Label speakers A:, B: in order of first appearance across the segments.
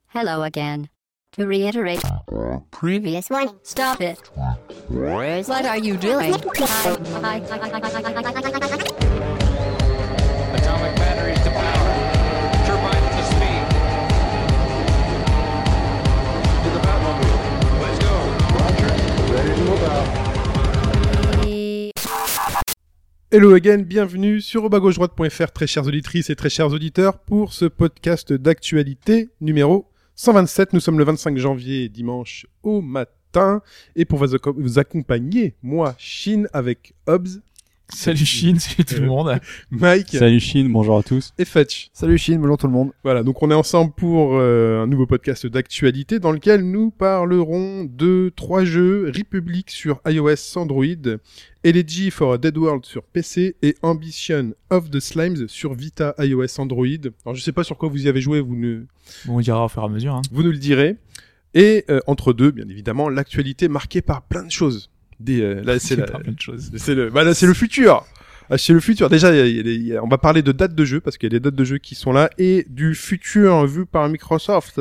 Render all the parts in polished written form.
A: Hello again. To reiterate, previous one, stop it. What are you doing?
B: Atomic batteries to power. Turbines to speed. To the Batmobile. Let's go. Roger. Ready to move out.
C: Hello again, bienvenue sur robagauche-droite.fr, très chères auditrices et très chers auditeurs, pour ce podcast d'actualité numéro 127. Nous sommes le 25 janvier, dimanche au matin, et pour vous accompagner, moi, Chine, avec Hobbs.
D: Salut Chine, salut tout le monde.
C: Mike.
E: Salut Chine, bonjour à tous.
C: Et Fetch.
F: Salut Chine, bonjour tout le monde.
C: Voilà, donc on est ensemble pour un nouveau podcast d'actualité dans lequel nous parlerons de 3 jeux, Republic sur iOS, Android, Elegy for a Dead World sur PC et Ambition of the Slimes sur Vita, iOS, Android. Alors je sais pas sur quoi vous y avez joué,
D: Bon, on dira au fur et à mesure.
C: Vous nous le direz. Et entre deux, bien évidemment, l'actualité marquée par plein de choses. Là, c'est
D: plein de choses.
C: c'est le futur. C'est le futur. Déjà, on va parler de dates de jeu parce qu'il y a des dates de jeu qui sont là et du futur vu par Microsoft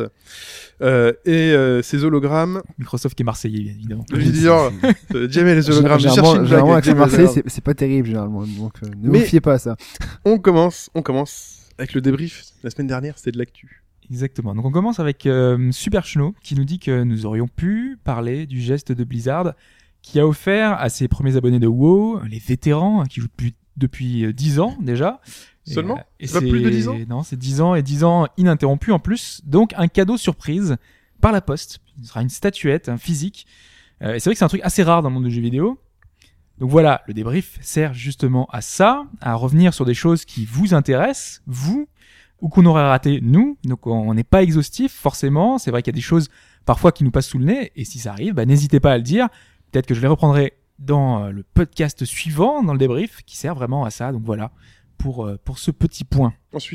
C: et ses hologrammes.
D: Microsoft qui est marseillais, bien évidemment.
C: Je veux dire, j'aimais les hologrammes. J'ai cherché une blague
F: généralement,
C: avec
F: avec
C: des
F: Marseille, c'est pas terrible généralement. Donc ne
C: Mais-
F: vous fiez pas à ça.
C: On commence avec le débrief. La semaine dernière, c'était de l'actu.
D: Exactement. Donc on commence avec Super Chno qui nous dit que nous aurions pu parler du geste de Blizzard qui a offert à ses premiers abonnés de WoW, les vétérans qui jouent depuis 10 ans déjà.
C: Seulement
D: Et
C: C'est pas plus de 10 ans
D: Non, c'est 10 ans et 10 ans ininterrompus en plus. Donc un cadeau surprise par la poste. Ce sera une statuette, un physique. Et c'est vrai que c'est un truc assez rare dans le monde du jeu vidéo. Donc voilà, le débrief sert justement à ça, à revenir sur des choses qui vous intéressent, vous, ou qu'on aurait raté nous. Donc on n'est pas exhaustif forcément. C'est vrai qu'il y a des choses parfois qui nous passent sous le nez. Et si ça arrive, n'hésitez pas à le dire. Peut-être que je les reprendrai dans le podcast suivant, dans le débrief, qui sert vraiment à ça. Donc voilà, pour ce petit point.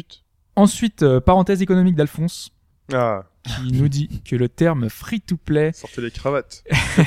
D: Ensuite, parenthèse économique d'Alphonse,
C: Ah,
D: qui nous dit que le terme free-to-play...
C: sortez les cravates.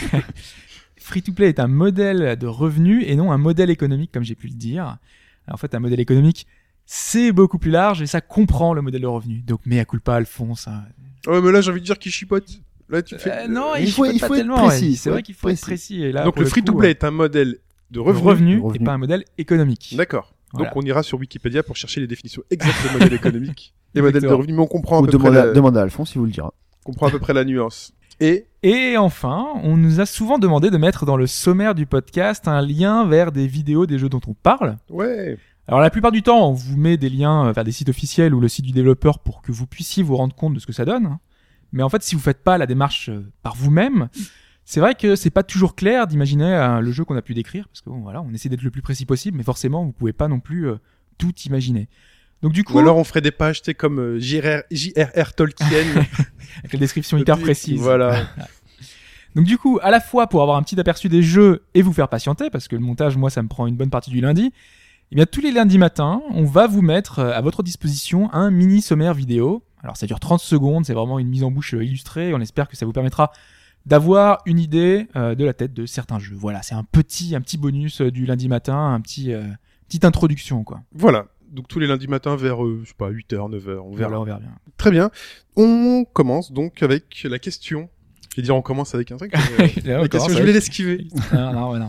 D: Free-to-play est un modèle de revenu et non un modèle économique, comme j'ai pu le dire. Alors, en fait, un modèle économique, c'est beaucoup plus large et ça comprend le modèle de revenu. Donc, mea culpa, Alphonse. Hein.
C: Ouais, mais là, j'ai envie de dire qu'il chipote. Là, tu fais...
D: Non,
F: il
D: il
F: faut
D: faut
F: être
D: pas tellement.
F: précis,
D: Ouais. C'est vrai qu'il faut être précis. Et là,
C: Donc
D: pour
C: le free-to-play est un modèle de
D: coup,
C: revenu.
D: revenu et pas un modèle économique.
C: D'accord.
D: Voilà.
C: Donc on ira sur Wikipédia pour chercher les définitions exactes de modèle économique et modèle de
D: Exactement.
C: revenu, mais on comprend à
F: Ou
C: peu près
F: demandez à Alphonse, il vous le dira.
C: comprend à peu près la nuance. Et
D: Et enfin, on nous a souvent demandé de mettre dans le sommaire du podcast un lien vers des vidéos des jeux dont on parle.
C: ouais,
D: Alors la plupart du temps, on vous met des liens vers des sites officiels ou le site du développeur pour que vous puissiez vous rendre compte de ce que ça donne. Mais en fait, si vous faites pas la démarche par vous-même, c'est vrai que c'est pas toujours clair d'imaginer le jeu qu'on a pu décrire, parce que bon, voilà, on essaie d'être le plus précis possible, mais forcément, vous pouvez pas non plus tout imaginer. Donc du coup,
C: ou alors on ferait des pages, tu sais, comme J.R.R. Tolkien.
D: avec la description hyper précise.
C: Voilà.
D: Donc du coup, à la fois pour avoir un petit aperçu des jeux et vous faire patienter, parce que le montage, moi, ça me prend une bonne partie du lundi, eh bien tous les lundis matins, on va vous mettre à votre disposition un mini sommaire vidéo. Alors ça dure 30 secondes, c'est vraiment une mise en bouche illustrée, on espère que ça vous permettra d'avoir une idée de la tête de certains jeux. Voilà, c'est un petit bonus du lundi matin, petite introduction, quoi.
C: Voilà. Donc tous les lundis matins vers, je sais pas, 8h, 9h, on verra.
D: Voilà, on verra bien.
C: Très bien. On commence donc avec la question. Je vais dire on commence avec un truc. La question, je voulais l'esquiver.
D: Non.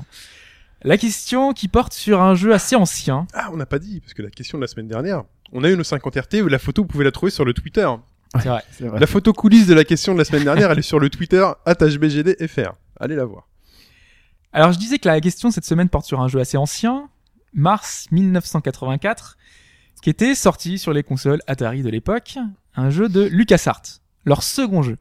D: La question qui porte sur un jeu assez ancien.
C: Ah, on n'a pas dit, parce que la question de la semaine dernière, on a eu nos 50 RT où la photo, vous pouvez la trouver sur le Twitter.
D: C'est vrai.
F: C'est vrai.
C: La photo coulisse de la question de la semaine dernière, elle est sur le Twitter @hbgdfr. Allez la voir.
D: Alors je disais que la question cette semaine porte sur un jeu assez ancien, mars 1984, qui était sorti sur les consoles Atari de l'époque, un jeu de LucasArts, leur second jeu.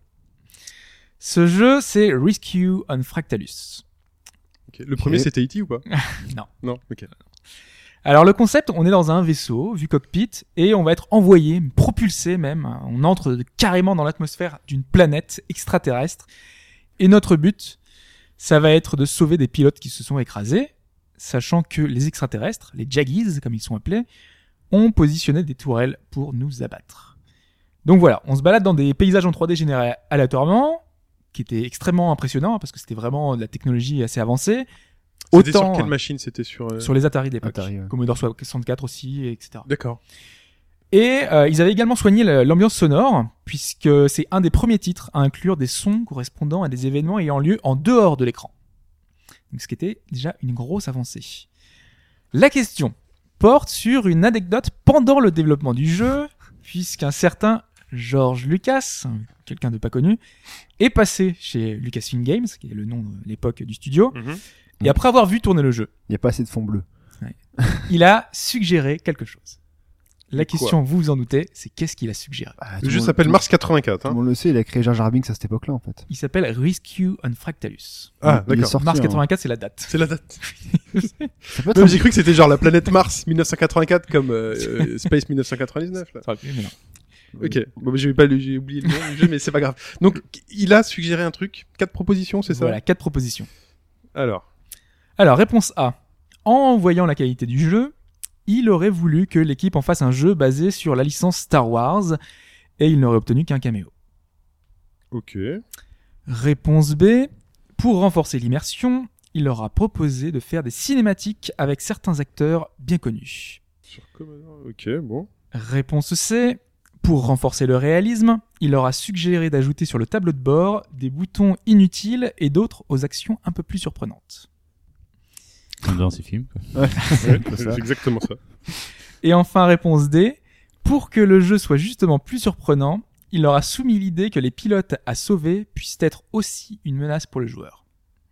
D: Ce jeu, c'est Rescue on Fractalus.
C: Ok. Le premier, c'était E.T. ou pas?
D: Non.
C: Non, ok.
D: Alors le concept, on est dans un vaisseau, vue cockpit, et on va être envoyé, propulsé même, on entre carrément dans l'atmosphère d'une planète extraterrestre, et notre but, ça va être de sauver des pilotes qui se sont écrasés, sachant que les extraterrestres, les Jaggies comme ils sont appelés, ont positionné des tourelles pour nous abattre. Donc voilà, on se balade dans des paysages en 3D générés aléatoirement, qui étaient extrêmement impressionnants, parce que c'était vraiment de la technologie assez avancée.
C: C'était sur quelle machine? C'était sur...
D: Sur les Atari d'époque.
F: Atari, ouais.
D: Commodore 64 aussi, etc.
C: D'accord.
D: Et ils avaient également soigné l'ambiance sonore, puisque c'est un des premiers titres à inclure des sons correspondant à des événements ayant lieu en dehors de l'écran. Donc, ce qui était déjà une grosse avancée. La question porte sur une anecdote pendant le développement du jeu, puisqu'un certain George Lucas, quelqu'un de pas connu, est passé chez Lucasfilm Games, qui est le nom de l'époque du studio, et après avoir vu tourner le jeu,
F: Il n'y a pas assez de fond bleu.
D: il a suggéré quelque chose. La
C: Quoi
D: question, vous vous en doutez, c'est qu'est-ce qu'il a suggéré?
C: Le jeu s'appelle Mars 84.
F: Tout le
C: Hein.
F: monde le sait, il a créé Jar Jar Binks à cette époque-là, en fait.
D: Il s'appelle Rescue on Fractalus.
C: Ah,
F: Il est
C: d'accord.
F: sorti
D: Mars
F: en-
D: 84, c'est la date.
C: C'est la date.
F: Ça peut être
C: Même
F: un-
C: j'ai cru que c'était genre la planète Mars 1984 comme Space 1999. Là.
D: Ça aurait pu, mais non.
C: Ok, bon, j'ai oublié le nom du jeu, mais c'est pas grave. Donc, il a suggéré un truc, 4 propositions, c'est ça?
D: Voilà, 4 propositions.
C: Alors,
D: Réponse A. En voyant la qualité du jeu, il aurait voulu que l'équipe en fasse un jeu basé sur la licence Star Wars, et il n'aurait obtenu qu'un caméo.
C: ok.
D: Réponse B. Pour renforcer l'immersion, il leur a proposé de faire des cinématiques avec certains acteurs bien connus.
C: Sur Commodore, ok, bon.
D: Réponse C. Pour renforcer le réalisme, il leur a suggéré d'ajouter sur le tableau de bord des boutons inutiles et d'autres aux actions un peu plus surprenantes.
E: Comme dans ces films. quoi.
C: Ouais,
F: ça.
C: c'est exactement ça.
D: Et enfin, réponse D. Pour que le jeu soit justement plus surprenant, il leur a soumis l'idée que les pilotes à sauver puissent être aussi une menace pour le joueur.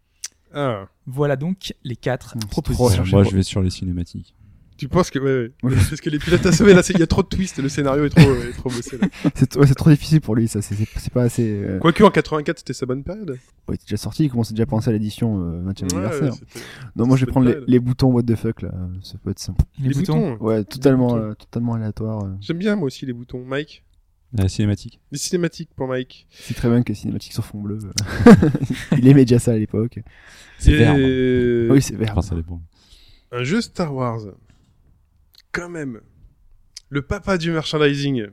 C: Ah,
D: Voilà donc les 4
F: C'est
D: propositions.
F: trop cherché.
E: Moi, je vais sur les cinématiques.
C: tu penses que... Ouais,
F: Moi, je-
C: parce que les pilotes à sauver, là, il y a trop de twists, le scénario est trop bossé, là.
F: c'est trop difficile pour lui, ça. C'est pas assez.
C: Quoique, en 84, c'était sa bonne période.
F: Ouais, il était déjà sorti, il commençait déjà à penser à l'édition 20e anniversaire.
C: c'était-
F: Non, moi je vais
C: c'était
F: prendre
C: pas mal.
F: les boutons what the fuck là, ça peut être ça.
D: Les boutons.
F: Ouais, totalement,
C: boutons.
F: totalement aléatoire.
C: J'aime bien, moi aussi, les boutons. Mike?
E: La cinématique.
C: Les cinématiques pour Mike.
F: C'est très bien que les cinématiques sur fond bleu. Il aimait déjà ça à l'époque.
E: C'est
C: Et-
E: vert.
F: Oui, c'est vert.
E: Enfin, ça dépend.
C: Un jeu Star Wars. Quand même. Le papa du merchandising.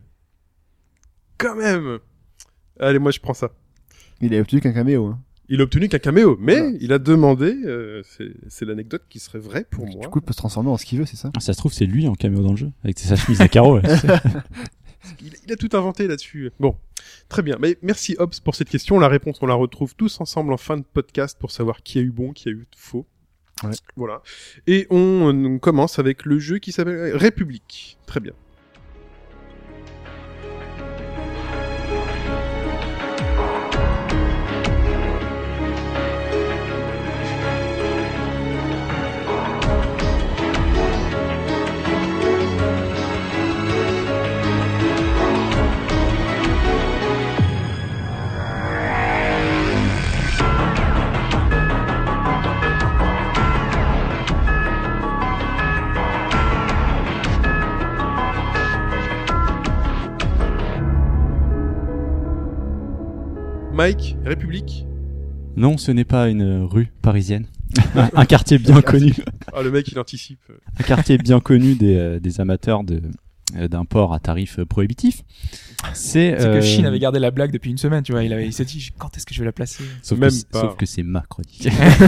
C: Quand même. Allez, moi, je prends ça.
F: Il a obtenu qu'un caméo. Hein.
C: Il a obtenu qu'un caméo, mais
F: Voilà.
C: il a demandé, c'est l'anecdote qui serait vraie pour moi.
F: Du coup, il peut se transformer en ce qu'il veut, c'est ça?
E: Ah, ça se trouve, c'est lui en caméo dans le jeu, avec sa chemise à carreaux. là.
C: Il a tout inventé là-dessus. Bon, très bien. Mais merci Hobbs pour cette question. La réponse, on la retrouve tous ensemble en fin de podcast pour savoir qui a eu bon, qui a eu faux.
F: Ouais.
C: Voilà. Et on commence avec le jeu qui s'appelle République. Très bien. Mike, République.
E: Non, ce n'est pas une rue parisienne. Un quartier bien connu.
C: Ah, le mec, il anticipe.
E: Un quartier bien connu des amateurs d'un port à tarif prohibitif.
D: C'est que Shin avait gardé la blague depuis une semaine, tu vois. Il s'est dit, quand est-ce que je vais la placer?
C: Même pas.
E: Sauf que c'est ma chronique.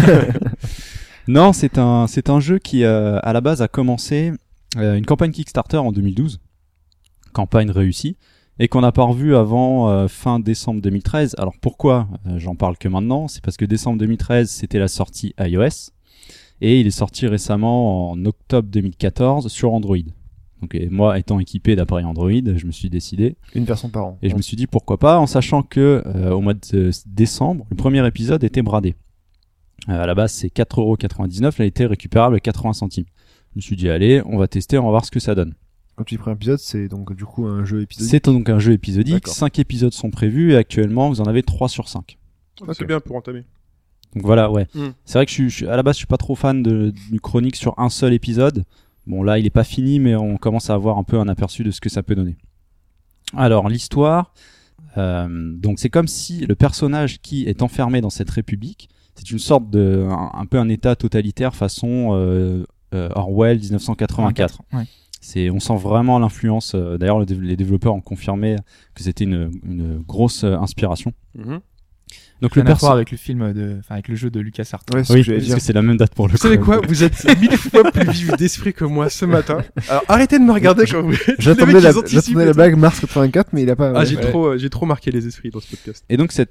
E: Non, c'est un jeu qui, à la base, a commencé une campagne Kickstarter en 2012. Campagne réussie. Et qu'on n'a pas revu avant fin décembre 2013. Alors pourquoi j'en parle que maintenant? C'est parce que décembre 2013, c'était la sortie iOS. Et il est sorti récemment en octobre 2014 sur Android. Donc, et moi, étant équipé d'appareils Android, je me suis décidé.
F: Une version par an.
E: Et je me suis dit pourquoi pas, en sachant que au mois de décembre, le premier épisode était bradé. À la base, c'est 4,99€, là, il était récupérable à 80 centimes. Je me suis dit, allez, on va tester, on va voir ce que ça donne.
F: Quand tu dis premier épisode, c'est donc du coup un jeu épisodique.
E: C'est donc un jeu épisodique,
F: D'accord.
E: 5 épisodes sont prévus et actuellement, vous en avez 3 sur 5.
C: Ah, c'est bien pour entamer.
E: Donc voilà, ouais.
C: Mm.
E: C'est vrai que à la base, je suis pas trop fan du chronique sur un seul épisode. Bon, là, il est pas fini, mais on commence à avoir un peu un aperçu de ce que ça peut donner. Alors, l'histoire, donc c'est comme si le personnage qui est enfermé dans cette république, c'est une sorte de, un peu un état totalitaire façon Orwell 1984.
D: Ouais.
E: On sent vraiment l'influence. D'ailleurs, les développeurs ont confirmé que c'était une grosse inspiration.
C: Mhm.
E: Donc
D: Rien
E: le
D: à voir
E: perso.
D: avec le film avec le jeu de LucasArts.
F: Ouais, c'est ce
E: Oui,
F: que j'allais
E: parce
F: dire.
E: que c'est la même date pour le
C: Vous
E: coup.
C: savez quoi? Vous êtes 1000 fois plus vif d'esprit que moi ce matin. Alors arrêtez de me regarder quand vous.
F: J'attendais
C: Les mecs,
F: la,
C: ils anticipent
F: j'attendais
C: et
F: la
C: tout.
F: blague mars 84, mais il a pas.
C: Ah,
F: ouais.
C: j'ai trop marqué les esprits dans ce podcast.
E: Et donc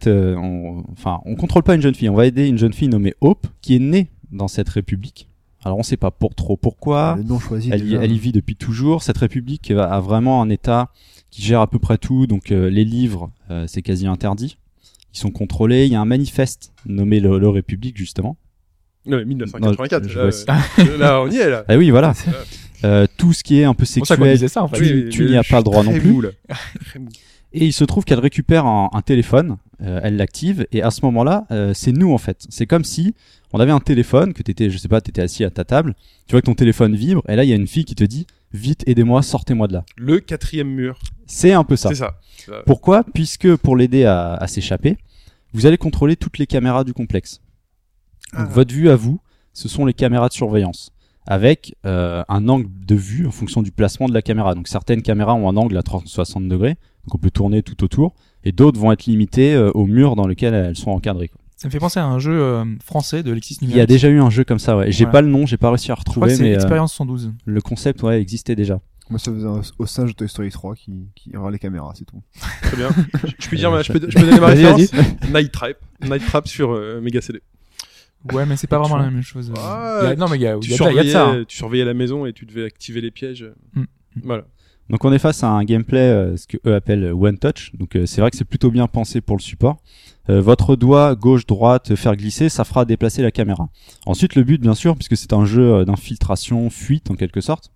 E: on contrôle pas une jeune fille, on va aider une jeune fille nommée Hope qui est née dans cette république. Alors on sait pas pourquoi.
F: Le nom choisi.
E: Elle y
F: déjà.
E: vit depuis toujours. Cette république a vraiment un état qui gère à peu près tout. Donc les livres, c'est quasi interdit. Ils sont contrôlés. Il y a un manifeste nommé le République justement.
C: Non, 1984.
E: Non, je
C: là,
E: vois
C: là, on y est là.
E: Ah oui, voilà. Tout ce qui est un peu
D: Bon, ça qu'on
E: sexuel,
D: disait ça en fait.
E: tu n'y as pas le droit non
C: Très
E: plus.
C: mou, là. Très mou.
E: Et il se trouve qu'elle récupère un téléphone, elle l'active, et à ce moment-là, c'est nous en fait. C'est comme si on avait un téléphone, que t'étais assis à ta table, tu vois que ton téléphone vibre, et là il y a une fille qui te dit « Vite, aidez-moi, sortez-moi de là
C: Le 4e mur. ».
E: C'est un peu ça.
C: C'est ça.
E: Pourquoi ? Puisque pour l'aider à s'échapper, vous allez contrôler toutes les caméras du complexe. Donc votre vue à vous, ce sont les caméras de surveillance, avec un angle de vue en fonction du placement de la caméra. Donc certaines caméras ont un angle à 360 degrés, donc on peut tourner tout autour, et d'autres vont être limitées au mur dans lequel elles sont encadrées, quoi.
D: Ça me fait penser à un jeu français de Lexis
E: Il
D: Numérique.
E: y a déjà eu un jeu comme ça, ouais. J'ai
D: Ouais.
E: pas le nom, j'ai pas réussi à
D: Je crois que
E: retrouver,
D: c'est
E: mais
D: Expérience 112.
E: le concept, ouais, existait déjà.
F: Moi, ça faisait au singe de Toy Story 3 qui aura les caméras, c'est tout.
C: Très bien. Je peux dire, je peux donner ma
E: Vas-y,
C: référence. Night Trap sur Mega CD.
D: Ouais, mais c'est pas vraiment la même chose.
C: Ouais,
D: Non, mais il y a
C: Tu
D: de ça. Hein.
C: surveillais la maison et tu devais activer les pièges.
D: Mm.
C: Voilà.
E: Donc on est face à un gameplay, ce que eux appellent One Touch. Donc c'est vrai que c'est plutôt bien pensé pour le support. Votre doigt gauche-droite faire glisser, ça fera déplacer la caméra. Ensuite le but bien sûr, puisque c'est un jeu d'infiltration, fuite en quelque sorte,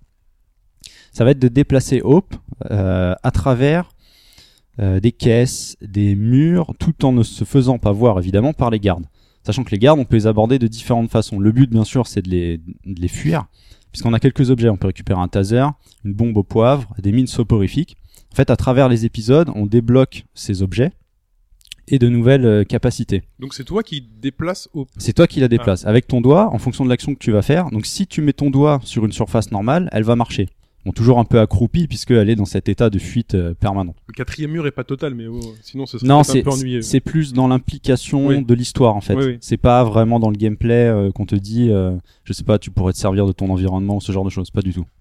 E: ça va être de déplacer Hope à travers des caisses, des murs, tout en ne se faisant pas voir évidemment par les gardes. Sachant que les gardes, on peut les aborder de différentes façons. Le but bien sûr c'est de les fuir, puisqu'on a quelques objets. On peut récupérer un taser, une bombe au poivre, des mines soporifiques. En fait, à travers les épisodes, on débloque ces objets et de nouvelles capacités.
C: Donc c'est toi qui déplaces au.
E: C'est toi qui la déplaces avec ton doigt en fonction de l'action que tu vas faire. Donc si tu mets ton doigt sur une surface normale, elle va marcher. Bon, toujours un peu accroupie puisqu'elle est dans cet état de fuite permanent.
C: Le 4e mur est pas total, mais sinon ce serait
E: Non,
C: peut-être un peu ennuyeux.
E: c'est plus dans l'implication
C: Oui.
E: de l'histoire en fait.
C: Oui, oui.
E: C'est pas vraiment dans le gameplay qu'on te dit, je sais pas, tu pourrais te servir de ton environnement ou ce genre de choses. Pas du tout.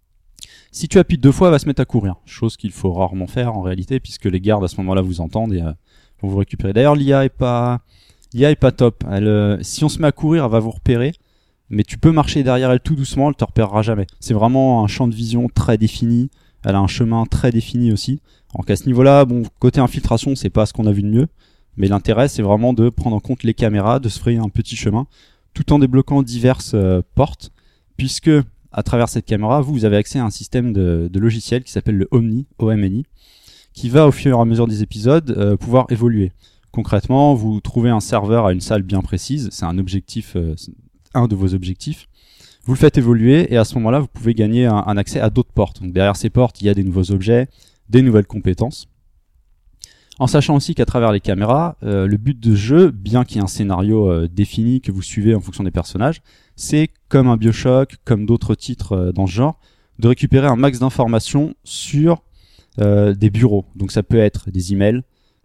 E: Si tu appuies 2 fois, elle va se mettre à courir. Chose qu'il faut rarement faire en réalité puisque les gardes à ce moment-là vous entendent et vont vous récupérer. D'ailleurs, l'IA est pas top. Si on se met à courir, elle va vous repérer. Mais tu peux marcher derrière elle tout doucement, elle te repérera jamais. C'est vraiment un champ de vision très défini. Elle a un chemin très défini aussi. Donc à ce niveau-là, bon, côté infiltration, c'est pas ce qu'on a vu de mieux. Mais l'intérêt, c'est vraiment de prendre en compte les caméras, de se frayer un petit chemin, tout en débloquant diverses portes, puisque à travers cette caméra, vous avez accès à un système de logiciel qui s'appelle le Omni, OMNI, qui va au fur et à mesure des épisodes pouvoir évoluer. Concrètement, vous trouvez un serveur à une salle bien précise, c'est un objectif, un de vos objectifs. Vous le faites évoluer et à ce moment-là, vous pouvez gagner un accès à d'autres portes. Donc derrière ces portes, il y a des nouveaux objets, des nouvelles compétences. En sachant aussi qu'à travers les caméras, le but de ce jeu, bien qu'il y ait un scénario défini que vous suivez en fonction des personnages, c'est comme un BioShock, comme d'autres titres dans ce genre, de récupérer un max d'informations sur des bureaux. Donc ça peut être des emails,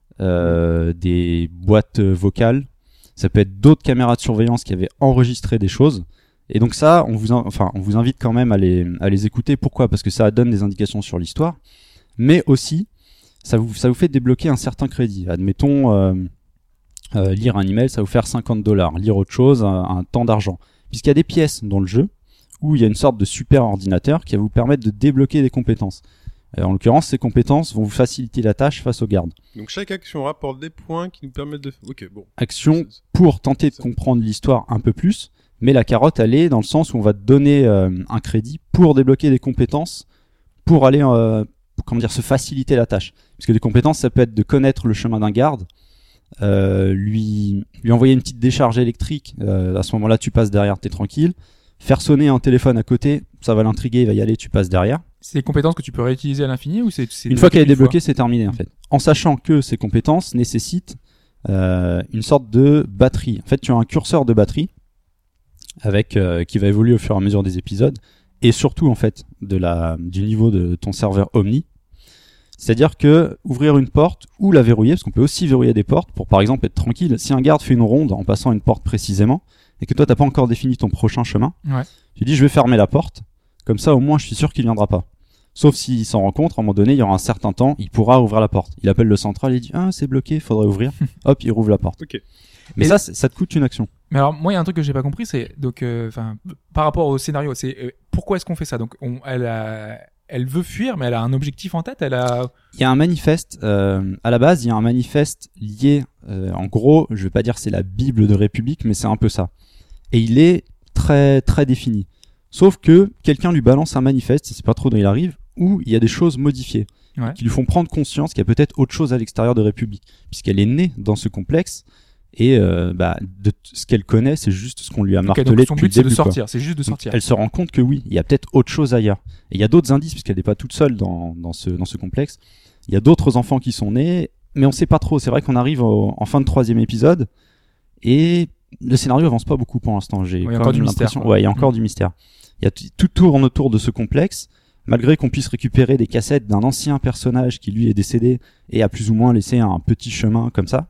E: des boîtes vocales, ça peut être d'autres caméras de surveillance qui avaient enregistré des choses. Et donc ça, on vous invite quand même à les écouter. Pourquoi ? Parce que ça donne des indications sur l'histoire, mais aussi ça vous fait débloquer un certain crédit. Admettons, lire un email, ça va vous faire $50. Lire autre chose, un temps d'argent. Puisqu'il y a des pièces dans le jeu où il y a une sorte de super ordinateur qui va vous permettre de débloquer des compétences. En l'occurrence, ces compétences vont vous faciliter la tâche face aux gardes.
C: Donc chaque action rapporte des points qui nous permettent de. Ok, bon.
E: Action pour tenter de comprendre l'histoire un peu plus, mais la carotte, elle est dans le sens où on va te donner un crédit pour débloquer des compétences, pour aller, se faciliter la tâche. Parce que des compétences, ça peut être de connaître le chemin d'un garde, lui envoyer une petite décharge électrique, à ce moment-là, tu passes derrière, t'es tranquille. Faire sonner un téléphone à côté, ça va l'intriguer, il va y aller, tu passes derrière.
D: C'est des compétences que tu peux réutiliser à l'infini ou c'est
E: Une fois qu'elle est débloquée, c'est terminé en fait. En sachant que ces compétences nécessitent une sorte de batterie. En fait, tu as un curseur de batterie avec qui va évoluer au fur et à mesure des épisodes et surtout en fait du niveau de ton serveur Omni. C'est-à-dire que ouvrir une porte ou la verrouiller, parce qu'on peut aussi verrouiller des portes pour par exemple être tranquille. Si un garde fait une ronde en passant une porte précisément et que toi t'as pas encore défini ton prochain chemin,
D: Ouais.
E: tu dis je vais fermer la porte, comme ça au moins je suis sûr qu'il viendra pas. Sauf s'il s'en rend compte, à un moment donné, il y aura un certain temps, il pourra ouvrir la porte. Il appelle le central et il dit ah c'est bloqué, faudrait ouvrir. Hop, il rouvre la porte.
C: Ok.
E: Mais
D: Et-
E: ça te coûte une action.
D: Mais alors, moi, il y a un truc que j'ai pas compris, c'est donc, par rapport au scénario, c'est pourquoi est-ce qu'on fait ça? Donc, elle veut fuir, mais elle a un objectif en tête.
E: Il y a un manifeste, à la base, il y a un manifeste lié, en gros, je vais pas dire c'est la Bible de République, mais c'est un peu ça. Et il est très, très défini. Sauf que quelqu'un lui balance un manifeste, il sait pas trop d'où il arrive, où il y a des choses modifiées,
D: Ouais.
E: qui lui font prendre conscience qu'il y a peut-être autre chose à l'extérieur de République, puisqu'elle est née dans ce complexe, et de ce qu'elle connaît, c'est juste ce qu'on lui a
D: Ok,
E: martelé
D: donc son
E: depuis le
D: but, c'est de
E: début. quoi.
D: sortir. C'est juste de
E: Donc,
D: sortir.
E: elle se rend compte que oui, il y a peut-être autre chose ailleurs. Et il y a d'autres indices, puisqu'elle n'est pas toute seule dans ce complexe. Il y a d'autres enfants qui sont nés, mais on sait pas trop. C'est vrai qu'on arrive en fin de 3e épisode, et le scénario avance pas beaucoup pour l'instant. J'ai
D: Ouais, il y a
E: quand
D: encore
E: même
D: du mystère,
E: l'impression.
D: quoi.
E: Ouais, il y a encore du mystère. Il y a tout tourne autour de ce complexe, malgré qu'on puisse récupérer des cassettes d'un ancien personnage qui lui est décédé et a plus ou moins laissé un petit chemin comme ça.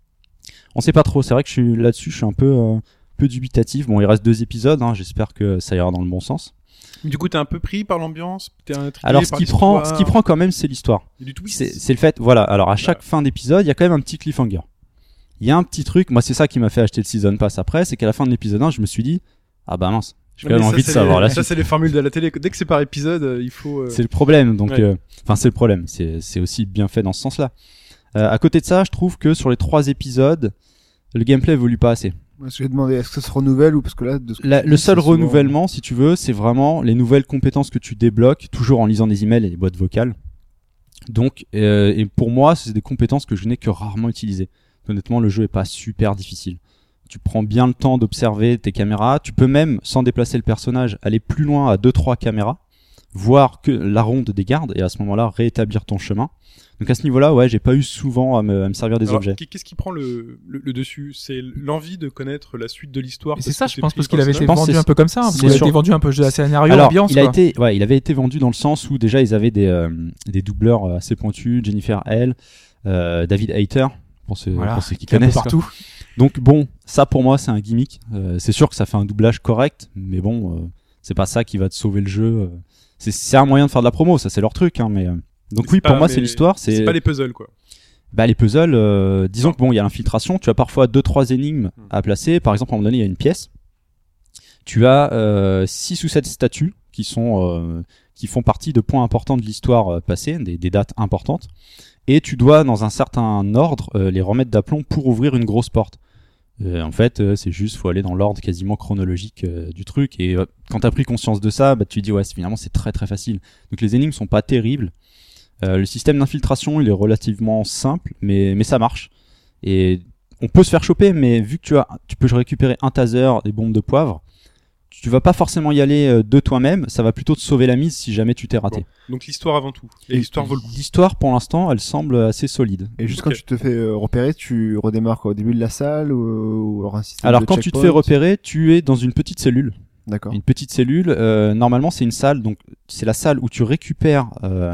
E: On sait pas trop. C'est vrai que je suis un peu dubitatif. Bon, il reste 2 épisodes. Hein, j'espère que ça ira dans le bon sens.
C: Du coup, t'es un peu pris par l'ambiance. T'es intrigué
E: Alors, ce
C: par
E: qui
C: l'histoire.
E: prend quand même, c'est l'histoire.
C: Il y a du twist.
E: C'est le fait. Voilà. Alors, à chaque fin d'épisode, il y a quand même un petit cliffhanger. Il y a un petit truc. Moi, c'est ça qui m'a fait acheter le season pass après. C'est qu'à la fin de l'épisode 1, je me suis dit, ah bah mince. J'ai quand
C: Mais
E: même
C: ça,
E: envie de
C: c'est
E: savoir la
C: Ça,
E: suite.
C: c'est les formules de la télé. Dès que c'est par épisode, il faut.
E: C'est le problème. Donc,
C: Ouais.
E: c'est le problème. C'est aussi bien fait dans ce sens-là. À côté de ça, je trouve que sur les 3 épisodes, le gameplay évolue pas assez.
F: Moi, je vais demander, est-ce que ça se renouvelle ou parce que là, de ce que tu
E: Le
F: dis,
E: seul
F: c'est souvent-
E: renouvellement, si tu veux, c'est vraiment les nouvelles compétences que tu débloques, toujours en lisant des emails et des boîtes vocales. Donc, et pour moi, c'est des compétences que je n'ai que rarement utilisées. Honnêtement, le jeu est pas super difficile. Tu prends bien le temps d'observer tes caméras. Tu peux même, sans déplacer le personnage, aller plus loin à 2-3 caméras, voir que la ronde des gardes et à ce moment-là rétablir ton chemin. Donc à ce niveau-là, ouais, j'ai pas eu souvent à me servir des
C: Alors,
E: objets.
C: Qu'est-ce qui prend le dessus? C'est l'envie de connaître la suite de l'histoire.
D: Et c'est
C: parce
D: ça,
C: que
D: je
C: t'es
D: pense,
C: pris
D: parce
C: par
D: qu'il avait
C: ça.
D: été
E: pense que
D: vendu
E: c'est-
D: un peu comme ça. Parce
E: c'est
D: qu'il a
E: sûr.
D: été vendu un peu à scénario,
E: Alors,
D: ambiance,
E: il a
D: quoi.
E: été, ouais, il avait été vendu dans le sens où déjà ils avaient des doubleurs assez pointus, Jennifer L, David Hayter, pour ceux qui
D: qui est un peu
E: connaissent. quoi.
D: partout.
E: Donc bon, ça pour moi c'est un gimmick. C'est sûr que ça fait un doublage correct, mais bon, c'est pas ça qui va te sauver le jeu. C'est un moyen de faire de la promo, ça c'est leur truc. Hein, mais donc
C: C'est
E: oui,
C: pas-
E: pour moi
C: mais
E: c'est l'histoire.
C: C'est pas les puzzles, quoi.
E: Bah, les puzzles, disons que bon, il y a l'infiltration, tu as parfois 2-3 énigmes à placer. Par exemple, à un moment donné, il y a une pièce. Tu as 6 ou 7 statues qui font partie de points importants de l'histoire passée, des dates importantes. Et tu dois, dans un certain ordre, les remettre d'aplomb pour ouvrir une grosse porte. En fait, c'est juste, faut aller dans l'ordre quasiment chronologique du truc. Et quand t'as pris conscience de ça, bah, tu te dis, ouais, finalement, c'est très très facile. Donc les énigmes sont pas terribles. Le système d'infiltration, il est relativement simple, mais ça marche. Et on peut se faire choper, mais vu que tu peux récupérer un taser, des bombes de poivre, tu vas pas forcément y aller de toi-même, ça va plutôt te sauver la mise si jamais tu t'es raté.
C: Bon. Donc l'histoire avant tout. Et l'histoire vaut le coup.
E: L'histoire, pour l'instant, elle semble assez solide.
F: Et juste
C: Ok.
F: quand tu te fais repérer, tu redémarres quoi, au début de la salle ou alors un système
E: Alors
F: de
E: quand tu te
F: checkpoint
E: fais repérer, tu es dans une petite cellule.
F: D'accord.
E: Une petite cellule, normalement c'est une salle, donc c'est la salle où tu récupères,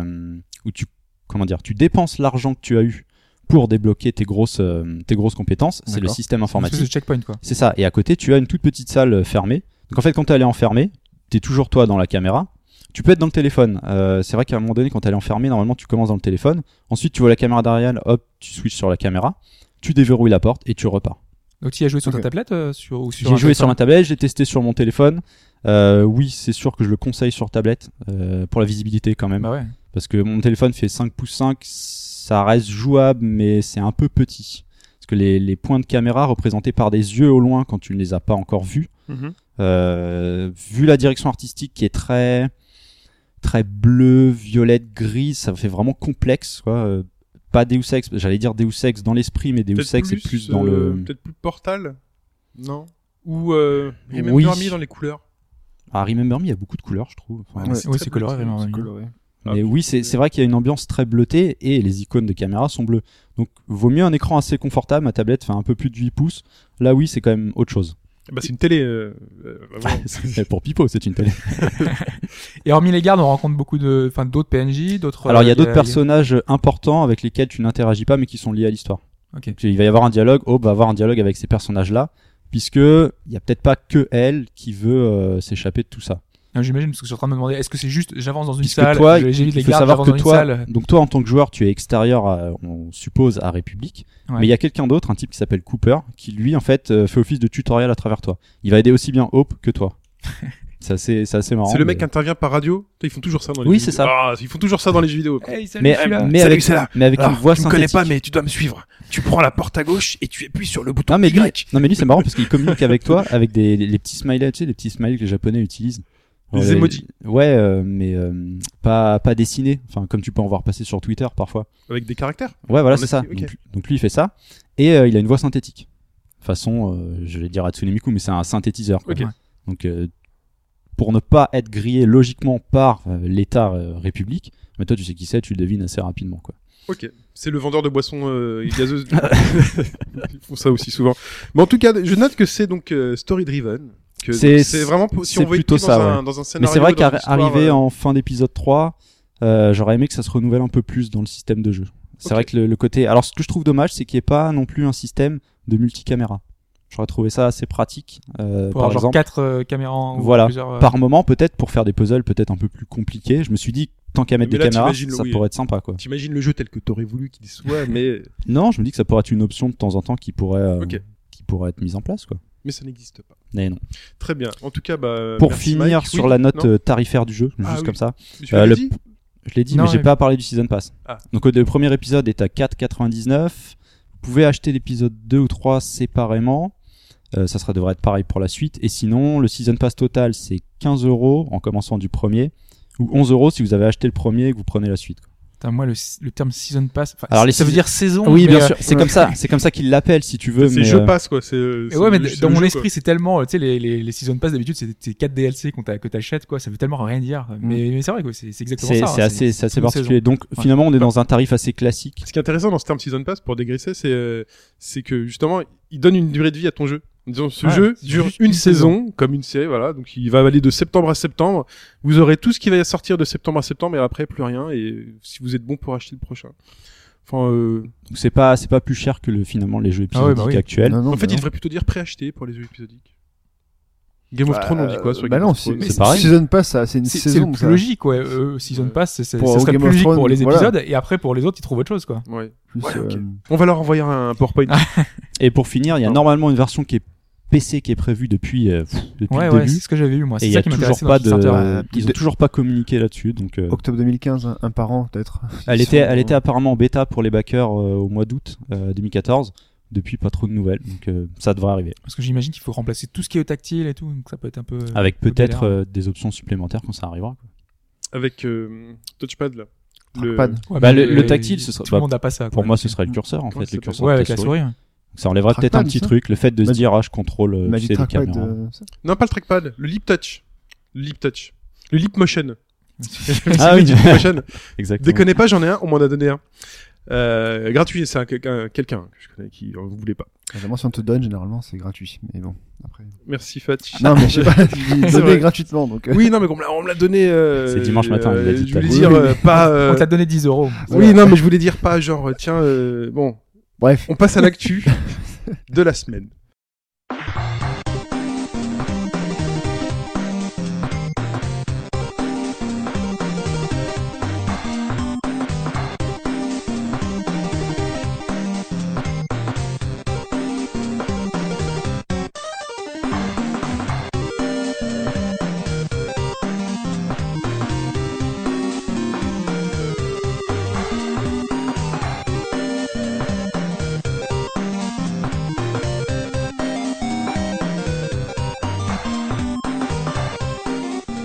E: où tu dépenses l'argent que tu as eu pour débloquer tes grosses compétences. C'est le
F: D'accord.
E: système
D: C'est une espèce
E: informatique.
D: de checkpoint, quoi.
E: C'est ça. Et à côté, tu as une toute petite salle fermée. Donc en fait, quand elle est enfermée, t'es toujours toi dans la caméra. Tu peux être dans le téléphone. C'est vrai qu'à un moment donné, quand elle est enfermée, normalement, tu commences dans le téléphone. Ensuite, tu vois la caméra derrière, hop, tu switches sur la caméra. Tu déverrouilles la porte et tu repars.
D: Donc tu y as joué sur ta
F: Ok.
D: tablette ou sur un
E: J'ai joué
D: téléphone
E: sur ma tablette, j'ai testé sur mon téléphone. Oui, c'est sûr que je le conseille sur tablette pour la visibilité quand même.
D: Bah ouais.
E: Parce que mon téléphone fait 5 pouces 5, ça reste jouable, mais c'est un peu petit. Parce que les points de caméra représentés par des yeux au loin quand tu ne les as pas encore vus, vu la direction artistique qui est très très bleu, violette, grise, ça fait vraiment complexe, quoi. Pas Deus Ex, j'allais dire Deus Ex dans l'esprit, mais Deus
C: Peut-être
E: Ex c'est plus dans le...
C: Peut-être plus Portal. Non. Ou Remember
E: Oui.
C: Me dans les couleurs.
E: Ah, Remember Me, il y a beaucoup de couleurs, je trouve. Enfin,
F: Ouais.
D: Oui, c'est coloré, vraiment.
F: C'est
D: oui.
F: coloré.
E: mais oui, c'est vrai qu'il y a une ambiance très bleutée et les icônes de caméra sont bleues. Donc, vaut mieux un écran assez confortable. Ma tablette fait un peu plus de 8 pouces. Là, oui, c'est quand même autre chose.
C: Bah, c'est une télé. Vraiment.
E: C'est pour Pipo, c'est une télé.
D: Et hormis les gardes, on rencontre beaucoup d'autres PNJ, d'autres.
E: Alors il y a d'autres personnages importants avec lesquels tu n'interagis pas mais qui sont liés à l'histoire.
D: Ok.
E: Il va y avoir un dialogue, Aube va avoir un dialogue avec ces personnages-là, puisque il y a peut-être pas que elle qui veut s'échapper de tout ça.
D: Non, j'imagine parce que je suis en train de me demander, est-ce que c'est juste j'avance dans une
E: Puisque
D: salle,
E: toi,
D: j'évite les
E: il faut
D: gardes,
E: savoir
D: j'avance
E: que
D: dans une
E: toi,
D: salle.
E: donc toi en tant que joueur, tu es extérieur, on suppose, à République,
D: Ouais.
E: mais il y a quelqu'un d'autre, un type qui s'appelle Cooper, qui lui en fait fait office de tutoriel à travers toi. Il va aider aussi bien Hope que toi. c'est assez marrant.
C: C'est le
E: mais-
C: mec qui intervient par radio. Ils font toujours ça dans les
E: Oui,
C: jeux
E: c'est
C: vidéo.
E: ça.
C: Ah, ils font toujours ça dans les jeux vidéo.
D: Hey, salut,
E: mais
D: je suis là.
E: mais
C: Salut,
E: avec
C: c'est là.
E: mais avec une voix
C: tu me connais
E: synthétique.
C: pas, mais tu dois me suivre. Tu prends la porte à gauche et tu appuies sur le bouton
E: Non mais lui,
C: Y.
E: c'est marrant parce qu'il communique avec toi avec les petits smileys, tu sais, les petits smileys que les Japonais utilisent.
C: Les emojis.
E: Ouais, mais pas dessinés. Enfin, comme tu peux en voir passer sur Twitter parfois.
C: Avec des caractères.
E: Ouais, voilà,
C: En
E: c'est ça.
C: effet, ok.
E: Donc lui, il fait ça. Et il a une voix synthétique. Façon, je vais dire Hatsune Miku, mais c'est un synthétiseur. quoi.
C: Ok.
E: Donc, pour ne pas être grillé logiquement par l'État République, mais toi, tu sais qui c'est, tu le devines assez rapidement, quoi.
C: Ok. C'est le vendeur de boissons gazeuses. Ils font ça aussi souvent. Mais en tout cas, je note que c'est donc story driven. C'est vraiment si
E: c'est
C: on veut être
E: plutôt
C: pris
E: ça,
C: dans un
E: Mais
C: scénario.
E: c'est vrai
C: dans une histoire,
E: qu'arrivé en fin d'épisode 3, j'aurais aimé que ça se renouvelle un peu plus dans le système de jeu. C'est
C: Ok.
E: vrai que le côté... Alors, ce que je trouve dommage, c'est qu'il n'y ait pas non plus un système de multicaméra. J'aurais trouvé ça assez pratique.
D: Pour
E: Par
D: avoir genre
E: exemple,
D: 4 caméras ou
E: Voilà.
D: plusieurs.
E: par moment, peut-être pour faire des puzzles peut-être un peu plus compliqués. Je me suis dit, tant qu'à mettre
C: Mais
E: des
C: là,
E: caméras,
C: t'imagines,
E: ça
C: oui.
E: pourrait être sympa, quoi.
C: T'imagines le jeu tel que t'aurais voulu qu'il soit, mais
E: Non, je me dis que ça pourrait être une option de temps en temps qui pourrait être mise en place, quoi.
C: ça n'existe pas.
E: Mais non.
C: Très bien. En tout cas, bah.
E: Pour
C: merci,
E: finir
C: Mike.
E: sur
C: Oui,
E: la note
C: non
E: tarifaire du jeu,
C: Ah
E: juste
C: oui.
E: comme ça.
C: Tu l'avais
E: le-
C: dit
E: Je l'ai dit,
D: Non,
E: mais j'ai
D: mais-
E: pas parlé du Season Pass.
C: Ah.
E: Donc le premier épisode est à 4,99. Vous pouvez acheter l'épisode 2 ou 3 séparément. Ça devrait être pareil pour la suite. Et sinon, le Season Pass total, c'est 15 € en commençant du premier. Ou 11 € si vous avez acheté le premier et que vous prenez la suite.
D: Putain, moi, le terme season pass. enfin,
E: Alors, les
D: ça veut
E: saisons-
D: dire saison.
E: Oui,
D: mais,
E: bien sûr. C'est comme ça. C'est comme ça qu'ils l'appellent, si tu veux.
C: C'est
E: mais,
C: jeu passe, quoi. C'est
D: Ouais, mais
C: c'est
D: dans
C: le
D: mon
C: jeu,
D: esprit, c'est tellement, tu sais, les season pass d'habitude, c'est 4 DLC que t'achètes, quoi. Ça veut tellement rien dire. Mais c'est vrai, quoi. C'est exactement ça.
E: c'est
D: hein,
E: assez
D: c'est une
E: particulier.
D: saison.
E: Donc finalement, on est dans un tarif assez classique.
C: Ce qui est intéressant dans ce terme Season Pass, pour dégraisser, c'est que justement, il donne une durée de vie à ton jeu. Disons, ce
D: Ouais,
C: jeu
D: c'est
C: dure
D: juste
C: une
D: une
C: saison, comme une série, voilà. Donc, il va aller de septembre à septembre. Vous aurez tout ce qui va sortir de septembre à septembre et après, plus rien. Et si vous êtes bon pour acheter le prochain. Enfin,
E: Donc c'est pas plus cher que finalement les jeux
D: Ah ouais,
E: épisodiques
D: bah oui.
E: actuels.
F: Non, non,
C: en fait,
F: bah
C: il
F: non.
C: devrait plutôt dire préacheter pour les jeux épisodiques. Game of
F: Bah,
C: Thrones, on dit quoi sur
F: bah
C: Game
F: non,
C: of Thrones
E: c'est pareil.
F: Season Pass, ça, c'est une
D: C'est
F: saison.
D: le plus
F: ça.
D: logique, ouais. Season pass, ça
F: Pour
D: serait le
F: Game
D: plus
F: of
D: logique pour
F: Thrones,
D: les
F: voilà.
D: épisodes. Et après, pour les autres, ils trouvent autre chose, quoi.
C: Ouais.
F: Plus,
C: Ouais, ok. On va leur envoyer un PowerPoint.
E: Et pour finir, il y a
C: Non.
E: normalement une version qui est PC qui est prévue depuis
D: Ouais,
E: le
D: ouais,
E: début.
D: c'est ce que j'avais vu, moi.
E: Et
D: C'est
E: il y
D: ça
E: a
D: qui
E: toujours
D: m'intéressait
E: pas
D: dans Kickstarter.
E: ils ont toujours pas communiqué là-dessus. Donc
F: Octobre 2015, un par an peut-être.
E: elle était apparemment en bêta pour les backers au mois d'août 2014. Depuis pas trop de nouvelles, donc ça devrait arriver.
D: Parce que j'imagine qu'il faut remplacer tout ce qui est tactile et tout, donc ça peut être un peu.
E: Avec
D: un peu
E: peut-être
D: galère.
E: des options supplémentaires quand ça arrivera. quoi.
C: Avec Touchpad, là.
F: Trackpad.
D: Ouais,
E: Bah,
D: mais
E: le tactile, ce sera-
D: Tout le monde n'a pas ça.
E: Pour
D: quoi.
E: moi, ce serait le curseur en fait,
C: Ouais,
E: le
C: c'est
E: curseur.
D: Ouais,
E: de
D: avec
E: ta
D: la
E: souris.
D: souris.
E: Ça enlèvera peut-être un
F: Trackpad,
E: petit
F: ça
E: truc, le fait de se
F: Magic-
E: dire je contrôle tu
F: Magic
E: sais, les
F: Trackpad.
E: caméras.
F: Ça.
C: Non, pas le trackpad, le lip touch. Le lip touch. Le lip motion.
E: Ah oui,
C: Lip motion.
E: exactement.
C: Déconnez pas, j'en ai un, on m'en a donné un. Gratuit, c'est quelqu'un que je connais qui en voulait pas.
F: Moi, si on te donne, généralement, c'est gratuit. Mais bon, après.
C: Merci Fatih.
F: Non, mais je sais pas, je l'ai
C: C'est
F: donné
C: vrai.
F: gratuitement. Donc,
C: Oui, non, mais on me l'a donné.
E: C'est dimanche matin, on me l'a dit
C: Je
E: tout à
C: voulais
E: l'heure.
C: dire pas.
D: On t'a donné 10 €.
C: Oui, non, mais je voulais dire pas genre tiens, bon,
F: Bref.
C: on passe à l'actu de la semaine.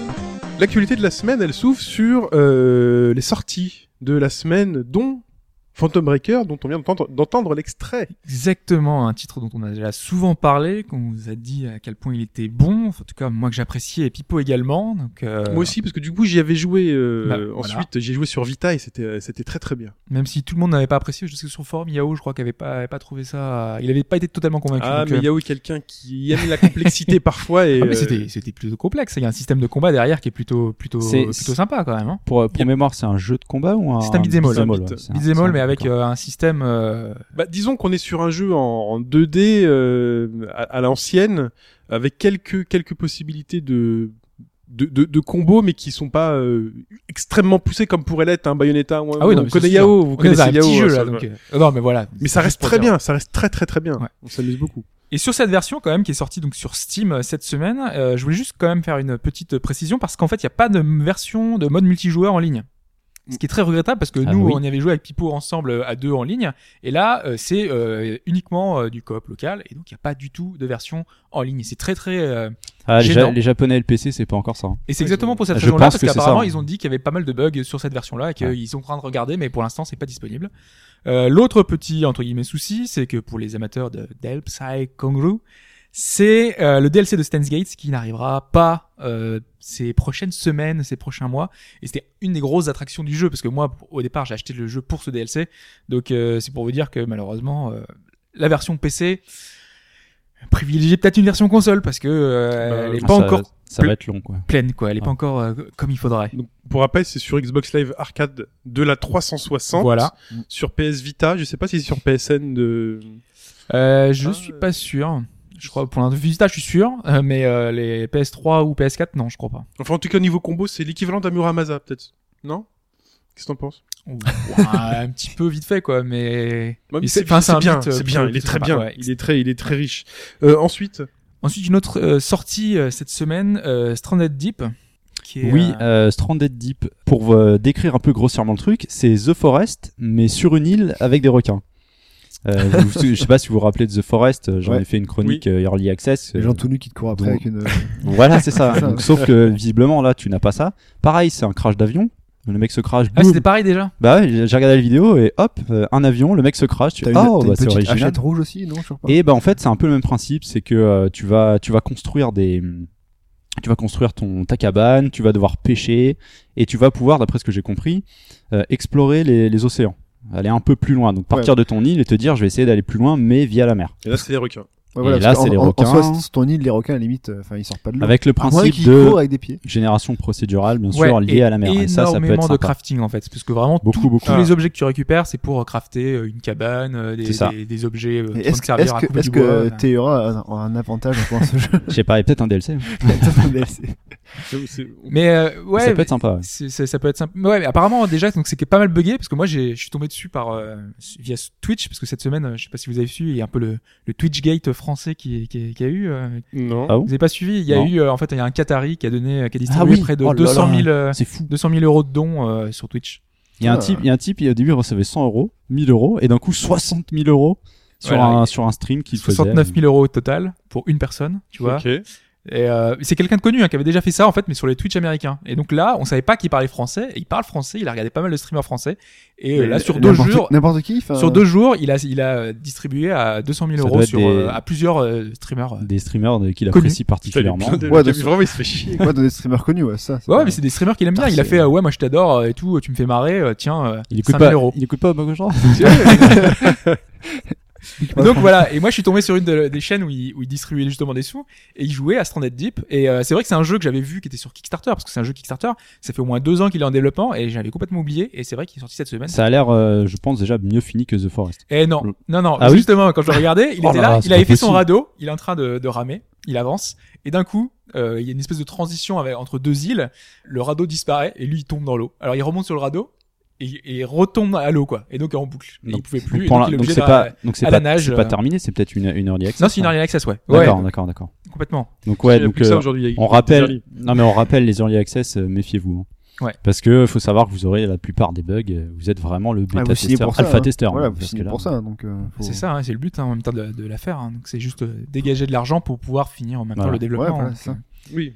C: L'actualité de la semaine, elle s'ouvre sur les sorties de la semaine, dont Phantom Breaker, dont on vient d'entendre l'extrait.
D: Exactement, un titre dont on a déjà souvent parlé, qu'on vous a dit à quel point il était bon, en tout cas moi que j'appréciais et Pipo également. Donc,
C: Moi aussi, parce que du coup j'y avais joué
D: voilà.
C: ensuite, j'ai joué sur Vita et c'était très très bien.
D: Même si tout le monde n'avait pas apprécié, je sais que sur le forum, Yao, je crois qu'il avait pas trouvé ça, il avait pas été totalement convaincu.
C: Ah,
D: donc,
C: mais il y a eu quelqu'un qui aime la complexité parfois et...
D: mais c'était plutôt complexe, il y a un système de combat derrière qui est plutôt
E: C'est-
D: sympa quand même. Hein.
E: Pour mémoire, c'est un jeu de combat ou un
D: C'est un beat'em all.
E: beat'em all,
C: C'est un
E: ouais, c'est un-
D: Beat'em
E: c'est
D: all,
E: un-
D: mais avec
E: d'accord.
D: un système...
C: Bah, disons qu'on est sur un jeu en 2D à l'ancienne, avec quelques possibilités de combos, mais qui sont pas extrêmement poussés comme pourrait l'être un Bayonetta ou un...
D: Ah oui, non,
C: on
D: mais
C: connaît
D: c'est sûr.
C: Yao, vous
D: On est
C: connaissez
D: dans un
C: Yao.
D: petit jeu
C: ça,
D: là,
C: va.
D: donc... non mais voilà.
C: Mais ça reste
D: juste pour
C: très
D: dire.
C: bien, ça reste très très très bien.
D: Ouais.
C: On s'amuse beaucoup.
D: Et sur cette version quand même qui est sortie donc sur Steam cette semaine, je voulais juste quand même faire une petite précision parce qu'en fait il n'y a pas de version de mode multijoueur en ligne. Ce qui est très regrettable parce que
E: Ah
D: nous
E: oui.
D: on y avait joué avec Pipo ensemble à 2 en ligne et là c'est uniquement du coop local et donc il n'y a pas du tout de version en ligne. C'est très très
E: Ah,
D: gênant.
E: les Japonais et le PC, c'est pas encore ça. hein.
D: et c'est exactement pour cette
E: Je
D: raison-là
E: pense
D: parce
E: que c'est
D: qu'apparemment
E: ça, hein.
D: ils ont dit qu'il y avait pas mal de bugs sur cette version-là et qu'ils
E: Ouais.
D: sont en train de regarder mais pour l'instant c'est pas disponible. L'autre petit entre guillemets souci c'est que pour les amateurs de Psy Kangaroo c'est le DLC de Stan's Gates qui n'arrivera pas ces prochaines semaines, ces prochains mois. Et c'était une des grosses attractions du jeu parce que moi, au départ, j'ai acheté le jeu pour ce DLC. Donc c'est pour vous dire que malheureusement, la version PC privilégie peut-être une version console parce que elle est pas
E: ça,
D: encore
E: ça va être long, quoi.
D: pleine, quoi. Elle est
E: Ouais.
D: pas encore comme il faudrait.
C: Donc, pour rappel, c'est sur Xbox Live Arcade de la 360.
D: Voilà.
C: Sur PS Vita, je sais pas si c'est sur PSN de...
D: Je suis pas sûr. Je crois pour l'instant Vita, je suis sûr, mais les PS3 ou PS4, non, je crois pas.
C: Enfin, en tout cas, niveau combo, c'est l'équivalent d'un Muramasa, peut-être. Non? Qu'est-ce que t'en penses?
D: Ouais, un petit peu vite fait, quoi, mais.
C: Ouais, mais
D: Et
C: c'est
D: enfin, un
C: bien,
D: beat,
C: c'est bien, il est
D: plutôt
C: très
D: sympa,
C: bien.
D: ouais.
C: Il est très riche. Ensuite,
D: Ensuite, une autre sortie cette semaine, Stranded Deep, qui est.
E: Oui, Stranded Deep. Pour décrire un peu grossièrement le truc, c'est The Forest, mais sur une île avec des requins. Je sais pas si vous vous rappelez de The Forest, j'en
F: Ouais.
E: ai fait une chronique Early Access.
F: Les gens tout nus qui te courent après
E: donc-
F: avec une.
E: Voilà, c'est ça.
F: C'est ça.
E: Donc, sauf que visiblement là, tu n'as pas ça. Pareil, c'est un crash d'avion. Le mec se crash.
D: Ah,
E: boum.
D: c'était pareil déjà.
E: Bah ouais, j'ai regardé la vidéo et hop, un avion, le mec se crash. Tu
F: T'as
E: fais,
F: une,
E: oh,
F: t'as
E: bah
F: une
E: c'est
F: petite
E: original.
F: hachette rouge aussi, non? Je sais pas.
E: Et bah en fait, c'est un peu le même principe, c'est que tu vas construire ta cabane, tu vas devoir pêcher et tu vas pouvoir, d'après ce que j'ai compris, explorer les océans, aller un peu plus loin. Donc partir de ton île et te dire, je vais essayer d'aller plus loin, mais via la mer.
C: et là, c'est les requins.
F: Ouais,
E: et
F: parce
E: là,
F: qu'en-
E: c'est les
F: en-
E: requins.
F: En soi, sur ton île, les requins, à la limite, enfin, ils sortent pas de l'eau.
E: Avec le
F: À moins
E: principe
F: qu'ils
E: de
F: courent avec des pieds.
E: génération procédurale, bien
D: Ouais,
E: sûr, liée
D: et
E: à la mer. Et ça peut
D: énormément
E: être
D: de
E: sympa.
D: crafting en fait, parce que vraiment
E: Beaucoup.
D: tous les objets que tu récupères, c'est pour crafter une cabane,
E: C'est ça.
D: des objets
F: Et
D: qui vont te servir à couper
F: est-ce
D: du bois.
F: que Théora a un avantage en ce jeu?
E: Je sais pas, il y a peut-être un DLC.
D: Mais ouais,
E: ça peut être sympa. Ouais.
D: ça peut être simple. Ouais, mais apparemment déjà donc c'est pas mal buggé parce que moi je suis tombé dessus par via Twitch parce que cette semaine je sais pas si vous avez su il y a un peu le Twitchgate français qui a eu
C: Non.
E: Ah
D: vous avez pas suivi, il y a
E: Non.
D: eu en fait il y a un Qatari qui a distribué
E: oui.
D: près de
E: Oh là
D: 200 000
E: C'est fou.
D: 200 000 euros de dons sur Twitch.
E: Il y a un
F: Ah.
E: type, au début, il recevait 100 euros, 1000 euros, et d'un coup, 60 000 euros sur,
D: Voilà,
E: sur un stream qu'il faisait.
D: 69 000 euros au total pour une personne, tu vois.
C: Ok.
D: Et c'est quelqu'un de connu qui avait déjà fait ça en fait, mais sur les Twitch américains. Et donc là, on savait pas qu'il parlait français. Et il parle français. Il a regardé pas mal de streamers français. Et là, sur 2 jours,
F: N'importe qui, enfin.
D: sur 2 jours, il a distribué à 200 000
E: Ça
D: euros
E: doit être
D: sur
E: des-
D: à plusieurs streamers.
E: Des streamers qu'il
D: Connus.
E: apprécie particulièrement.
F: Ouais, de-
C: Vraiment, il se fait chier.
F: Ouais, des streamers connus, ouais, ça.
D: Ouais, mais c'est des streamers qu'il aime bien. Il a fait ouais, moi je t'adore et tout. Tu me fais marrer. Tiens,
E: Il écoute
D: 5
E: pas,
D: 000 euros.
E: il écoute pas Bogojan.
D: Et donc voilà, et moi je suis tombé sur une des chaînes où il distribuait justement des sous et il jouait à Stranded Deep et c'est vrai que c'est un jeu que j'avais vu qui était sur Kickstarter parce que c'est un jeu Kickstarter, ça fait au moins 2 ans qu'il est en développement et j'avais complètement oublié et c'est vrai qu'il est sorti cette semaine.
E: Ça a l'air, je pense, déjà mieux fini que The Forest.
D: Et non,
E: Ah oui
D: justement quand je le regardais, il
E: Oh
D: était
E: là
D: là,
E: là, c'est
D: il avait
E: pas
D: fait son
E: possible.
D: radeau, il est en train de ramer, il avance et d'un coup il y a une espèce de transition entre 2 îles, le radeau disparaît et lui il tombe dans l'eau. Alors il remonte sur le radeau et retombe à l'eau quoi et donc en boucle. Et il pouvait plus. Et
E: pour
D: donc, il est
E: donc
D: obligé
E: c'est
D: de-
E: pas, donc c'est
D: à
E: pas,
D: la nage,
E: c'est pas terminé, c'est peut-être une early access.
D: Non, c'est une
E: hein.
D: early access, ouais.
E: D'accord,
D: Ouais,
E: d'accord.
D: complètement.
E: Donc ouais,
C: Il y a
E: donc
C: plus que ça aujourd'hui, il y a-
E: on rappelle, non mais on rappelle les early access, méfiez-vous. hein.
D: Ouais.
E: Parce que faut savoir que vous aurez la plupart des bugs, vous êtes vraiment le
F: Ouais,
E: bêta
F: vous signez
E: testeur,
F: pour ça,
E: alpha
F: hein.
E: testeur.
F: Voilà,
E: hein,
F: vous
E: parce
F: signez
E: que là,
F: pour ça, donc. faut-
D: C'est ça, hein, c'est le but hein, en même temps de l'affaire. Hein. Donc c'est juste dégager de l'argent pour pouvoir finir en même temps
E: Voilà.
D: le développement.
F: Ouais, voilà,
D: Donc,
F: c'est ça.
C: Oui, voilà.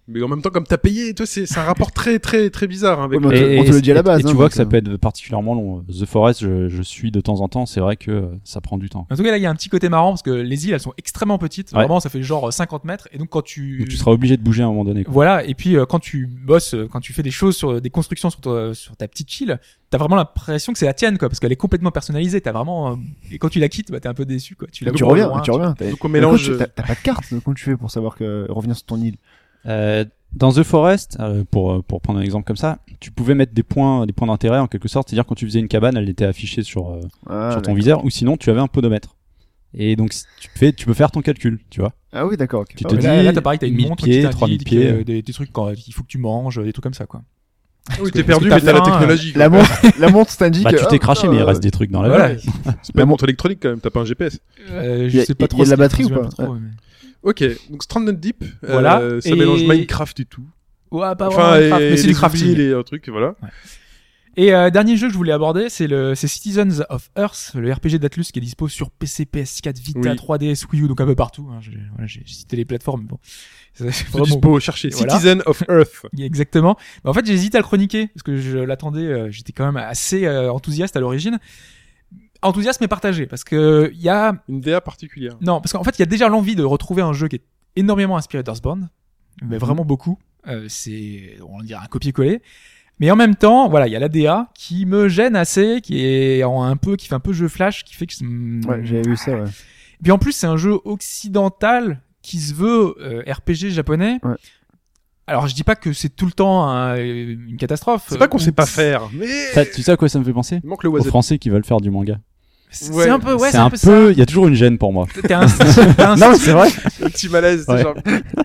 C: Mais en même temps, comme t'as payé, toi, c'est un rapport très, très, très bizarre, hein, avec
F: Ouais, mais
E: Et
F: on te le dit à la base.
E: Et tu
F: hein,
E: vois
F: donc,
E: que ça peut être particulièrement long. The Forest, je suis de temps en temps, c'est vrai que ça prend du temps.
D: En tout cas, là, il y a un petit côté marrant parce que les îles, elles sont extrêmement petites.
E: Ouais.
D: Vraiment, ça fait genre 50 mètres. Et donc, quand
E: Donc tu seras obligé de bouger à un moment donné, quoi.
D: Voilà, et puis quand tu bosses, quand tu fais des choses sur des constructions sur ta petite île, t'as vraiment l'impression que c'est la tienne, quoi, parce qu'elle est complètement personnalisée. T'as vraiment et quand tu la quittes, bah t'es un peu déçu, quoi. Tu la
F: tu
D: vois au
F: reviens,
D: loin,
F: tu reviens.
C: Donc, on
F: Mais
C: mélange.
F: quoi, t'as pas de carte, comment tu fais pour savoir que revenir sur ton île?
E: Dans The Forest, pour prendre un exemple comme ça, tu pouvais mettre des points d'intérêt en quelque sorte, c'est-à-dire quand tu faisais une cabane, elle était affichée sur ton viseur, ou sinon tu avais un podomètre. Et donc tu peux faire ton calcul, tu vois.
F: Ah oui, d'accord. ok.
E: Tu
F: Ah
E: te
F: ouais.
E: dis
D: Là, t'as pareil, t'as une
E: 1000
D: montre
E: pieds,
D: qui
E: 3000
D: t'indique
E: pieds.
D: des trucs quand il faut que tu manges, des trucs comme ça, quoi.
C: Oui, t'es
D: parce
C: perdu,
D: que
C: mais
D: t'as
C: t'as la
D: faim,
C: technologie.
F: La
C: quoi.
F: montre t'indique.
E: Bah tu t'es
F: ah,
E: craché,
F: putain,
E: mais il reste des trucs dans la
D: Voilà.
E: vague.
C: C'est pas une montre électronique quand même, t'as pas un GPS.
F: Il y
D: Je
F: a-
D: sais pas
F: il y
D: trop.
F: a de la
D: ce qu'il
F: batterie ou
D: consomme
F: pas
D: trop, mais-
C: Ok, donc Stranded Deep,
D: Voilà,
C: ça
D: et-
C: mélange Minecraft et tout.
D: Ouais, pas
C: Enfin,
D: vraiment Minecraft, mais c'est du
C: les
D: crafting.
C: ouvriers, les trucs, voilà.
D: Et dernier jeu que je voulais aborder, c'est Citizens of Earth, le RPG d'Atlus qui est dispo sur PC, PS4, Vita,
C: Oui.
D: 3DS, Wii U, donc un peu partout. Hein. J'ai cité les plateformes, mais bon. C'est
C: C'est
D: vraiment-
C: dispo, chercher
D: Voilà.
C: Citizen of Earth.
D: Exactement. Mais en fait, j'ai hésité à le chroniquer parce que je l'attendais. J'étais quand même assez enthousiaste à l'origine. Enthousiaste mais partagé parce que il y a
C: Une DA particulière.
D: non parce qu'en fait il y a déjà l'envie de retrouver un jeu qui est énormément inspiré d'Earthbound, mais vraiment beaucoup. C'est on dirait un copier-coller. Mais en même temps, voilà, il y a la DA qui me gêne assez, qui fait un peu jeu flash, qui fait que
F: Ouais, j'avais vu ça, ouais.
D: Et puis en plus, c'est un jeu occidental qui se veut RPG japonais.
F: Ouais.
D: Alors je dis pas que c'est tout le temps une catastrophe.
C: C'est pas qu'on
D: Ou-
C: sait pas faire, mais
E: Tu sais à quoi ça me fait penser?
C: il manque le
E: Aux
C: Wasabi.
E: Français qui veulent faire du manga.
D: C'est
C: Ouais.
D: un peu, ouais,
E: c'est un
D: ça.
E: peu, il y a toujours une gêne pour moi.
D: T'es un,
F: Non, mais c'est vrai.
C: Un petit malaise, c'est
E: Ouais.
C: genre.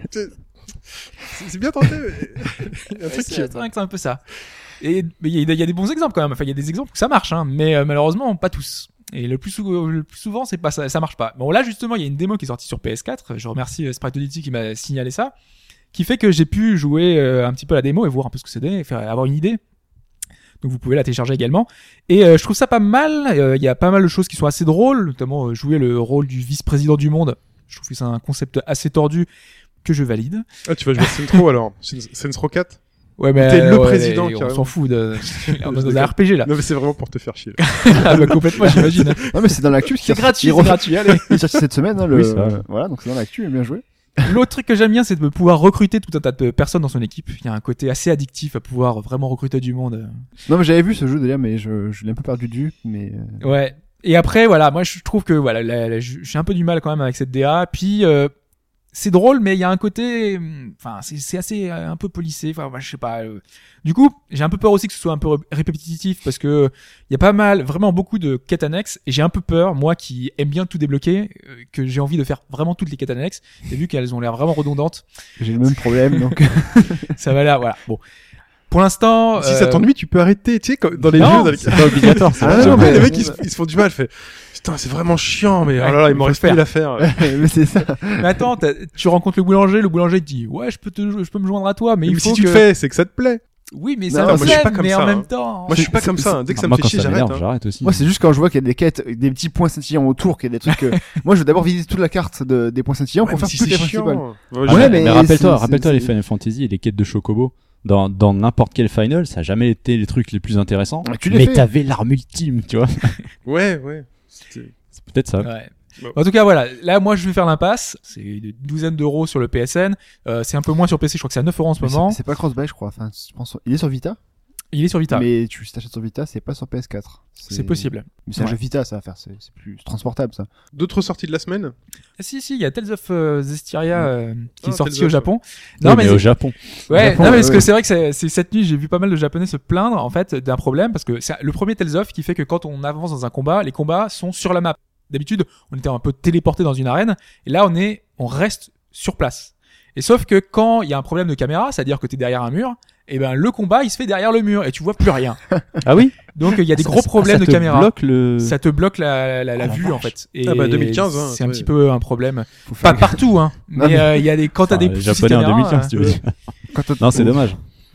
C: C'est bien tenté, mais. Il y a un truc qui.
D: c'est vrai que c'est un peu ça. Et mais il y a des bons exemples quand même. Enfin, il y a des exemples où ça marche, hein, mais malheureusement pas tous. Et le plus souvent, c'est pas ça marche pas. Bon, là justement, il y a une démo qui est sortie sur PS4. Je remercie Sprite Oddity qui m'a signalé ça, qui fait que j'ai pu jouer un petit peu à la démo et voir un peu ce que c'est donné, et avoir une idée. Donc vous pouvez la télécharger également. Et je trouve ça pas mal. Il y a pas mal de choses qui sont assez drôles, notamment jouer le rôle du vice-président du monde. Je trouve que c'est un concept assez tordu que je valide.
C: Ah, tu vas jouer Sensro alors. Sensro 4?
D: Ouais, mais
C: T'es le président,
D: on
C: carrément.
D: s'en fout de. On est dans un
C: déconne.
D: RPG là.
C: Non, mais c'est vraiment pour te faire chier. Là.
D: Ah, bah, complètement, j'imagine.
F: Non, mais c'est dans l'actu.
D: C'est gratuit, c'est gratuit. Allez.
F: Il est sorti cette semaine, hein,
E: Oui, c'est vrai.
F: voilà, donc c'est dans l'actu, bien joué.
D: L'autre truc que j'aime bien, c'est de pouvoir recruter tout un tas de personnes dans son équipe. Il y a un côté assez addictif à pouvoir vraiment recruter du monde.
F: Non, mais j'avais vu ce jeu d'ailleurs, mais je l'ai un peu perdu de vue, mais.
D: Ouais. Et après, voilà, moi je trouve que voilà, j'ai un peu du mal quand même avec cette DA. Puis c'est drôle, mais il y a un côté, enfin, c'est assez un peu policé. Enfin, je sais pas. Du coup, j'ai un peu peur aussi que ce soit un peu répétitif parce que il y a pas mal, vraiment beaucoup de quêtes annexes. Et j'ai un peu peur, moi qui aime bien tout débloquer, que j'ai envie de faire vraiment toutes les quêtes annexes. Et vu qu'elles ont l'air vraiment redondantes,
F: J'ai le même problème, donc.
D: ça va l'air, voilà. Bon. Pour l'instant,
C: Si ça t'ennuie, tu peux arrêter, tu sais, comme dans les
D: Non,
C: jeux. Dans les...
E: C'est pas obligatoire, ça.
F: Ah,
C: J'aime
F: non,
C: bien
F: mais-
C: les mecs, ils se font du mal. Fait, putain, c'est vraiment chiant, mais oh là là, il m'en
D: faut
C: reste
D: le
C: plus à faire.
F: mais c'est ça.
D: Mais attends, tu rencontres le boulanger te dit ouais je peux me joindre à toi mais
C: Mais
D: il faut
C: si tu
D: que
C: le fais, c'est que ça te plaît.
D: oui mais
F: Non,
D: ça
F: moi,
D: me
F: je
C: suis
D: plaît
C: pas comme
D: mais
C: ça,
D: en
C: hein.
D: même temps
C: Moi, je suis pas comme ça. Dès que ça me fait chier, j'arrête. hein.
E: J'arrête aussi.
F: Moi, c'est juste quand je vois qu'il y a des quêtes, des petits points scintillants autour, qu'il y a des trucs. Moi, je veux d'abord visiter toute la carte des points scintillants
C: Ouais,
F: pour
C: mais
F: faire
C: si
F: toutes les
C: c'est
F: principales.
C: chiant.
F: Ouais, mais
E: rappelle-toi
F: c'est-
E: les Final Fantasy et les quêtes de Chocobo. Dans n'importe quel final, ça a jamais été les trucs les plus intéressants.
F: Ah, tu les
E: Mais
F: fais.
E: t'avais l'arme ultime, tu vois.
C: Ouais. C'était-
E: C'est peut-être ça.
D: ouais.
C: Bon.
D: En tout cas voilà là moi je vais faire l'impasse c'est une douzaine d'euros sur le PSN c'est un peu moins sur PC je crois que c'est à 9 euros en ce
F: Mais
D: moment
F: c'est pas cross-buy, je crois. Enfin, je pense. Il est sur Vita,
D: il est sur Vita
F: mais si t'achètes sur Vita, c'est pas sur PS4.
D: c'est possible
F: Mais c'est un
D: Ouais.
F: jeu Vita, ça à faire. C'est plus transportable, ça.
C: D'autres sorties de la semaine?
D: ah, si il y a Tales of Zestiria qui est
C: Ah,
D: sorti
C: Tales
D: au
C: of.
D: Japon
E: Non, mais au Japon.
D: ouais,
F: Japon,
D: non, mais
F: ouais,
D: parce que
F: ouais.
D: c'est vrai que c'est cette nuit, j'ai vu pas mal de Japonais se plaindre, en fait, d'un problème, parce que c'est le premier Tales of qui fait que quand on avance dans un combat, les combats sont sur la map. D'habitude, on était un peu téléporté dans une arène, et là, on reste sur place. Et sauf que quand il y a un problème de caméra, c'est-à-dire que t'es derrière un mur, et ben, le combat, il se fait derrière le mur, et tu vois plus rien.
E: Ah oui?
D: Donc, il y a des gros problèmes
E: ça
D: de
E: te
D: caméra.
E: bloque le...
D: Ça te bloque la
E: la
D: vue,
E: vache.
D: en fait. Et
C: Ah bah, 2015, hein,
D: c'est un
C: ouais.
D: petit peu un problème.
F: Faut faire
D: Pas partout, hein.
F: Non,
D: Mais il y a des, quand t'as
E: Enfin,
D: des
E: les
D: soucis de
E: Japonais en
D: caméra,
E: 2015, tu veux dire.
F: Quand
E: Non, c'est dommage.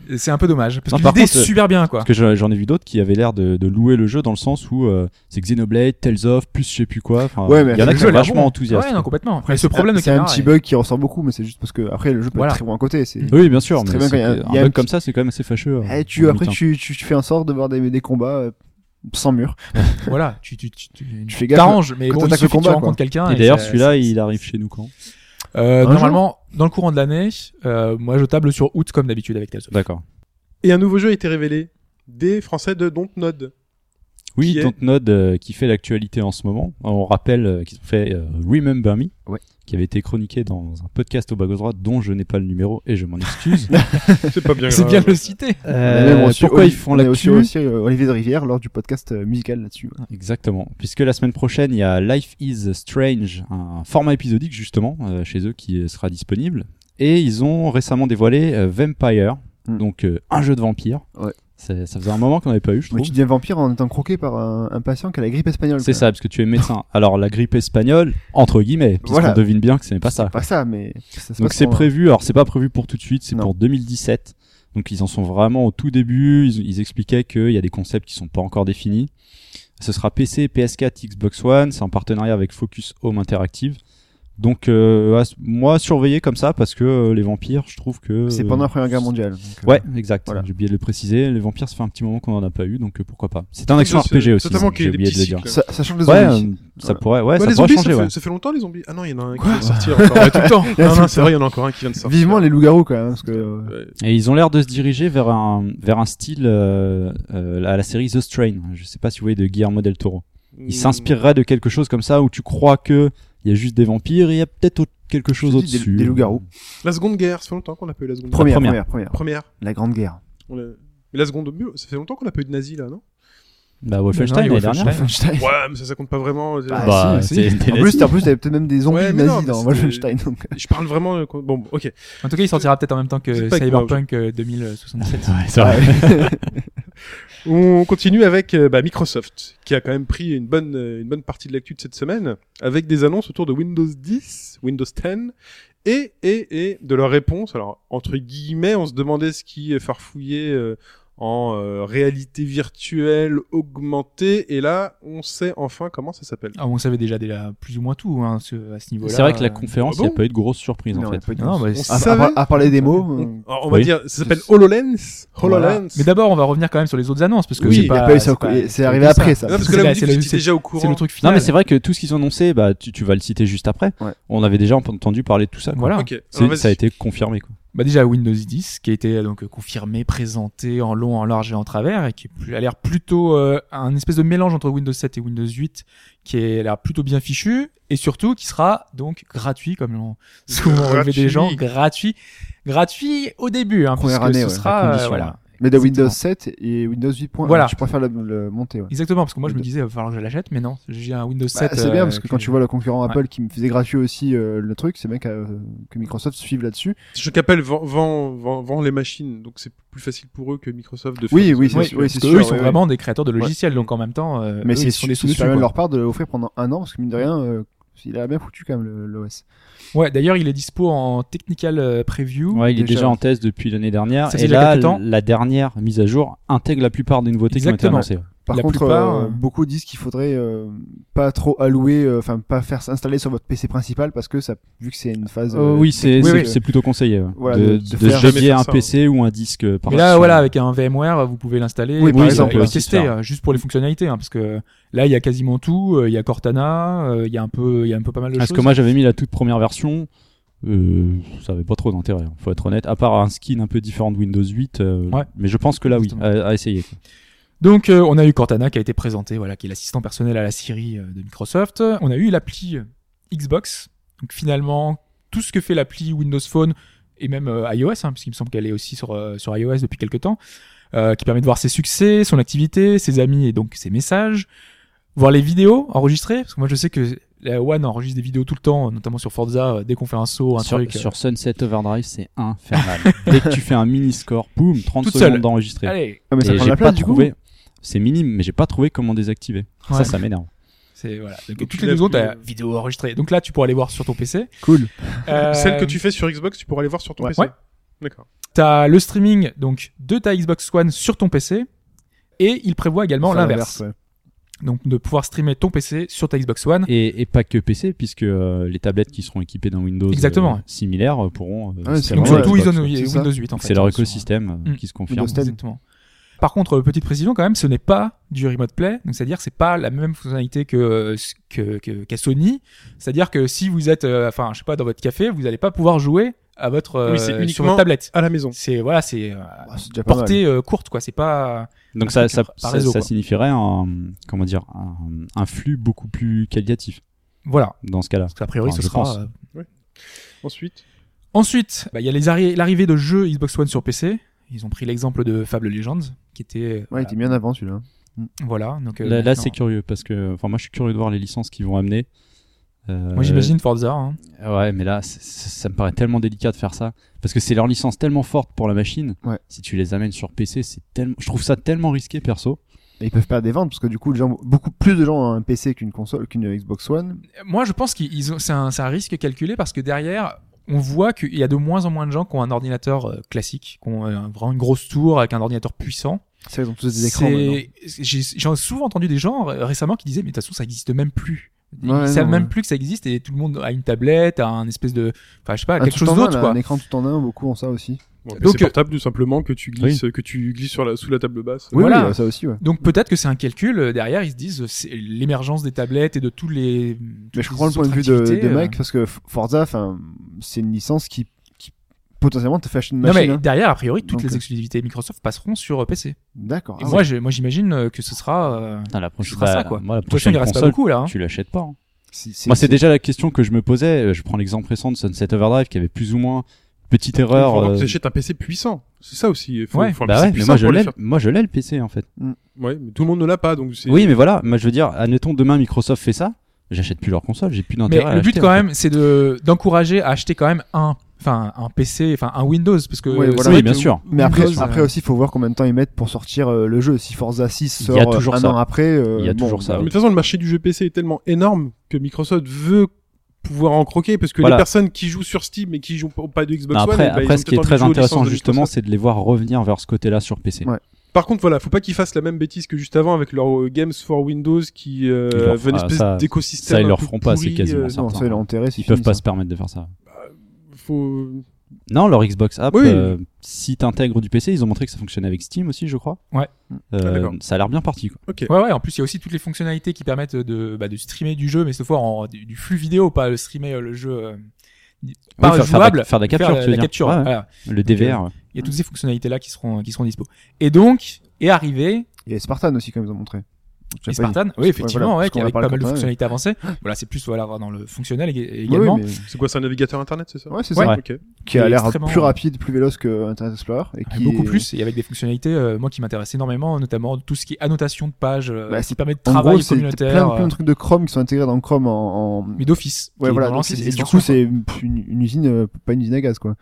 D: C'est un peu dommage parce
E: Non,
D: que
E: par
D: l'idée est
E: contre,
D: super bien quoi.
E: Parce que j'en ai vu d'autres qui avaient l'air de louer le jeu dans le sens où c'est Xenoblade, Tales of, plus je sais plus quoi. Enfin,
F: Ouais, mais
E: il y en a
F: le
E: qui
F: jeu
E: sont
F: a l'air
E: vachement
D: bon.
E: enthousiastes.
D: Ouais, non, complètement. Après, ce
F: C'est
D: problème de
F: c'est un
D: caméra.
F: petit bug qui ressort beaucoup, mais c'est juste parce que après le jeu peut
D: Voilà.
F: être très bon à côté. C'est
E: Oui, bien sûr,
F: C'est
E: mais
F: très bien
E: c'est
F: quand il y a
E: un
F: un
E: bug
F: petit-
E: comme ça, c'est quand même assez fâcheux.
F: Eh,
E: en
F: après
E: même temps.
F: tu fais en sorte de voir des combats sans mur.
D: Voilà, tu
F: fais gaffe
D: t'arranges, mais
F: quand
D: bon, il
F: t'attaques le
D: suffit que tu
F: combat,
D: rencontres
F: quoi.
D: quelqu'un.
E: Et d'ailleurs,
D: ça-
E: celui-là,
D: ça-
E: il arrive chez nous quand
D: Normalement, dans le courant de l'année, moi je table sur août comme d'habitude avec Tales of.
E: D'accord.
C: Et un nouveau jeu a été révélé. Des Français de Dontnod.
E: Oui,
C: Qui est
E: Dontnod qui fait l'actualité en ce moment. On rappelle qu'ils ont fait Remember Me,
F: Ouais.
E: qui avait été chroniqué dans un podcast au bas gauche droite dont je n'ai pas le numéro et je m'en excuse.
C: C'est pas bien
D: C'est
C: grave.
D: bien de le citer.
F: On a même reçu
E: Pourquoi
F: Oli-
E: ils font
F: on a reçu
E: l'actu
F: aussi Olivier de Rivière lors du podcast musical là-dessus. Ouais.
E: Exactement. Puisque la semaine prochaine, il y a Life is Strange, un format épisodique justement, chez eux qui sera disponible. Et ils ont récemment dévoilé Vampire, donc un jeu de vampire.
F: Ouais.
E: Ça faisait un moment qu'on n'avait pas eu, je
F: Mais
E: trouve.
F: tu deviens vampire en étant croqué par un patient qui a la grippe espagnole.
E: C'est
F: quoi.
E: ça, parce que tu es médecin. Alors la grippe espagnole, entre guillemets, puisqu'on
F: Voilà.
E: devine bien que ce n'est pas ça.
F: C'est pas ça, mais ça se
E: Donc
F: passe
E: c'est
F: en-
E: prévu, alors c'est pas prévu pour tout de suite, c'est
F: Non.
E: pour 2017. Donc ils en sont vraiment au tout début, ils expliquaient qu'il y a des concepts qui sont pas encore définis. Ce sera PC, PS4, Xbox One, c'est en partenariat avec Focus Home Interactive. Donc moi surveiller comme ça parce que les vampires, je trouve que
F: C'est pendant la Première Guerre mondiale. donc,
E: Ouais, exact.
F: voilà.
E: J'ai oublié de le préciser, les vampires ça fait un petit moment qu'on en a pas eu donc pourquoi pas. C'est un
C: Ça,
E: action
C: c'est
E: RPG aussi,
C: totalement
E: j'ai
C: qu'il y ait des
E: oublié de le
C: petits
E: dire.
C: cycles.
F: Ça change les
E: Ouais,
F: zombies.
E: ça pourrait ouais,
C: Bah,
E: ça
C: les
E: pourrait
C: zombies,
E: changer ouais.
C: ça fait longtemps les zombies. Ah non, il y en a un qui
F: Quoi
C: vient de sortir. encore.
D: Ouais, tout le temps.
C: Non, non, c'est vrai, il y en a encore un qui vient de sortir.
F: Vivement les loups-garous quand même, parce que
C: Ouais.
E: Et ils ont l'air de se diriger vers un style à la série The Strain. Je sais pas si vous voyez de Guillermo del Toro. Il s'inspirerait de quelque chose comme ça où tu crois que il y a juste des vampires et il y a peut-être quelque chose
F: je te dis,
E: au-dessus.
F: des loups-garous.
C: La Seconde Guerre, ça fait longtemps qu'on n'a pas eu la Seconde Guerre.
F: Première.
C: Première.
F: La Grande Guerre.
C: On l'a- Mais la Seconde, ça fait longtemps qu'on n'a pas eu de nazis là, non?
E: Bah Wolfenstein
D: Non,
E: l'année dernière.
D: Wolfenstein.
C: Ouais, mais ça compte pas vraiment.
E: Bah,
D: si,
E: c'est
D: si.
E: des
F: En
E: nazis.
F: plus, t'avais peut-être même des zombies
C: Ouais, mais non,
F: nazis
C: mais
F: dans
C: c'était-
F: Wolfenstein. Donc...
C: Je parle vraiment. Bon, ok.
D: En tout cas, il sortira peut-être en même temps que
C: C'est pas avec moi,
D: Cyberpunk 2077.
E: Ouais, c'est vrai.
C: On continue avec Microsoft, qui a quand même pris une bonne partie de l'actu de cette semaine, avec des annonces autour de Windows 10, Windows 10, et de leur réponse. Alors, entre guillemets, on se demandait ce qui farfouillait en réalité virtuelle augmentée, et là, on sait enfin comment ça s'appelle.
D: Ah, on savait déjà plus ou moins tout hein, à ce niveau-là.
E: C'est vrai que la conférence, il
C: Ah
E: n'y
C: bon
E: a pas eu de grosse surprise
F: Non,
E: en
F: y a
E: fait.
F: pas eu de
D: Non,
F: chance.
D: bah,
C: On
D: c'est-
C: savait.
F: À part les démos.
C: Alors, on va
E: Oui.
C: dire, ça s'appelle HoloLens.
F: Voilà.
D: Mais d'abord, on va revenir quand même sur les autres annonces parce que
C: Oui,
D: c'est
C: y a
D: pas.
F: pas eu ça,
D: c'est pas-
F: c'est arrivé après, ça.
C: Non, parce
D: C'est
C: que là,
D: la-
C: vous
D: c'est
C: dites
D: le-
C: que j'étais déjà au courant.
D: C'est le truc
E: Non
D: final.
E: mais c'est vrai que tout ce qu'ils ont annoncé, bah tu vas le citer juste après.
F: Ouais.
E: On avait déjà entendu parler de tout ça. quoi.
D: Voilà.
C: Ok. Alors, vas-y.
E: Ça a été confirmé quoi.
D: Bah déjà Windows 10 qui a été donc confirmé, présenté en long, en large et en travers et qui a l'air plutôt un espèce de mélange entre Windows 7 et Windows 8 qui a l'air plutôt bien fichu et surtout qui sera donc gratuit comme l'ont souvent relevé des gens, gratuit au début hein,
F: Première
D: puisque
F: année,
D: ce
F: ouais,
D: sera
E: la condition,
D: voilà.
F: Mais de
D: Exactement.
F: Windows 7 et Windows 8.
D: Voilà.
F: Tu préfères le monter, ouais.
D: Exactement parce que moi je me disais il va falloir que je l'achète mais non, j'ai un Windows
F: Bah,
D: 7
F: c'est bien parce que quand tu vois le concurrent
D: Ouais.
F: Apple qui me faisait gratuit aussi le truc, c'est bien que Microsoft suive là-dessus.
C: Je qu'Apple vend les machines, donc c'est plus facile pour eux que Microsoft de faire.
F: Oui,
C: des-
F: oui, c'est
D: Oui,
F: sûr,
D: parce
F: c'est
D: que
F: sûr,
D: eux ils sont
F: ouais,
D: vraiment des créateurs de logiciels donc en même temps
F: Mais
D: eux,
F: c'est
D: ils sont des sous
F: super bien de
D: dessus.
F: leur part de l'offrir pendant un an parce que mine de rien, il a bien foutu quand même l'OS.
D: Ouais, d'ailleurs il est dispo en technical preview.
E: Ouais, il est
F: Déjà.
E: déjà en test depuis l'année dernière
D: Ça
E: et
D: fait déjà
E: là
D: quelques temps.
E: la dernière mise à jour intègre la plupart des nouveautés qui ont été
D: Exactement.
E: annoncées.
F: Par
D: La
F: contre,
D: plupart,
F: beaucoup disent qu'il faudrait pas trop allouer, pas faire s'installer sur votre PC principal parce que ça, vu que c'est une phase.
E: Oui, c'est
D: oui, oui.
E: c'est plutôt conseillé ouais.
F: Voilà,
E: de
F: de
E: se
F: faire
E: dédier
C: jamais
E: un
C: faire ça,
E: PC ou un disque par
D: Mais là, voilà, avec un VMware, vous pouvez l'installer,
F: Oui,
D: et
F: par
D: puis,
F: exemple,
D: et
E: ouais,
D: tester,
E: c'est ça.
D: juste pour les fonctionnalités, hein, parce que là, il y a quasiment tout, il y a Cortana, il y a un peu pas mal de
E: Parce
D: choses.
E: que moi j'avais mis la toute première version, ça avait pas trop d'intérêt, hein, faut être honnête, à part un skin un peu différent de Windows 8,
D: Ouais.
E: mais je pense que là oui,
D: Justement.
E: à essayer. quoi.
D: Donc, on a eu Cortana qui a été présenté, voilà, qui est l'assistant personnel à la Siri de Microsoft. On a eu l'appli Xbox. Donc, finalement, tout ce que fait l'appli Windows Phone et même iOS, hein, puisqu'il me semble qu'elle est aussi sur iOS depuis quelques temps, qui permet de voir ses succès, son activité, ses amis et donc ses messages, voir les vidéos enregistrées, parce que moi je sais que la One enregistre des vidéos tout le temps, notamment sur Forza, dès qu'on fait un saut, un truc.
E: Sur Sunset Overdrive, c'est infernal. Dès que tu fais un mini score, boum, 30
D: Toute
E: secondes
D: seule.
E: d'enregistrer.
D: Allez,
F: Ah, mais ça
E: Et
F: prend de
E: j'ai
F: la
E: pas
F: place du coup.
E: trouvé, c'est minime, mais j'ai pas trouvé comment désactiver.
D: Ouais.
E: Ça m'énerve.
D: c'est voilà. Donc,
C: Donc,
D: toutes
C: tu
D: les
C: l'as
D: deux autres,
C: plus,
D: t'as vidéo enregistrée. Donc là, tu pourras les voir sur ton PC.
F: Cool.
C: Celle que tu fais sur Xbox, tu pourras les voir sur ton
F: Ouais.
C: PC.
D: Ouais.
C: D'accord.
D: T'as le streaming donc de ta Xbox One sur ton PC, et il prévoit également
F: Faire
D: l'inverse.
F: ouais.
D: Donc de pouvoir streamer ton PC sur ta Xbox One.
E: Et pas que PC, puisque les tablettes qui seront équipées d'un Windows
D: Exactement.
E: Similaire pourront.
F: c'est
D: Donc
F: vrai,
D: surtout
F: Xbox,
D: Windows 8 en fait.
E: C'est leur
D: Hein,
E: écosystème qui se confirme.
F: Windows 10.
D: Exactement. Par contre, petite précision quand même, ce n'est pas du Remote Play, donc c'est-à-dire que c'est pas la même fonctionnalité qu'à Sony. C'est-à-dire que si vous êtes, je sais pas, dans votre café, vous n'allez pas pouvoir jouer à votre
C: Oui, c'est
D: sur
C: uniquement
D: votre tablette.
C: À la maison.
D: C'est
F: C'est déjà pas mal.
D: portée courte quoi. C'est pas.
E: Donc
D: un
E: ça,
D: truc par réseau,
E: ça
D: quoi.
E: signifierait un flux beaucoup plus qualitatif
D: Voilà.
E: dans ce cas-là.
D: Parce qu'a priori,
E: Enfin,
D: ce
E: je
D: sera.
E: pense.
C: Ensuite,
D: Ensuite, il y a l'arrivée de jeux Xbox One sur PC. Ils ont pris l'exemple de Fable Legends, qui était.
F: Ouais, il était bien avant celui-là.
D: Voilà. Donc
E: Là,
D: maintenant-
E: c'est curieux parce que, moi, je suis curieux de voir les licences qu'ils vont amener.
D: Moi, j'imagine Forza. Hein.
E: Ouais, mais là, ça me paraît tellement délicat de faire ça parce que c'est leur licence tellement forte pour la machine.
F: Ouais.
E: Si tu les amènes sur PC, je trouve ça tellement risqué perso.
F: Et ils peuvent perdre des ventes parce que du coup, beaucoup plus de gens ont un PC qu'une console, qu'une Xbox One.
D: Moi, je pense c'est un risque calculé parce que derrière, on voit qu'il y a de moins en moins de gens qui ont un ordinateur classique, qui ont vraiment une grosse tour avec un ordinateur puissant.
F: C'est vrai, ils ont tous des écrans maintenant.
D: J'ai souvent entendu des gens récemment qui disaient mais de toute façon ça existe même plus. Ils
F: Ouais,
D: savent
F: non,
D: même
F: ouais.
D: plus que ça existe et tout le monde a une tablette, a un espèce de, je sais pas,
F: Un
D: quelque
F: tout
D: chose
F: en un,
D: d'autre
F: là,
D: quoi.
F: Un écran tout en un, beaucoup ont ça aussi.
C: bon,
D: Donc,
C: c'est portable tout simplement que tu glisses sous la table basse.
F: Oui,
D: Voilà.
F: oui, ça aussi, ouais.
D: Donc peut-être que c'est un calcul derrière, ils se disent c'est l'émergence des tablettes et de tous les.
F: Mais je comprends le point de vue de Mike parce que Forza, c'est une licence qui potentiellement te fait acheter une
D: Non
F: machine.
D: mais derrière, a priori, toutes
F: Donc,
D: les exclusivités Microsoft passeront sur PC.
F: D'accord.
D: Et
F: Ah
D: moi,
F: ouais.
D: moi, j'imagine que ce sera.
E: Putain, la prochaine,
D: sera ça, quoi.
E: Moi, la
D: De toute façon,
E: prochaine
D: il reste pas
E: console,
D: beaucoup là. Hein.
E: tu l'achètes pas. Hein.
F: C'est
E: Moi, c'est déjà la question que je me posais. Je prends l'exemple récent de Sunset Overdrive qui avait plus ou moins petite
C: Il faut
E: erreur.
C: voir que tu achètes un PC puissant. C'est ça aussi. Il faut
D: Ouais.
C: un
E: Bah
C: PC
E: ouais, mais
C: puissant
E: moi je
C: pour le
E: l'ai.
C: faire.
E: Moi je l'ai le PC en fait.
C: Ouais, mais tout le monde ne l'a pas, donc c'est.
E: Oui, mais voilà. Moi je veux dire, admettons demain Microsoft fait ça, j'achète plus leur console, j'ai plus
D: Mais
E: d'intérêt. à
D: le but
E: l'acheter,
D: quand
E: en fait.
D: même, c'est d'encourager à acheter quand même un PC, un Windows, parce que
F: Ouais,
D: c'est
F: voilà.
D: vrai
E: Oui, bien
D: que
E: sûr.
F: Mais après
D: Windows,
F: aussi, il faut voir combien de temps ils mettent pour sortir le jeu. Si Forza 6
E: Il y a
F: sort
E: toujours
F: un
E: ça.
F: an après,
E: Il y a
F: bon,
E: toujours ça.
C: Mais de toute façon, le marché du jeu PC est tellement énorme que Microsoft veut pouvoir en croquer parce que
E: Voilà.
C: les personnes qui jouent sur Steam et qui jouent pas de Xbox
E: Non,
C: One,
E: après,
C: bah, ils
E: après
C: ont
E: ce qui est
C: peut-être
E: très
C: envie de jouer aux
E: intéressant
C: licences de
E: justement,
C: Microsoft.
E: c'est de les voir revenir vers ce côté-là sur PC.
F: Ouais.
C: Par contre, voilà, faut pas qu'ils fassent la même bêtise que juste avant avec leur Games for Windows qui
E: leur-
C: veut une
E: ah,
C: espèce
E: ça,
C: d'écosystème.
E: ça, ils
C: un
E: leur
C: peu
E: feront pas, c'est
C: pourri,
E: quasiment
F: non,
E: certain.
F: ça, ils l'ont enterré, c'est
E: Ils peuvent
F: fini,
E: pas
F: ça.
E: se permettre de faire ça.
C: faut...
E: Non, leur Xbox App,
C: Oui.
E: si t'intègres du PC, ils ont montré que ça fonctionnait avec Steam aussi, je crois.
D: Ouais.
C: d'accord.
E: Ça a l'air bien parti, quoi.
C: Ok.
D: Ouais, en plus, il y a aussi toutes les fonctionnalités qui permettent de streamer du jeu, mais cette fois du flux vidéo, pas streamer le jeu. Pas jouable,
E: faire de la capture, tu veux
D: la
E: dire.
D: capture.
E: Ouais, ouais.
D: Voilà.
E: Le DVR. ouais.
D: Il y a toutes ces fonctionnalités-là qui seront dispo. Et donc, est arrivé
F: Il y a Spartan aussi, comme ils ont montré.
D: les Spartan, oui, effectivement,
F: voilà, parce
D: qui
F: qu'on en
D: avec
F: parle
D: pas mal de
F: quand même.
D: fonctionnalités avancées. Voilà, c'est plus dans le fonctionnel
F: Oui,
D: également.
F: mais
C: C'est quoi, c'est un navigateur internet, c'est ça
F: ouais, c'est
D: Ouais.
F: ça.
C: Ok.
F: Qui a l'air
D: Extrêmement-
F: plus rapide, plus véloce que Internet Explorer et qui
D: Beaucoup
F: est-
D: plus, et avec des fonctionnalités, moi, qui m'intéressent énormément, notamment tout ce qui est annotation de pages,
F: Bah,
D: qui permet de
F: En
D: travail
F: gros, c'est
D: communautaire,
F: plein de trucs de Chrome qui sont intégrés dans Chrome en...
D: mais d'office.
F: Ouais,
D: qui,
F: voilà.
D: normalement,
F: donc
D: c'est
F: et
D: des
F: du
D: extensions,
F: coup, c'est une usine, pas une usine à gaz, quoi.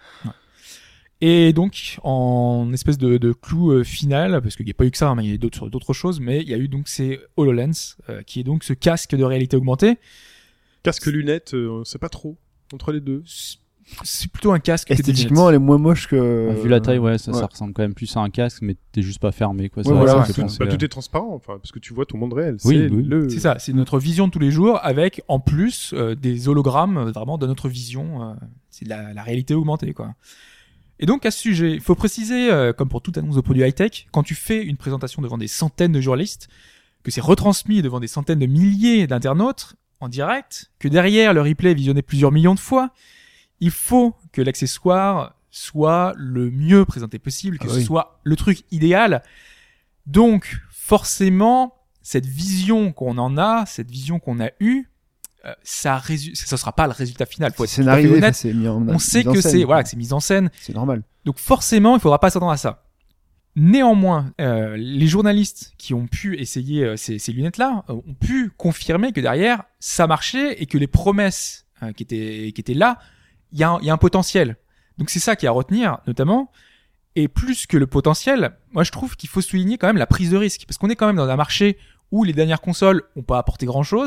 D: Et donc, en espèce de clou final, parce qu'il n'y a pas eu que ça, hein, mais il y a eu d'autres choses, mais il y a eu donc ces HoloLens, qui est donc ce casque de réalité augmentée.
C: Casque lunettes, on sait pas trop entre les deux.
D: C'est plutôt un casque. que des
F: Esthétiquement,
D: lunettes.
F: elle est moins moche que...
E: Vu la taille, ouais, ça
F: ouais.
E: ressemble quand même plus à un casque, mais t'es juste pas fermé, quoi.
F: Ouais, voilà,
E: ça
F: ouais,
E: fait
F: c'est
E: penser
C: Bah,
E: à-
C: tout est transparent, enfin, parce que tu vois tout le monde réel.
E: Oui,
C: c'est
E: oui.
C: le...
D: C'est ça, c'est notre vision de tous les jours, avec en plus des hologrammes vraiment de notre vision. C'est de la réalité augmentée, quoi. Et donc à ce sujet, il faut préciser, comme pour toute annonce de produits high-tech, quand tu fais une présentation devant des centaines de journalistes, que c'est retransmis devant des centaines de milliers d'internautes en direct, que derrière le replay est visionné plusieurs millions de fois, il faut que l'accessoire soit le mieux présenté possible, que
F: Ah
D: ce
F: oui.
D: soit le truc idéal. Donc forcément, cette vision qu'on en a, cette vision qu'on a eue, ça sera pas le résultat final. Faut être
F: C'est
D: tout à fait
F: scénarisé,
D: honnête.
F: c'est mis en
D: On sait
F: mise en
D: que
F: scène,
D: c'est
F: quoi.
D: voilà, que c'est mise en scène.
F: C'est normal.
D: Donc forcément, il faudra pas s'attendre à ça. Néanmoins, les journalistes qui ont pu essayer ces lunettes-là ont pu confirmer que derrière, ça marchait et que les promesses qui étaient là, il y a un potentiel. Donc c'est ça qui est à retenir, notamment. Et plus que le potentiel, moi je trouve qu'il faut souligner quand même la prise de risque. Parce qu'on est quand même dans un marché où les dernières consoles ont pas apporté grand-chose.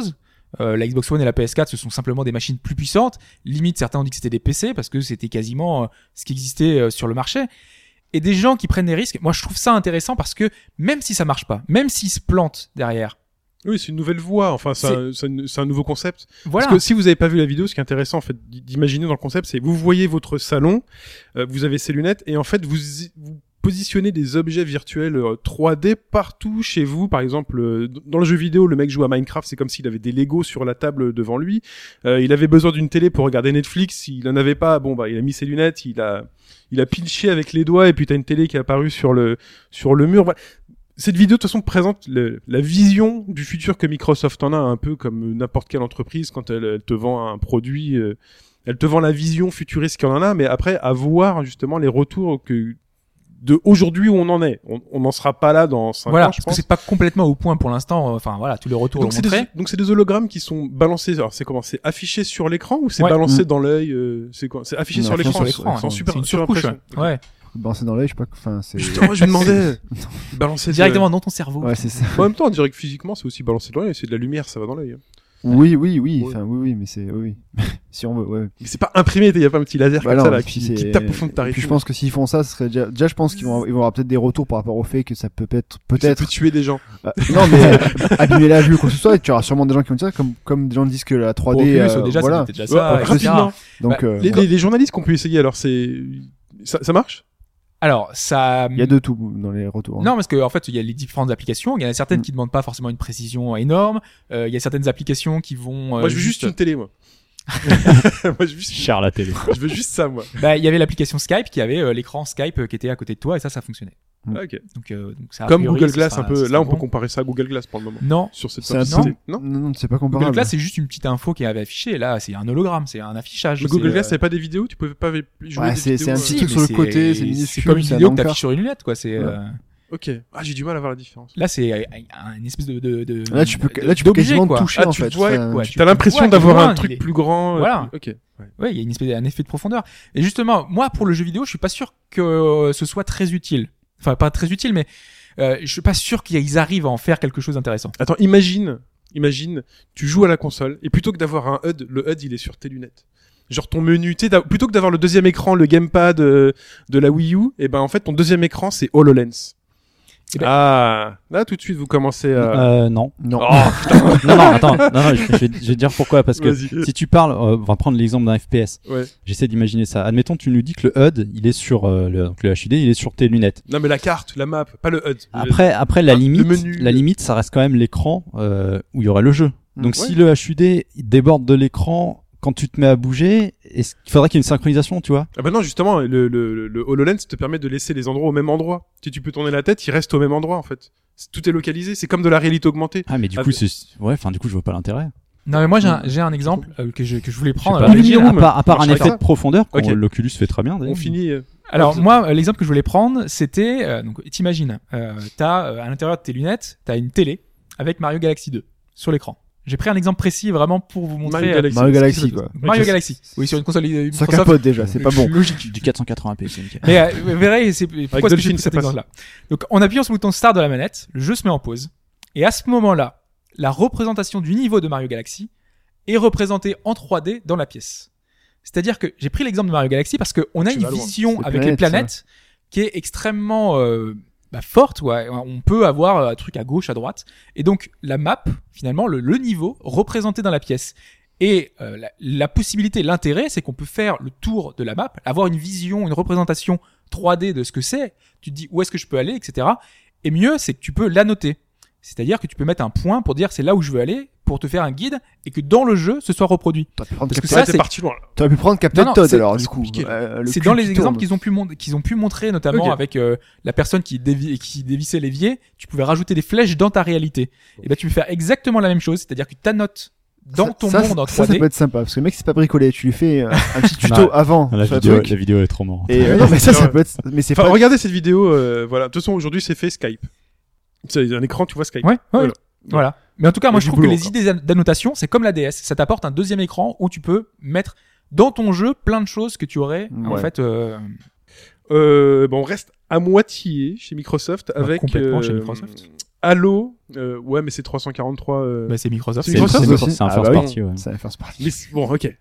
D: La Xbox One et la PS4, ce sont simplement des machines plus puissantes. Limite, certains ont dit que c'était des PC parce que c'était quasiment ce qui existait sur le marché. Et des gens qui prennent des risques. Moi, je trouve ça intéressant parce que même si ça marche pas, même s'ils se plantent derrière,
C: Oui, c'est une nouvelle voie. Enfin, c'est un nouveau concept.
D: voilà.
C: Parce que si vous avez pas vu la vidéo, ce qui est intéressant en fait d'imaginer dans le concept, c'est vous voyez votre salon, vous avez ces lunettes et en fait vous positionnez des objets virtuels 3D partout chez vous. Par exemple, dans le jeu vidéo, le mec joue à Minecraft, c'est comme s'il avait des Lego sur la table devant lui. Il avait besoin d'une télé pour regarder Netflix, il en avait pas. Bon bah, il a mis ses lunettes, il a pinché avec les doigts et puis t'as une télé qui est apparue sur le mur. Voilà. Cette vidéo, de toute façon, présente la vision du futur que Microsoft en a, un peu comme n'importe quelle entreprise quand elle te vend un produit. Elle te vend la vision futuriste qu'elle en a, mais après, à voir justement les retours de aujourd'hui où on en est. On n'en sera pas là dans 5
D: Voilà,
C: ans, je
D: parce
C: pense.
D: que c'est pas complètement au point pour l'instant. Enfin voilà, tous les retours l'ont montré.
C: Donc c'est des hologrammes qui sont balancés. Alors c'est comment? C'est affiché sur l'écran ou c'est
D: Ouais.
C: balancé dans l'œil? C'est quoi? C'est affiché
F: Non,
C: sur l'écran.
D: Sur l'écran,
C: C'est en
D: ouais.
C: super,
D: C'est une
C: super
D: surcouche.
C: impression.
D: Ouais.
F: Balancer dans l'œil, je sais pas, enfin, c'est...
C: Justement, je me demandais. Balancer
D: Directement dans ton cerveau.
F: Ouais, c'est ça.
C: En même temps, on dirait que physiquement, c'est aussi balancé dans l'œil. C'est de la lumière, ça va dans l'œil.
F: Oui,
C: Ouais.
F: enfin, oui, mais c'est, oui. Si on veut, ouais.
C: Mais c'est pas imprimé, il y a pas un petit laser
F: Bah
C: comme
F: non,
C: ça là
F: et puis
C: qui tape au fond de ta
F: et puis
C: rétine.
F: je pense que s'ils font ça, ce serait déjà je pense qu'ils vont avoir peut-être des retours par rapport au fait que ça peut être,
C: Ça peut tuer des gens.
F: non, mais abîmer la vue ou quoi que ce soit, et tu auras sûrement des gens qui vont dire, comme des gens disent que la 3D,
D: Oculus, déjà,
F: voilà.
D: c'était déjà ça.
C: Ouais,
D: etc.
C: rapidement.
F: Donc,
D: Bah,
C: Les journalistes qu'on peut essayer, alors ça marche?
D: Alors ça.
F: il y a de tout dans les retours.
D: Non, parce que en fait, il y a les différentes applications. Il y en a certaines
F: Mm.
D: qui demandent pas forcément une précision énorme. Il y a certaines applications qui vont.
C: Moi, je veux juste une télé, moi. Moi, je veux juste,
E: Cher la télé.
C: je veux juste ça, moi.
D: Bah, il y avait l'application Skype qui avait l'écran Skype qui était à côté de toi et ça fonctionnait.
C: Ah, ok.
D: Donc ça. a
C: Comme
D: priori,
C: Google
D: ça
C: Glass,
D: sera-
C: un peu.
D: ça
C: Là,
D: sera
C: on peut
D: bon.
C: comparer ça à Google Glass pour le moment.
D: Non.
C: Sur cette
F: C'est un
C: simplicité. Non?
F: non, c'est pas comparable.
D: Google Glass, c'est juste une petite info qui avait affiché. Là, c'est un hologramme, c'est un affichage.
C: Mais Google
D: C'est,
C: Glass, t'avais pas des vidéos? Tu pouvais pas jouer
F: Ouais,
C: des
F: c'est
C: vidéos?
F: un
D: si,
F: petit truc
D: mais
F: sur le côté, c'est
D: c'est
F: minuscule,
D: comme une
F: c'est un
D: vidéo que
F: encart.
D: t'affiches sur une lunette, quoi. C'est.
F: Ouais.
C: Ok. Ah, j'ai du mal à voir la différence.
D: Là, c'est une espèce de.
F: Là, tu peux
D: d'objet,
F: quasiment
D: quoi.
F: toucher,
C: Ah,
F: en
C: tu
F: fait.
C: vois,
F: Enfin,
D: quoi,
C: T'as l'impression
D: vois,
C: d'avoir
D: loin,
C: un
D: il
C: truc
D: est-
C: plus grand.
D: Voilà.
C: Ok. Ouais.
D: Ouais, il y a une espèce un effet de profondeur. Et justement, moi, pour le jeu vidéo, je suis pas sûr que ce soit très utile. Enfin, pas très utile, mais je suis pas sûr qu'ils arrivent à en faire quelque chose d'intéressant.
C: Attends, imagine, tu joues à la console et plutôt que d'avoir un HUD, le HUD il est sur tes lunettes. Genre ton menu, plutôt que d'avoir le deuxième écran, le gamepad de la Wii U, et ben en fait ton deuxième écran c'est HoloLens.
D: Eh ben-
C: Ah, là tout de suite vous commencez à.
E: Non.
F: non.
E: Non, attends. Non, je vais te dire pourquoi. Parce que
C: Vas-y.
E: si tu parles, on va prendre l'exemple d'un FPS.
C: Ouais.
E: J'essaie d'imaginer ça. Admettons, tu nous dis que le HUD, il est sur donc le HUD, il est sur tes lunettes.
C: Non mais la carte, la map, pas le HUD.
E: Après la
C: le
E: limite,
C: menu.
E: ça reste quand même l'écran où il y aurait le jeu. Donc
C: Ouais.
E: si le HUD il déborde de l'écran quand tu te mets à bouger, il faudrait qu'il y ait une synchronisation, tu vois.
C: Ah bah non justement, le HoloLens te permet de laisser les endroits au même endroit. Si tu peux tourner la tête, il reste au même endroit en fait. Tout est localisé, c'est comme de la réalité augmentée.
E: Ah mais du
C: Ah,
E: coup du coup je vois pas l'intérêt.
D: Non, mais moi, j'ai un exemple que je voulais
E: Je sais
D: prendre.
E: pas,
D: Alors,
C: Mini Room.
E: à part un
C: marche
E: effet
C: avec
E: de profondeur,
C: Ok.
E: l'Oculus fait très bien. d'ailleurs.
C: On finit.
D: Alors moi, l'exemple que je voulais prendre, c'était donc t'imagines, t'as à l'intérieur de tes lunettes, t'as une télé avec Mario Galaxy 2 sur l'écran. J'ai pris un exemple précis vraiment pour vous montrer
F: Mario Galaxy, quoi.
D: Mario Galaxy. Oui, sur une console
F: Ça
D: Microsoft.
F: capote déjà, c'est pas bon.
D: Logique.
E: Du 480p, c'est nickel.
D: Mais vous verrez, c'est pourquoi est-ce que
C: Dolphin,
D: j'ai pris
C: ça
D: cet
C: passe.
D: exemple-là. Donc en appuyant sur le bouton Start de la manette, le jeu se met en pause. Et à ce moment-là, la représentation du niveau de Mario Galaxy est représentée en 3D dans la pièce. C'est-à-dire que j'ai pris l'exemple de Mario Galaxy parce qu'on a
C: Tu
D: une
C: vas loin.
D: vision
F: C'est
D: avec les planètes qui est extrêmement forte. Ouais. On peut avoir un truc à gauche, à droite. Et donc la map, finalement, le niveau représenté dans la pièce. Et la possibilité, l'intérêt, c'est qu'on peut faire le tour de la map, avoir une vision, une représentation 3D de ce que c'est. Tu te dis où est-ce que je peux aller, etc. Et mieux, c'est que tu peux l'annoter. C'est-à-dire que tu peux mettre un point pour dire c'est là où je veux aller, pour te faire un guide, et que dans le jeu, ce soit reproduit.
F: T'aurais pu prendre
D: Parce que
F: Captain-
D: ça,
C: T'es
D: c'est-
C: parti loin. Là.
F: T'aurais pu prendre Captain
D: Non, non,
F: Todd
D: c'est-
F: alors
C: c'est
F: du coup.
C: compliqué,
F: Le
D: C'est
F: cul
D: dans
F: qui
D: les exemples
F: tourne.
D: qu'ils ont pu montrer, notamment
C: Ok.
D: avec la personne qui dévissait l'évier. Tu pouvais rajouter des flèches dans ta réalité. Et ben tu peux faire exactement la même chose, c'est-à-dire que tu annotes dans ton monde en 3D.
F: Ça peut être sympa parce que le mec c'est pas bricolé. Tu lui fais un petit tuto
E: Ouais.
F: avant
E: La
F: sur le
E: vidéo,
F: truc.
E: la vidéo est trop marrante.
F: Et non mais ça peut être. Mais c'est
C: Enfin,
F: pas.
C: regardez cette vidéo. Voilà. De toute façon, aujourd'hui, c'est fait Skype. C'est un écran, tu vois Skype.
D: Ouais, ouais.
C: Voilà.
D: Voilà. Mais en tout cas, moi,
C: Il y a
D: je
C: du
D: trouve que
C: boulot
D: les
C: encore.
D: idées d'annotation, c'est comme la DS. Ça t'apporte un deuxième écran où tu peux mettre dans ton jeu plein de choses que tu aurais, en
F: Ouais.
D: fait,
C: Bon, on reste à moitié chez Microsoft avec
D: complètement chez Microsoft.
C: Halo Ouais, mais c'est 343.
D: Bah, c'est Microsoft.
C: C'est Microsoft
F: aussi.
E: C'est un
F: Ah
E: first
F: bah oui.
E: party, ouais.
F: C'est un first party.
C: Mais bon, ok.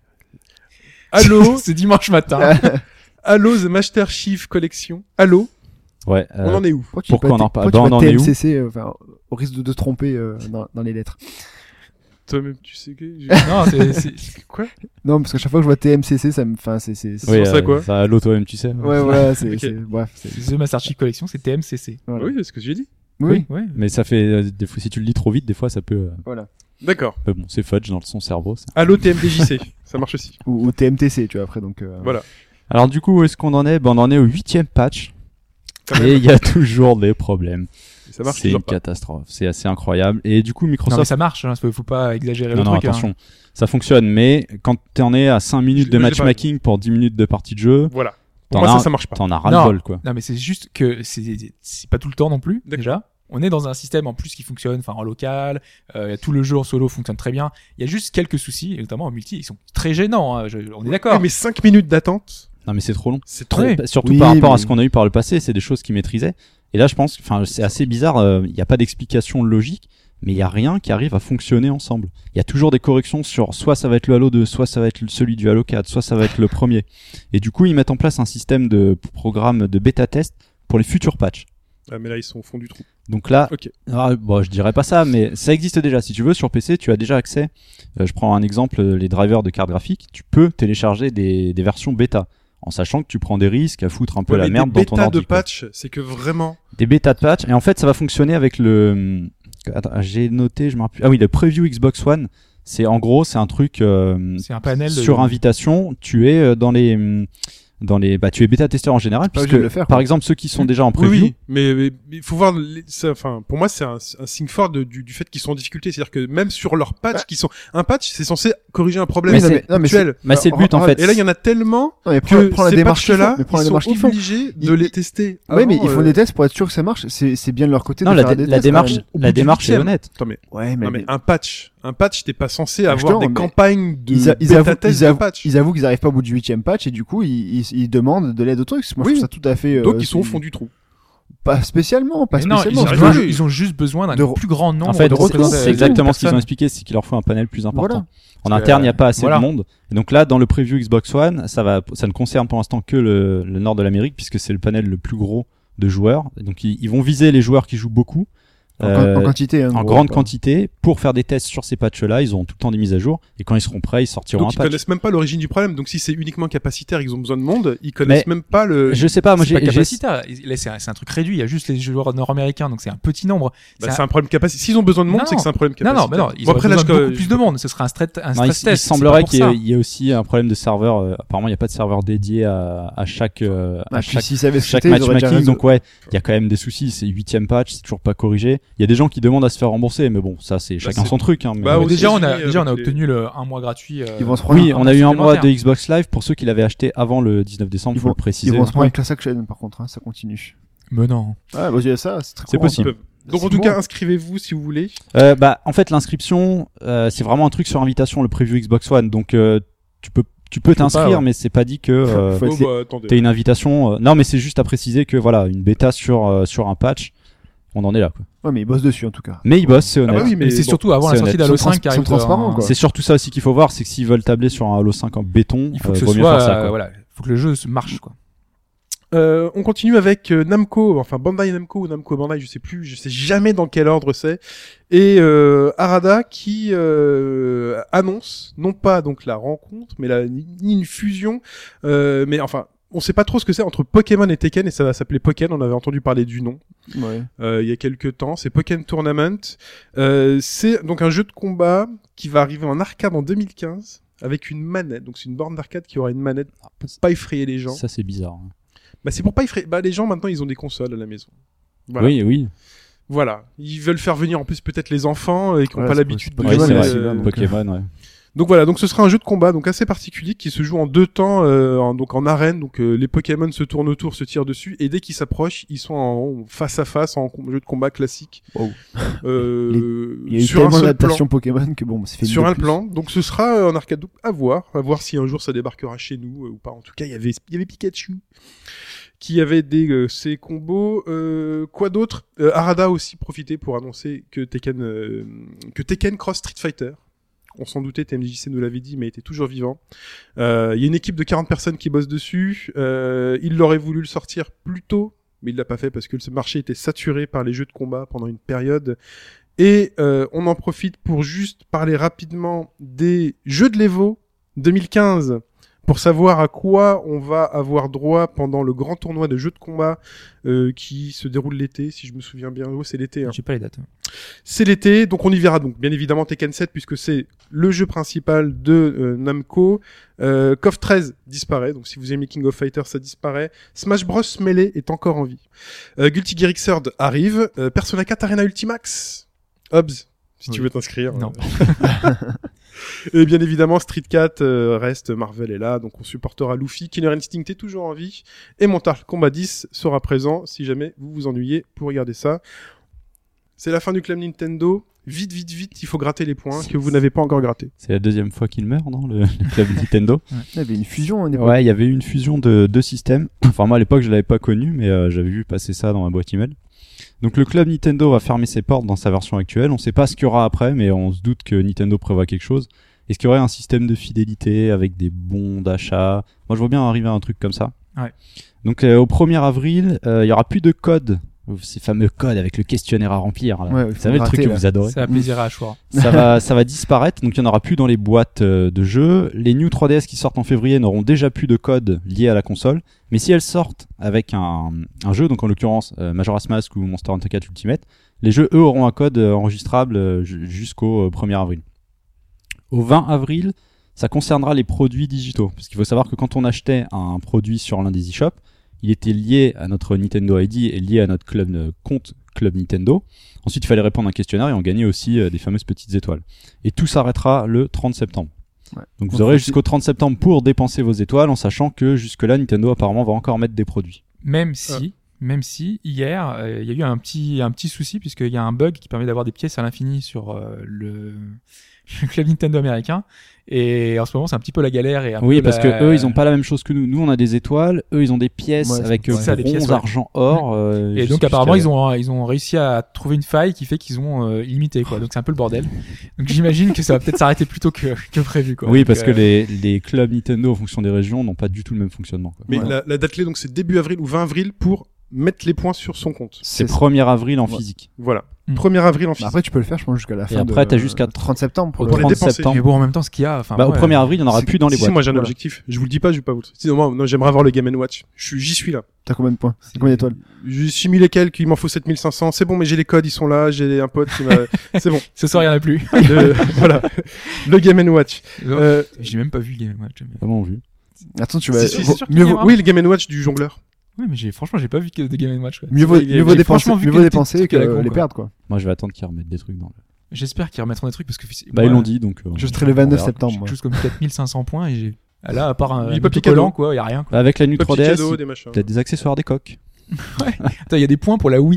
C: Halo,
D: C'est dimanche matin.
C: Halo The Master Chief Collection. Halo,
E: Ouais.
C: on en est où?
E: Pourquoi on en parle?
F: Pourquoi
E: Bah,
F: tu
E: on en est où
F: TMCC, au risque de te tromper dans les lettres.
C: Toi-même, tu sais que...
D: Non, c'est
C: Quoi?
F: Non, parce qu'à chaque fois que je vois TMCC, ça me, enfin, c'est.
E: Oui,
C: sur ça, quoi.
E: Ça, Halo toi-même, tu sais.
F: Ouais, voilà, c'est,
C: Ok.
F: bref, c'est.
D: The Master Chief Collection, c'est TMCC.
F: Voilà.
C: Oui, c'est ce que j'ai dit.
F: Oui.
D: Ouais.
E: Mais ça fait, des fois, si tu le lis trop vite, des fois, ça peut.
F: Voilà.
C: D'accord.
E: Mais bon, c'est fudge dans son cerveau. Ça.
C: Halo TMDJC, ça marche aussi.
F: Ou TMTC, tu vois, après, donc.
C: Voilà.
E: Alors du coup, où est-ce qu'on en est? Ben, on en est au 8e patch.
C: Quand même.
E: Et il y a toujours des problèmes.
C: Ça marche
E: C'est une
C: toujours pas.
E: catastrophe. C'est assez incroyable. Et du coup,
D: Non, mais
E: Microsoft.
D: ça marche, hein, faut pas exagérer
E: Non,
D: le
E: non,
D: truc.
E: attention. Ça fonctionne, mais quand t'en es à 5 minutes de
C: Moi, je l'ai pas
E: matchmaking pour 10 minutes de partie de jeu,
C: Voilà. Pour
E: T'en
C: moi,
E: as
C: ça marche pas.
E: t'en as ras-le-bol, quoi.
D: Non, mais c'est juste que c'est pas tout le temps non plus,
C: D'accord.
D: déjà. On est dans un système en plus qui fonctionne, enfin en local, tout le jeu en solo fonctionne très bien. Il y a juste quelques soucis, et notamment en multi, ils sont très gênants, hein, on est d'accord.
C: Ouais, mais 5 minutes d'attente,
E: Non, mais c'est trop long.
C: c'est trop.
D: Ouais.
E: Surtout
F: Oui,
E: par rapport à
F: mais-
E: ce qu'on a eu par le passé, c'est des choses qu'ils maîtrisaient. Et là, je pense, enfin, c'est assez bizarre. Il n'y a pas d'explication logique, mais il y a rien qui arrive à fonctionner ensemble. Il y a toujours des corrections sur soit ça va être le Halo 2, soit ça va être celui du Halo 4, soit ça va être le premier. Et du coup, ils mettent en place un système de programme de bêta test pour les futurs patchs.
C: Ah, mais là, ils sont au fond du trou.
E: Donc là,
C: Ok.
E: bon, je dirais pas ça, mais ça existe déjà. Si tu veux, sur PC, tu as déjà accès. Je prends un exemple, les drivers de cartes graphiques. Tu peux télécharger des versions bêta, en sachant que tu prends des risques à foutre un peu
C: Ouais,
E: la
C: mais
E: merde
C: des
E: dans ton
C: bêtas
E: ordi.
C: de
E: quoi.
C: patch, c'est que vraiment.
E: Des bêtas de patch. Et en fait, ça va fonctionner avec le. Attends, j'ai noté, je me rappelle. Ah oui, le preview Xbox One. C'est en gros, c'est un truc
D: C'est un panel
E: sur invitation. Tu es dans les tu es bêta testeur en général,
F: Pas obligé
E: puisque
F: de le faire,
E: par
F: quoi.
E: exemple ceux qui sont déjà en
C: Oui,
E: preview.
C: oui, mais il faut voir. Enfin, pour moi, c'est un signe fort du fait qu'ils sont en difficulté. C'est-à-dire que même sur leurs patchs, qui sont un patch, c'est censé corriger un problème
E: Mais
F: non, mais
C: actuel.
E: Mais c'est le but en fait.
C: Et là, il y en a tellement
F: Non, mais
C: que
F: prends la
C: ces
F: démarche qu'ils
C: patchs-là,
F: font. Mais prends la
C: ils
F: démarche
C: sont
F: qu'ils font.
C: obligés de
F: Ils-
C: les tester.
F: Ouais, mais
C: avant,
F: ils font des tests pour être sûr que ça marche. C'est bien de leur côté
E: Non,
F: de
E: la,
F: faire des
E: la
F: tests.
E: démarche,
F: quand même.
E: la démarche est
C: 8e.
E: honnête.
C: Attends, mais
F: Ouais,
C: non,
F: mais
C: mais un patch, t'es pas censé
F: Ah,
C: avoir
F: justement,
C: des
F: mais
C: campagnes de
F: ils
C: bêta
F: avouent,
C: test de patch.
F: ils avouent qu'ils arrivent pas au bout du 8e patch et du coup ils demandent de l'aide aux trucs. Moi
C: Oui.
F: je trouve ça tout à fait.
C: Donc ils sont au fond du trou.
F: Pas spécialement, pas
D: Mais non,
F: spécialement.
C: ils
D: ils,
C: arrivent.
D: ils ont juste besoin d'un
F: De-
D: plus grand nombre
E: En fait,
D: de représentants.
E: c'est exactement ce qu'ils ont
D: personnes.
E: expliqué, c'est qu'il leur faut un panel plus important.
F: Voilà.
E: En
D: Parce que,
E: interne, il n'y a pas assez
D: voilà.
E: de monde. Et donc là, dans le preview Xbox One, ça ne concerne pour l'instant que le nord de l'Amérique, puisque c'est le panel le plus gros de joueurs. Et donc ils vont viser les joueurs qui jouent beaucoup.
F: En quantité.
E: En grande quantité pour faire des tests sur ces patchs-là. Ils auront tout le temps des mises à jour et quand ils seront prêts, ils sortiront
C: Donc
E: un
C: ils
E: patch.
C: connaissent même pas l'origine du problème. Donc si c'est uniquement capacitaire, ils ont besoin de monde, ils connaissent même pas le.
E: Je sais pas, moi
D: C'est pas
E: j'ai
D: capacitaire. Là, c'est un truc réduit. Il y a juste les joueurs nord-américains, donc c'est un petit nombre.
C: Bah, c'est un problème capacitaire. S'ils ont besoin de monde,
D: Non,
C: c'est que c'est un problème
D: Non,
C: capacitaire.
D: non, mais non, ils
C: Bon,
D: ont
C: après,
D: besoin
C: là,
D: de beaucoup plus de monde. Ce sera un stress
E: Non,
D: test.
E: il semblerait
D: c'est pas pour
E: qu'il y ait aussi un problème de serveur. Apparemment, il n'y a pas de serveur dédié à chaque
F: S'ils savaient ce que
E: chaque
F: c'était, ils auraient déjà
E: matchmaking.
F: raison.
E: Donc ouais, il y a quand même des soucis. C'est 8e patch, c'est toujours pas corrigé. Il y a des gens qui demandent à se faire rembourser, mais bon, ça c'est chacun
C: c'est-
E: son truc. Hein, mais
C: Bah,
E: ouais.
C: aux
D: Déjà, on
C: États-Unis,
D: a
C: avec
D: obtenu un mois gratuit.
F: Ils vont se prendre.
E: Oui, on a eu un mois de
D: supplémentaire.
E: Xbox Live pour ceux qui l'avaient acheté avant le 19 décembre,
F: Ils
E: faut le
F: vont
E: préciser.
F: se prendre une class action par contre, hein, ça continue.
D: Mais non.
F: Ah, bah, il y a ça, c'est très
E: C'est
F: courant,
E: possible.
C: Donc en
F: C'est
C: tout
F: bon.
C: cas, inscrivez-vous si vous voulez.
E: En fait, l'inscription, c'est vraiment un truc sur invitation, le preview Xbox One. Donc, tu peux t'inscrire,
D: pas, ouais.
E: mais c'est pas dit que
F: Faut
C: Oh,
F: être-
C: bah, attendez.
E: t'aies une invitation. Non, mais c'est juste à préciser que voilà, une bêta sur un patch, on en est là. Quoi.
F: Ouais, mais ils bossent dessus en tout cas.
E: Mais ils bossent, c'est
C: Ah
E: honnête.
C: bah oui, mais
D: Mais c'est
C: bon,
D: surtout avant la
E: c'est
D: sortie
E: honnête.
D: d'Halo
F: Ils sont
D: 5 qui arrive.
F: transparents, quoi.
E: C'est surtout ça aussi qu'il faut voir, c'est que s'ils veulent tabler sur un Halo 5 en béton,
D: Il faut que ce
E: vaut mieux
D: soit,
E: faire ça. Quoi.
D: voilà, faut que le jeu se marche, quoi.
C: On continue avec Namco, enfin Bandai Namco ou Namco Bandai, je sais plus, je sais jamais dans quel ordre c'est. Et Arada qui annonce non pas donc la rencontre, mais ni une fusion, mais enfin on sait pas trop ce que c'est entre Pokémon et Tekken et ça va s'appeler Pokken. On avait entendu parler du nom
F: Ouais.
C: il y a quelques temps. C'est Pokken Tournament. C'est donc un jeu de combat qui va arriver en arcade en 2015 avec une manette. Donc c'est une borne d'arcade qui aura une manette pour pas effrayer les gens.
E: Ça, c'est bizarre. hein.
C: Bah c'est pour pas effrayer. Bah les gens maintenant ils ont des consoles à la maison. Voilà.
E: Oui.
C: Voilà. Ils veulent faire venir en plus peut-être les enfants et qui n'ont
F: Voilà,
C: pas
F: c'est
C: l'habitude de
F: Pokémon,
E: Oui, c'est
C: jouer,
E: vrai.
F: celui-là, donc,
E: Pokémon, ouais.
C: Donc voilà, donc ce sera un jeu de combat donc assez particulier qui se joue en 2 temps, donc en arène. Donc les Pokémon se tournent autour, se tirent dessus, et dès qu'ils s'approchent, ils sont en face à face en jeu de combat classique.
F: Wow.
C: Il
F: Il y a eu tellement d'adaptations Pokémon que bon, c'est fait
C: sur
F: de
C: un
F: plus.
C: plan. Donc ce sera en arcade, donc à voir si un jour ça débarquera chez nous ou pas. En tout cas, il y avait Pikachu qui avait ses combos. Quoi d'autre? Arada a aussi profité pour annoncer que Tekken Cross Street Fighter. On s'en doutait, TMJC nous l'avait dit, mais il était toujours vivant. Il y a une équipe de 40 personnes qui bosse dessus. Il aurait voulu le sortir plus tôt, mais il l'a pas fait parce que ce marché était saturé par les jeux de combat pendant une période. Et on en profite pour juste parler rapidement des jeux de l'Evo 2015 pour savoir à quoi on va avoir droit pendant le grand tournoi de jeux de combat qui se déroule l'été, si je me souviens bien. Oh, c'est l'été. Hein.
D: J'ai pas les dates.
C: C'est l'été, donc on y verra donc bien évidemment Tekken 7 puisque c'est le jeu principal de Namco. KOF 13 disparaît, donc si vous aimez King of Fighters, ça disparaît. Smash Bros Melee est encore en vie. Guilty Gear Xrd arrive. Persona 4 Arena Ultimax. Hobbs, si tu veux t'inscrire.
D: Non.
C: Et bien évidemment, Street 4 reste, Marvel est là, donc on supportera Luffy. Killer Instinct est toujours en vie. Et Mortal Kombat 10 sera présent si jamais vous vous ennuyez pour regarder ça. C'est la fin du club Nintendo. Vite, il faut gratter les points que vous n'avez pas encore grattés.
E: C'est la deuxième fois qu'il meurt, non, le club Nintendo.
F: Il y avait une fusion à une époque.
E: Ouais, il y avait eu une fusion de deux systèmes. Enfin, moi, à l'époque, je l'avais pas connu, mais j'avais vu passer ça dans ma boîte email. Donc, le club Nintendo va fermer ses portes dans sa version actuelle. On sait pas ce qu'il y aura après, mais on se doute que Nintendo prévoit quelque chose. Est-ce qu'il y aurait un système de fidélité avec des bons d'achat? Moi, je vois bien arriver à un truc comme ça.
D: Ouais.
E: Donc, au 1er avril, il y aura plus de code. Ces fameux codes avec le questionnaire à remplir. Là.
F: Ouais,
E: Vous savez, le truc que vous adorez.
D: Ça a plaisir à Ashura.
E: Ça va disparaître, donc il n'y en aura plus dans les boîtes de jeux. Les New 3DS qui sortent en février n'auront déjà plus de code lié à la console. Mais si elles sortent avec un jeu, donc en l'occurrence Majora's Mask ou Monster Hunter 4 Ultimate, les jeux, eux, auront un code enregistrable jusqu'au 1er avril. Au 20 avril, ça concernera les produits digitaux. Parce qu'il faut savoir que quand on achetait un produit sur l'un des eShops, il était lié à notre Nintendo ID et lié à notre compte Club Nintendo. Ensuite, il fallait répondre à un questionnaire et on gagnait aussi des fameuses petites étoiles. Et tout s'arrêtera le 30 septembre.
F: Ouais.
E: Donc vous aurez jusqu'au 30 septembre pour dépenser vos étoiles, en sachant que jusque-là, Nintendo apparemment va encore mettre des produits.
D: Même si hier, il y a eu un petit souci puisqu'il y a un bug qui permet d'avoir des pièces à l'infini sur le club Nintendo américain. Et en ce moment, c'est un petit peu la galère. Et
E: oui, parce que eux, ils ont pas la même chose que nous. Nous, on a des étoiles. Eux, ils ont des pièces avec
D: des pièces, ouais.
E: argent, or.
D: Et donc, apparemment, ils ont réussi à trouver une faille qui fait qu'ils ont illimité, quoi. Donc, c'est un peu le bordel. Donc, j'imagine que ça va peut-être s'arrêter plus tôt que prévu, quoi.
E: Oui,
D: donc,
E: parce que les clubs Nintendo, en fonction des régions, n'ont pas du tout le même fonctionnement, quoi.
C: Mais
F: Ouais.
C: la date clé, donc, c'est début avril ou 20 avril pour mettre les points sur son compte.
E: C'est
F: ça.
E: 1er avril en physique.
C: Voilà.
D: Mm.
C: 1er avril en physique.
F: Après, tu peux le faire, je pense, jusqu'à la fin.
E: Et après, t'as jusqu'à
F: 30 septembre pour
E: au
F: le
E: 30
C: les dépenser.
E: septembre.
D: Mais bon, en même temps, ce qu'il y a, enfin,
E: Bah, au
D: ouais,
E: 1er avril, il n'y en aura plus dans les
C: Si,
E: boîtes.
C: moi j'ai un
F: Voilà.
C: objectif. Je vous le dis pas, je vais pas vous le dire. Sinon, moi, non, j'aimerais avoir le Game & Watch. J'y suis là.
F: T'as combien de points? Combien d'étoiles?
C: J'ai 6000 et quelques, il m'en faut 7500. C'est bon, mais j'ai les codes, ils sont là. J'ai un pote qui m'a... C'est bon.
D: ce soir, il y en a plus.
C: Voilà. Le Game & Watch.
D: J'ai même pas vu le Game Watch.
E: Comment vu?
F: Attends, tu vas.
C: Si, si, c'est
D: sûr qu'il
F: mieux
D: y
F: vaut,
D: aura.
C: Oui, le Game & Watch du jongleur.
D: Ouais, mais franchement, j'ai pas vu de Game Watch, quoi.
F: mieux vaut,
C: il est-
F: mieux vaut
C: il est
F: dépenser,
D: franchement vu
F: mieux
D: que
F: vaut
D: des
F: dépenser
D: petits
F: que
D: trucs à la con,
F: les
D: quoi.
F: perdre, quoi.
E: Moi, je vais attendre qu'ils remettent des trucs dans le...
D: J'espère qu'ils remettront des trucs parce que.
E: Bah, ils l'ont dit, donc...
F: Je serai le 29
E: on verra.
F: septembre,
D: J'ai
F: moi.
D: quelque chose comme 4500 points et j'ai. Ah, là, à part un
C: Papier
D: autocollant,
C: cadeau.
D: quoi, y a rien, quoi.
E: Bah, avec la New
C: Papier
E: 3DS,
C: cadeau, des machins.
E: t'as des accessoires, des coques.
D: Attends, il y a des points pour la Wii.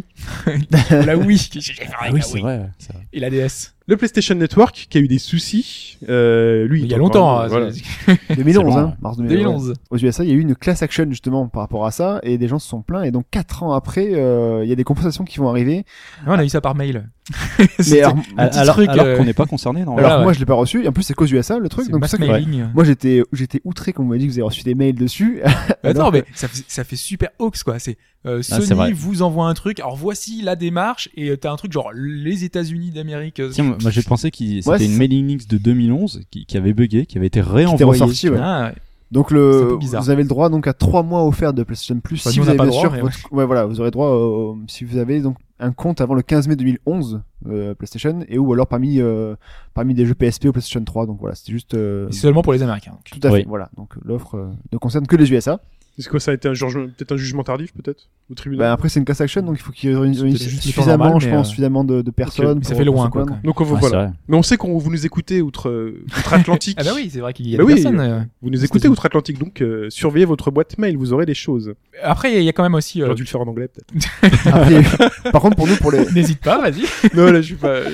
D: La Wii.
E: Ah oui, c'est vrai. Ça...
D: Et la DS.
C: Le PlayStation Network, qui a eu des soucis. Lui,
D: Il y a longtemps, hein,
C: voilà.
F: 2011,
E: C'est
F: hein,
E: long.
F: mars 2011.
D: 2011.
F: Aux USA, il y a eu une class action justement par rapport à ça, et des gens se sont plaints, et donc 4 ans après, il y a des compensations qui vont arriver.
D: Ouais, on a eu ça par mail.
F: Mais alors,
D: un petit
E: alors
D: truc,
E: qu'on n'est pas concerné, non
F: alors
D: Voilà,
F: moi
D: ouais.
F: je l'ai pas reçu, et en plus c'est qu'aux USA le truc,
D: C'est
F: donc
D: mass
F: c'est ça que
D: mailing.
F: moi j'étais outré quand vous m'avez dit que vous avez reçu des mails dessus.
D: Attends,
F: Alors
D: mais
F: que-
D: ça fait super hoax, quoi. C'est Sony
E: c'est vrai.
D: vous envoie un truc. Alors voici la démarche et t'as un truc genre les États-Unis d'Amérique.
E: Tiens, moi j'ai pensé que c'était
F: Ouais,
E: une
F: c'est-
E: mailing list de 2011 qui avait bugué, qui avait été
F: qui était
E: réenvoyée.
F: ressorti, ouais.
D: Ah, ouais.
F: Donc
D: C'est un peu bizarre.
F: vous avez le droit donc à 3 mois offerts de PlayStation Plus
D: Enfin,
F: si
D: nous,
F: vous
D: on n'a
F: avez
D: pas
F: bien
D: le
F: sûr
D: droit,
F: votre... ouais voilà, vous aurez droit si vous avez donc un compte avant le 15 mai 2011 PlayStation, et ou alors parmi des jeux PSP ou PlayStation 3, donc voilà, c'était juste
D: Mais seulement pour les Américains. Donc.
F: tout à
E: Oui.
F: fait, voilà. Donc l'offre ne concerne que les USA.
C: Est-ce que ça a été peut-être un jugement tardif, peut-être, au tribunal?
F: Bah, après, c'est une class action, donc il faut qu'il réunisse
D: C'était juste le temps
F: suffisamment,
D: normal,
F: je
D: mais,
F: pense, suffisamment de personnes.
D: mais ça
F: pour-
D: fait
F: pour
D: loin,
F: se
D: quoi,
F: plaindre.
D: quand même.
C: Donc
E: Ouais,
C: voilà.
E: c'est vrai.
C: Mais on sait qu'on vous nous écoutez outre-Atlantique.
D: Ah bah oui, c'est vrai qu'il y a
C: Bah
D: des
C: oui.
D: personnes.
C: Vous nous écoutez outre-Atlantique, donc surveillez votre boîte mail, vous aurez des choses.
D: Après, il y a quand même aussi.
C: J'aurais dû le faire en anglais, peut-être.
F: Après, par contre, pour nous, pour les,
D: N'hésite pas, vas-y.
C: Non, là, je suis pas...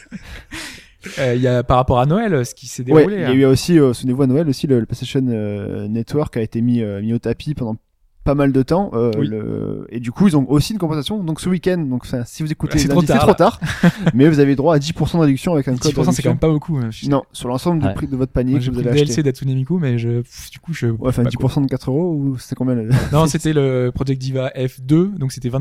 D: Il y a par rapport à Noël, ce qui s'est
F: ouais,
D: déroulé.
F: il y a eu aussi, souvenez-vous à Noël aussi, le PlayStation Network a été mis au tapis pendant pas mal de temps.
C: Oui.
F: Et du coup, ils ont aussi une compensation. Donc ce week-end, donc enfin, si vous écoutez
D: C'est
F: lundi,
D: trop
F: c'est trop
D: tard,
F: tard, mais vous avez droit à 10% de réduction avec un code.
D: 10%, c'est quand même pas beaucoup.
F: Non, sur l'ensemble du
E: Ouais.
F: prix de votre panier
D: Moi,
F: que
D: j'ai
F: vous
D: pris le
F: avez
D: DLC
F: acheté.
D: d'Hatsune Miku, mais du coup, je.
F: Ouais, enfin
D: pas quoi.
F: 10% de 4 euros ou c'était combien le...
D: Non, c'était le Project Diva F2, donc c'était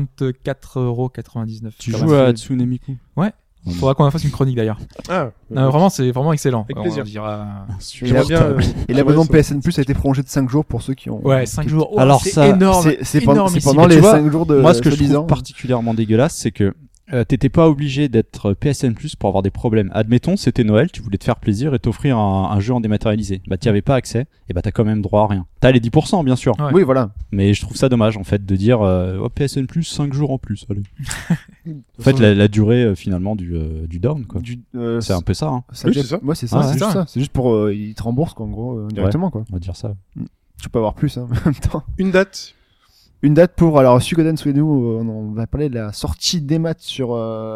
D: 24,99€.
E: Tu
D: Quand
E: joues
D: même.
E: à Hatsune Miku?
D: Ouais. Faudra qu'on en fasse une chronique d'ailleurs.
C: Ah,
D: Non, vraiment, c'est vraiment excellent.
C: Avec
D: On
C: plaisir.
D: dira-
C: J'aimerais bien...
F: Et l'abonnement PSN Plus a été prolongé de 5 jours pour ceux qui ont.
D: Ouais, 5 jours. Oh,
E: Alors
D: c'est
E: ça,
D: énorme.
F: C'est pendant
D: énormissime.
F: les
E: Tu vois,
F: 5 jours de
E: Moi, ce que je trouve
F: soi-disant.
E: particulièrement dégueulasse, c'est que t'étais pas obligé d'être PSN Plus pour avoir des problèmes. Admettons, c'était Noël, tu voulais te faire plaisir et t'offrir un jeu en dématérialisé. Bah, t'y avais pas accès, et bah, t'as quand même droit à rien. T'as les 10%, bien sûr.
D: Ouais.
F: Oui, voilà.
E: Mais je trouve ça dommage, en fait, de dire, oh, PSN Plus, 5 jours en plus, allez. En fait, la durée, finalement, du down, quoi. C'est un peu ça, hein.
F: Ça
C: Oui,
F: jette-
C: c'est ça.
F: Ouais, c'est ça.
E: Ah,
F: c'est
E: ouais.
F: juste ça. C'est juste pour ils te remboursent quoi, en gros directement quoi.
E: On va dire ça.
F: Tu peux avoir plus hein, en même temps.
C: Une date.
F: Une date pour alors Suikoden Suinu, on va parler de la sortie des maths sur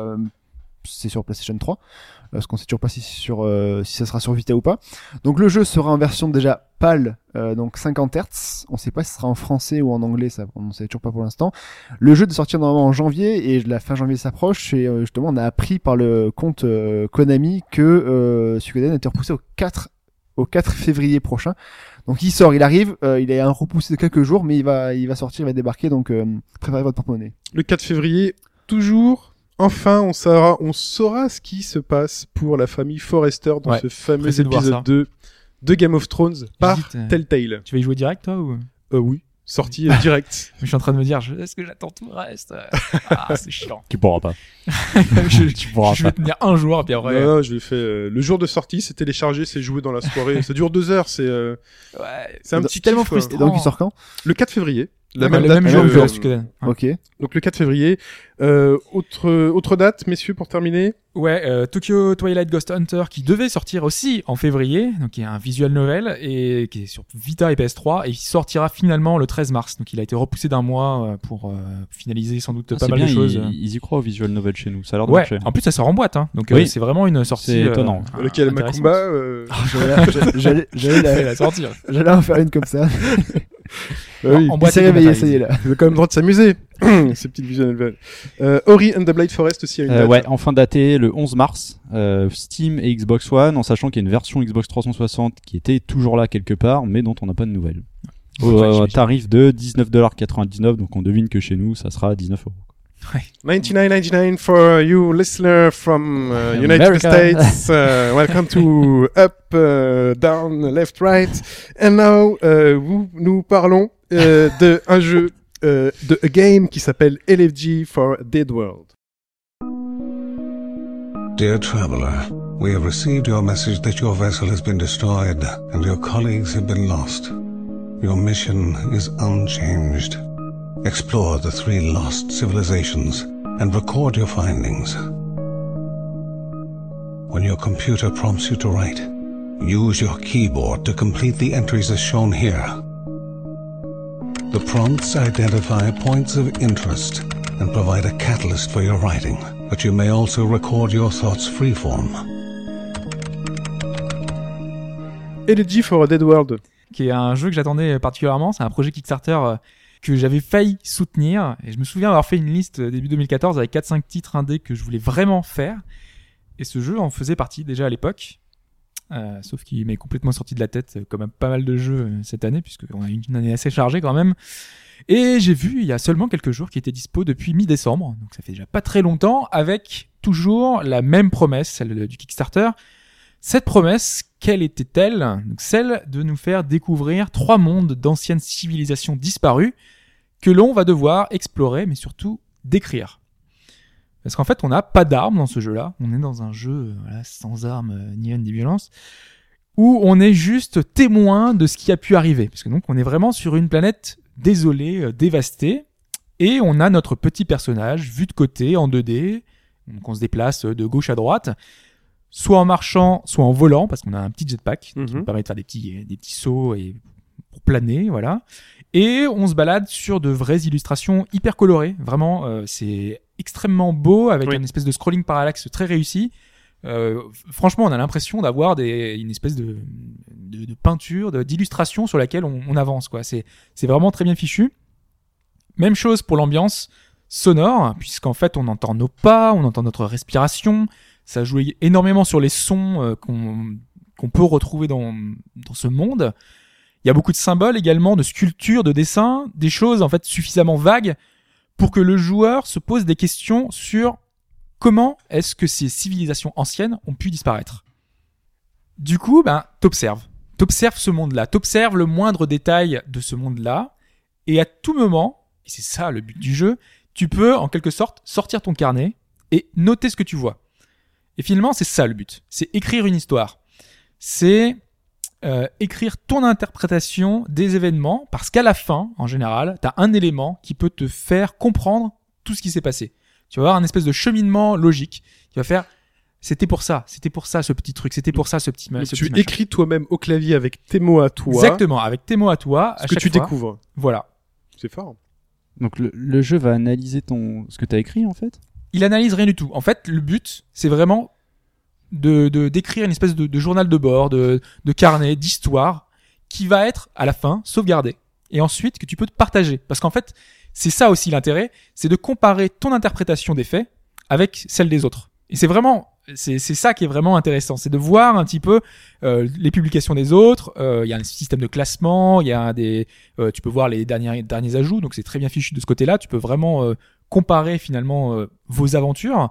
F: c'est sur PlayStation 3 parce qu'on sait toujours pas si ça sera sur Vita ou pas. Donc le jeu sera en version déjà PAL donc 50 Hz, on sait pas si ce sera en français ou en anglais, ça on sait toujours pas pour l'instant. Le jeu de sortir normalement en janvier et la fin janvier s'approche et justement on a appris par le compte Konami que Suikoden a été repoussé au 4 février prochain. Donc il sort, il arrive, il est repoussé de quelques jours, mais il va sortir, il va débarquer, donc préparez votre porte-monnaie.
C: Le 4 février, toujours, enfin, on saura ce qui se passe pour la famille Forrester dans
D: Ouais,
C: ce fameux
D: pressé de voir
C: épisode
D: ça.
C: 2 de Game of Thrones par
D: J'hésite,
C: Telltale.
D: Tu vas y jouer direct, toi, ou?
C: Oui, sortie direct.
D: Je suis en train de me dire, est-ce que j'attends tout le reste? Ah, c'est chiant.
E: Tu pourras pas.
D: je
E: pourras
D: vais tenir un jour, et puis après.
C: Non, je l'ai fait le jour de sortie, c'est téléchargé, c'est joué dans la soirée. Ça dure 2 heures, c'est un
F: Et
C: petit
D: tellement
C: kiff, quoi.
D: frustrant.
F: Et donc il sort quand?
C: Le 4 février. La
D: Ouais,
C: même
D: le
C: date
D: même
C: que-
D: jour que Suikoden. Ouais.
F: Ok.
C: Donc le 4 février. Autre date, messieurs, pour terminer.
D: Ouais, Tokyo Twilight Ghost Hunter qui devait sortir aussi en février, donc il y a un visual novel et qui est sur Vita et PS3 et il sortira finalement le 13 mars. Donc il a été repoussé d'un mois pour finaliser sans doute pas
E: C'est
D: mal
E: bien,
D: de choses.
E: ils y croient au visual novel chez nous. Ça a l'air de
D: Ouais,
E: marcher.
D: en plus ça sort en boîte, hein. Donc
E: Oui.
D: c'est vraiment une sortie.
E: C'est étonnant.
C: Lequel
D: intéressante.
C: Macumba
F: J'allais
D: la sortir.
F: j'allais en faire une comme ça.
C: oui.
D: En
F: Il
D: boîte
F: s'est
D: et
F: réveillé, ça y est
D: dématérialisé.
F: là.
C: Il a quand même le droit de s'amuser. Ces petites visual novels. Ori and the Blade Forest aussi a une date.
E: Ouais, enfin daté le 11 mars, Steam et Xbox One, en sachant qu'il y a une version Xbox 360 qui était toujours là quelque part, mais dont on n'a pas de nouvelles. Au tarif de $19,99, donc on devine que chez nous, ça sera 19€.
C: $99.99 for you listener from United
E: America.
C: States. Welcome to Up, Down, Left, Right. And now, nous parlons de un jeu, de a game qui s'appelle LFG for Dead World.
G: Dear traveler, we have received your message that your vessel has been destroyed and your colleagues have been lost. Your mission is unchanged. Explore the 3 lost civilizations and record your findings. When your computer prompts you to write, use your keyboard to complete the entries as shown here. The prompts identify points of interest and provide a catalyst for your writing, but you may also record your thoughts freeform.
C: LFG for a Dead World.
D: Qui est un jeu que j'attendais particulièrement. C'est un projet Kickstarter que j'avais failli soutenir. Et je me souviens avoir fait une liste début 2014 avec 4-5 titres indés que je voulais vraiment faire. Et ce jeu en faisait partie déjà à l'époque. Sauf qu'il m'est complètement sorti de la tête, comme pas mal de jeux cette année, puisqu'on a eu une année assez chargée quand même. Et j'ai vu il y a seulement quelques jours qu'il était dispo depuis mi-décembre. Donc ça fait déjà pas très longtemps, avec toujours la même promesse, celle du Kickstarter. Cette promesse, quelle était-elle? Donc, celle de nous faire découvrir 3 mondes d'anciennes civilisations disparues que l'on va devoir explorer, mais surtout décrire. Parce qu'en fait, on n'a pas d'armes dans ce jeu-là. On est dans un jeu sans armes ni haine ni violence, où on est juste témoin de ce qui a pu arriver. Parce que donc, on est vraiment sur une planète désolé, dévasté. Et on a notre petit personnage vu de côté en 2D. Donc on se déplace de gauche à droite, soit en marchant, soit en volant, parce qu'on a un petit jetpack qui nous permet de faire des petits sauts et pour planer, voilà. Et on se balade sur de vraies illustrations hyper colorées. Vraiment, c'est extrêmement beau avec une espèce de scrolling parallaxe très réussi. Franchement, on a l'impression d'avoir une espèce de peinture, d'illustration sur laquelle on avance, quoi. C'est vraiment très bien fichu. Même chose pour l'ambiance sonore, puisqu'en fait, on entend nos pas, on entend notre respiration. Ça joue énormément sur les sons qu'on peut retrouver dans ce monde. Il y a beaucoup de symboles également, de sculptures, de dessins, des choses en fait suffisamment vagues pour que le joueur se pose des questions sur comment est-ce que ces civilisations anciennes ont pu disparaître. Du coup, t'observes ce monde-là, t'observes le moindre détail de ce monde-là, et à tout moment, et c'est ça le but du jeu, tu peux en quelque sorte sortir ton carnet et noter ce que tu vois. Et finalement, c'est ça le but, c'est écrire une histoire. C'est écrire ton interprétation des événements, parce qu'à la fin, en général, t'as un élément qui peut te faire comprendre tout ce qui s'est passé. Tu vas avoir un espèce de cheminement logique qui va faire c'était pour ça ce petit truc, c'était pour ça ce petit
C: Donc
D: ce
C: tu
D: petit machin.
C: écris toi-même au clavier avec tes mots à toi.
D: Exactement, avec tes mots à toi,
C: Ce que tu découvres.
D: Voilà.
C: C'est fort.
E: Donc le jeu va analyser ce que t'as écrit en fait.
D: Il analyse rien du tout. En fait, le but, c'est vraiment d'écrire une espèce de journal de bord, de carnet, d'histoire, qui va être, à la fin, sauvegardé. Et ensuite, que tu peux te partager. Parce qu'en fait, c'est ça aussi l'intérêt, c'est de comparer ton interprétation des faits avec celle des autres. Et c'est ça qui est vraiment intéressant. C'est de voir un petit peu, les publications des autres. Il y a un système de classement, il y a tu peux voir les derniers ajouts. Donc c'est très bien fichu de ce côté-là. Tu peux vraiment, comparer finalement, vos aventures.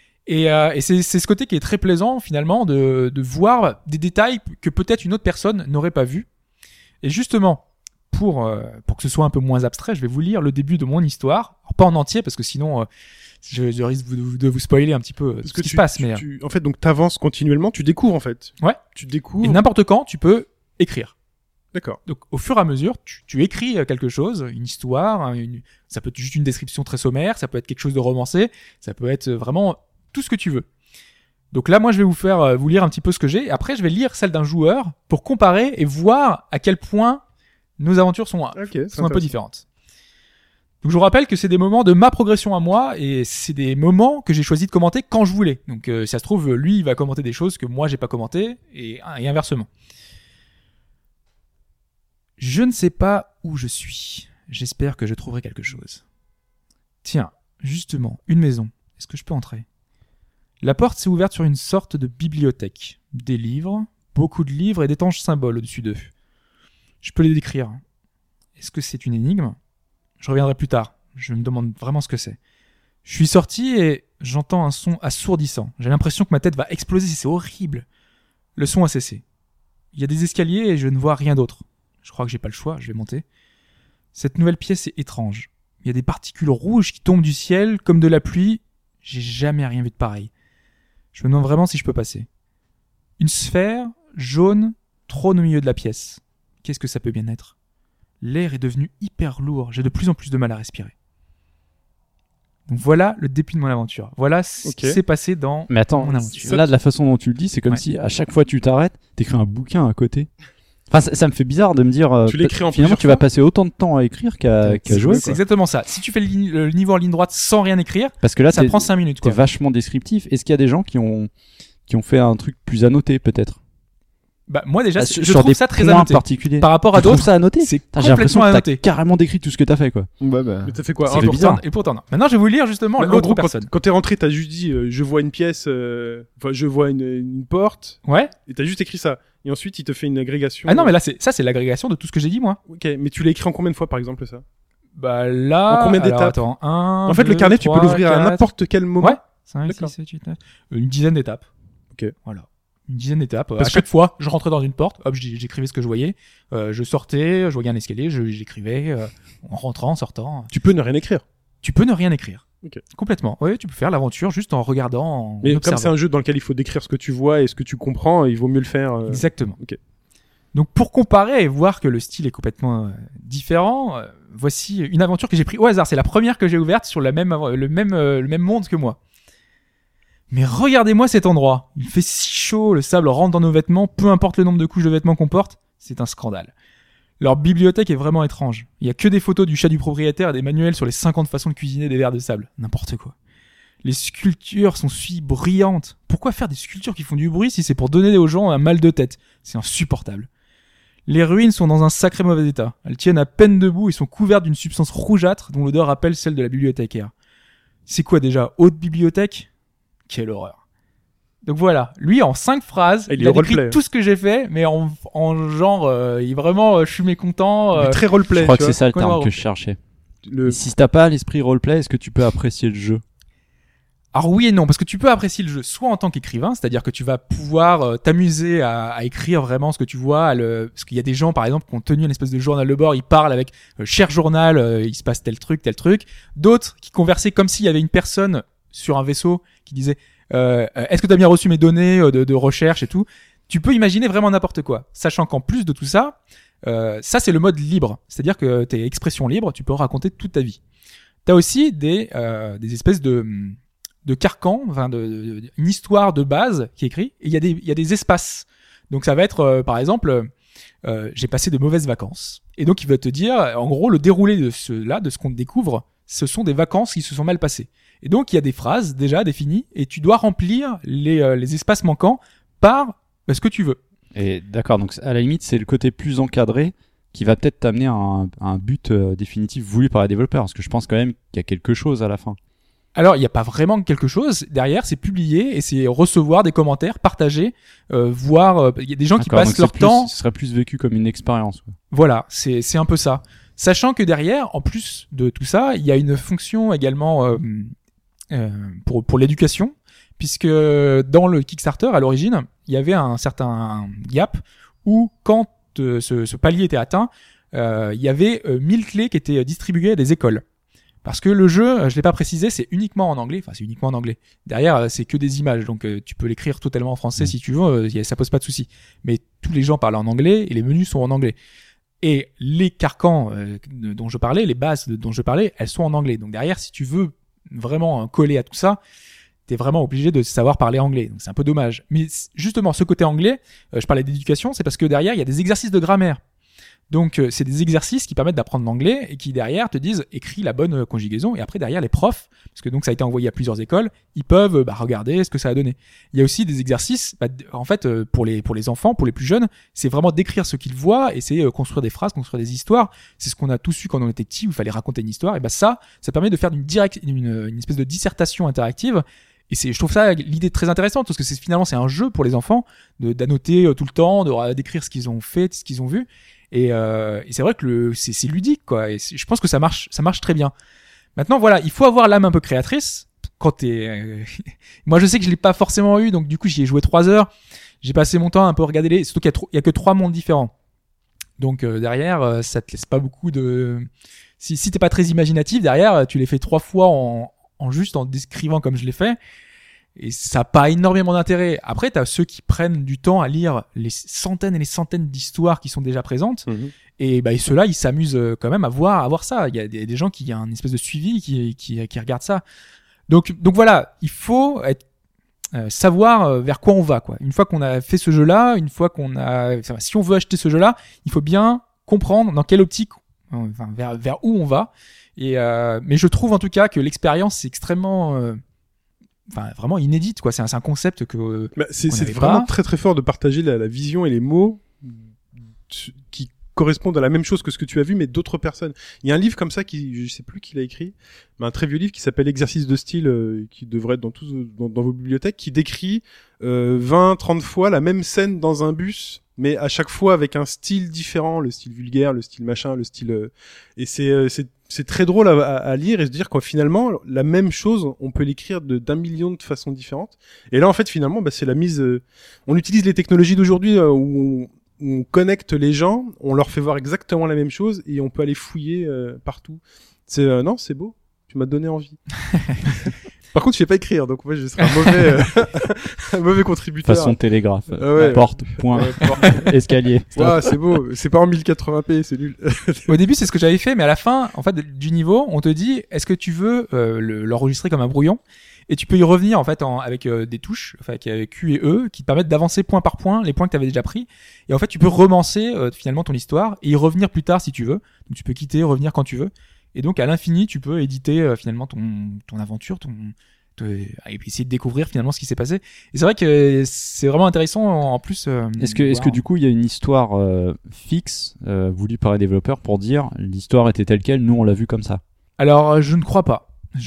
D: Et c'est ce côté qui est très plaisant finalement de voir des détails que peut-être une autre personne n'aurait pas vu. Et justement, pour que ce soit un peu moins abstrait, je vais vous lire le début de mon histoire. Alors, pas en entier parce que sinon je risque de vous spoiler un petit peu ce qui se passe. Mais
C: en fait, donc t'avances continuellement, tu découvres en fait.
D: Ouais.
C: Tu découvres.
D: Et n'importe quand, tu peux écrire.
C: D'accord.
D: Donc au fur et à mesure, tu écris quelque chose, une histoire, ça peut être juste une description très sommaire, ça peut être quelque chose de romancé, ça peut être vraiment tout ce que tu veux. Donc là, moi, je vais vous lire un petit peu ce que j'ai. Après, je vais lire celle d'un joueur pour comparer et voir à quel point nos aventures sont un peu différentes. Donc je vous rappelle que c'est des moments de ma progression à moi et c'est des moments que j'ai choisi de commenter quand je voulais. Donc si ça se trouve, lui, il va commenter des choses que moi, j'ai pas commentées et inversement. Je ne sais pas où je suis. J'espère que je trouverai quelque chose. Tiens, justement, une maison. Est-ce que je peux entrer ? La porte s'est ouverte sur une sorte de bibliothèque. Des livres, beaucoup de livres et d'étranges symboles au-dessus d'eux. Je peux les décrire. Est-ce que c'est une énigme ? Je reviendrai plus tard. Je me demande vraiment ce que c'est. Je suis sorti et j'entends un son assourdissant. J'ai l'impression que ma tête va exploser, c'est horrible. Le son a cessé. Il y a des escaliers et je ne vois rien d'autre. Je crois que j'ai pas le choix, je vais monter. Cette nouvelle pièce est étrange. Il y a des particules rouges qui tombent du ciel comme de la pluie. J'ai jamais rien vu de pareil. Je me demande vraiment si je peux passer. Une sphère jaune trône au milieu de la pièce. Qu'est-ce que ça peut bien être ? L'air est devenu hyper lourd. J'ai de plus en plus de mal à respirer. Donc voilà le début de mon aventure. Voilà ce qui s'est passé dans
E: Mais attends,
D: mon aventure.
E: là, de la façon dont tu le dis, c'est comme si à chaque fois tu t'arrêtes, t'écris un bouquin à côté. Enfin, ça me fait bizarre de me dire,
C: tu l'écris en
E: finalement,
C: plusieurs
E: tu vas
C: fois.
E: passer autant de temps à écrire qu'à jouer.
D: C'est exactement ça. Si tu fais le niveau en ligne droite sans rien écrire,
E: Parce que là,
D: ça prend 5 minutes.
E: t'es
D: Quoi.
E: vachement descriptif. Est-ce qu'il y a des gens qui ont fait un truc plus annoté, peut-être?
D: Bah, moi déjà, je
E: sur
D: trouve
E: des
D: ça très
E: points
D: annoté.
E: particuliers.
D: Par rapport à
E: Tu trouves
D: d'autres,
E: ça annoté?
D: c'est
E: Putain, j'ai l'impression
D: complètement
E: que t'as
D: annoté.
E: carrément décrit tout ce que t'as fait, quoi.
F: Ouais, bah.
C: Mais t'as fait quoi
E: Ça
C: un
E: fait
C: peu
E: bizarre.
D: Et pourtant non. Maintenant, je vais vous lire justement
C: Mais en
D: l'autre
C: gros,
D: personne.
C: quand t'es rentré, t'as juste dit je vois une pièce, enfin je vois une porte,
D: Ouais.
C: et t'as juste écrit ça. Et ensuite, il te fait une agrégation.
D: Ah non, mais là, c'est l'agrégation de tout ce que j'ai dit, moi.
C: Ok, mais tu l'as écrit en combien de fois, par exemple, ça?
D: Bah là.
C: En combien
D: alors,
C: d'étapes
D: attends,
C: En fait, le carnet, tu peux l'ouvrir à n'importe quel moment.
D: Ouais. 5,
C: D'accord.
D: 6, 7, 8, 9. Une dizaine d'étapes.
C: Ok.
D: Voilà. Une dizaine d'étapes.
C: Parce
D: À chaque fois, je rentrais dans une porte, hop, j'écrivais ce que je voyais. Je sortais, je voyais un escalier, j'écrivais en rentrant, en sortant.
C: Tu peux ne rien écrire.
D: Tu peux ne rien écrire.
C: Ok.
D: Complètement. Oui, tu peux faire l'aventure juste en regardant, en
C: Mais comme
D: observant.
C: c'est un jeu dans lequel il faut décrire ce que tu vois et ce que tu comprends, il vaut mieux le faire.
D: Exactement.
C: Ok.
D: Donc pour comparer et voir que le style est complètement différent, voici une aventure que j'ai pris au hasard. C'est la première que j'ai ouverte sur le même monde que moi. Mais regardez-moi cet endroit. Il fait si chaud, le sable rentre dans nos vêtements, peu importe le nombre de couches de vêtements qu'on porte, c'est un scandale. Leur bibliothèque est vraiment étrange. Il y a que des photos du chat du propriétaire et des manuels sur les 50 façons de cuisiner des vers de sable. N'importe quoi. Les sculptures sont si brillantes. Pourquoi faire des sculptures qui font du bruit si c'est pour donner aux gens un mal de tête? C'est insupportable. Les ruines sont dans un sacré mauvais état. Elles tiennent à peine debout et sont couvertes d'une substance rougeâtre dont l'odeur rappelle celle de la bibliothécaire. C'est quoi déjà? Haute bibliothèque? Quelle horreur. Donc voilà, lui en 5 phrases, il a décrit tout ce que j'ai fait, mais en genre, il vraiment, je suis mécontent.
C: Très roleplay.
E: Je crois que c'est ça le terme que je cherchais. Et si t'as pas l'esprit roleplay, est-ce que tu peux apprécier le jeu?
D: Alors oui et non, parce que tu peux apprécier le jeu soit en tant qu'écrivain, c'est-à-dire que tu vas pouvoir t'amuser à écrire vraiment ce que tu vois, parce qu'il y a des gens par exemple qui ont tenu une espèce de journal de bord, ils parlent avec cher journal, il se passe tel truc, d'autres qui conversaient comme s'il y avait une personne sur un vaisseau qui disait est-ce que tu as bien reçu mes données de recherche et tout. Tu peux imaginer vraiment n'importe quoi, sachant qu'en plus de tout ça, ça c'est le mode libre, c'est-à-dire que t'es expression libre, tu peux raconter toute ta vie. T'as aussi des espèces de carcan, enfin une histoire de base qui est écrite, et il y a des espaces. Donc ça va être par exemple j'ai passé de mauvaises vacances, et donc il va te dire en gros le déroulé de ce qu'on découvre, ce sont des vacances qui se sont mal passées. Et donc il y a des phrases déjà définies et tu dois remplir les espaces manquants par ce que tu veux.
E: Et d'accord, donc à la limite c'est le côté plus encadré qui va peut-être t'amener à un but définitif voulu par les développeurs, parce que je pense quand même qu'il y a quelque chose à la fin.
D: Alors, il n'y a pas vraiment quelque chose. Derrière, c'est publier et c'est recevoir des commentaires, partager, voir. Il y a des gens qui passent leur temps.
E: Ce serait plus vécu comme une expérience. Ouais.
D: Voilà, c'est un peu ça. Sachant que derrière, en plus de tout ça, il y a une fonction également pour l'éducation, puisque dans le Kickstarter, à l'origine, il y avait un certain gap où quand ce palier était atteint, il y avait 1000 clés qui étaient distribuées à des écoles. Parce que le jeu, je l'ai pas précisé, c'est uniquement en anglais. Enfin, c'est uniquement en anglais. Derrière, c'est que des images, donc tu peux l'écrire totalement en français si tu veux. Ça pose pas de souci. Mais tous les gens parlent en anglais et les menus sont en anglais. Et les carcans dont je parlais, les bases dont je parlais, elles sont en anglais. Donc derrière, si tu veux vraiment coller à tout ça, t'es vraiment obligé de savoir parler anglais. Donc c'est un peu dommage. Mais justement, ce côté anglais, je parlais d'éducation, c'est parce que derrière, il y a des exercices de grammaire. Donc c'est des exercices qui permettent d'apprendre l'anglais et qui derrière te disent écris la bonne conjugaison, et après derrière les profs, parce que donc ça a été envoyé à plusieurs écoles, ils peuvent regarder ce que ça a donné. Il y a aussi des exercices en fait pour les enfants, pour les plus jeunes, c'est vraiment d'écrire ce qu'ils voient et c'est construire des phrases, construire des histoires. C'est ce qu'on a tous eu quand on était petit où il fallait raconter une histoire, et ça permet de faire une espèce de dissertation interactive. Et je trouve ça l'idée très intéressante, parce que finalement c'est un jeu pour les enfants d'annoter tout le temps, d'écrire ce qu'ils ont fait, ce qu'ils ont vu. Et c'est vrai que c'est ludique, quoi. Et je pense que ça marche très bien. Maintenant, voilà, il faut avoir l'âme un peu créatrice quand t'es. Moi, je sais que je l'ai pas forcément eu, donc du coup, j'y ai joué 3 heures. J'ai passé mon temps à un peu regarder surtout qu'il y a que 3 mondes différents. Donc derrière, ça te laisse pas beaucoup de. Si t'es pas très imaginatif, derrière, tu les fais 3 fois en juste en décrivant comme je l'ai fait. Et ça n'a pas énormément d'intérêt. Après, t'as ceux qui prennent du temps à lire les centaines et les centaines d'histoires qui sont déjà présentes. Et ceux-là, ils s'amusent quand même à voir ça. Il y a des gens qui ont une espèce de suivi qui regardent ça. Donc voilà, il faut savoir vers quoi on va, quoi. Une fois qu'on a fait ce jeu-là, si on veut acheter ce jeu-là, il faut bien comprendre dans quelle optique, vers où on va. Mais je trouve en tout cas que l'expérience c'est extrêmement vraiment inédite, quoi. C'est un concept que
C: c'est vraiment très très fort de partager la vision et les mots qui correspondent à la même chose que ce que tu as vu, mais d'autres personnes. Il y a un livre comme ça je sais plus qui l'a écrit, mais un très vieux livre qui s'appelle Exercice de style, qui devrait être dans vos bibliothèques, qui décrit 20-30 fois la même scène dans un bus, mais à chaque fois avec un style différent, le style vulgaire, le style machin, le style et c'est très drôle à lire et se dire que finalement la même chose on peut l'écrire d'un million de façons différentes. Et là en fait finalement c'est la mise on utilise les technologies d'aujourd'hui où on connecte les gens, on leur fait voir exactement la même chose et on peut aller fouiller partout. C'est beau. Tu m'as donné envie. Par contre, je sais pas écrire, donc moi, je serai un mauvais, un mauvais contributeur.
E: Façon télégraphe.
C: Ah ouais.
E: Porte, point, escalier.
C: Waouh, c'est beau. C'est pas en 1080p, c'est nul.
D: Au début, c'est ce que j'avais fait, mais à la fin, en fait, du niveau, on te dit, est-ce que tu veux l'enregistrer comme un brouillon? Et tu peux y revenir en fait avec des touches, enfin avec Q et E, qui te permettent d'avancer point par point les points que tu avais déjà pris. Et en fait, tu peux romancer finalement ton histoire et y revenir plus tard si tu veux. Donc tu peux quitter, revenir quand tu veux. Et donc à l'infini, tu peux éditer finalement ton aventure, et puis essayer de découvrir finalement ce qui s'est passé. Et c'est vrai que c'est vraiment intéressant en plus.
E: Est-ce que du coup il y a une histoire fixe voulue par les développeurs pour dire l'histoire était telle quelle, nous on l'a vu comme ça?
D: Alors je ne crois pas.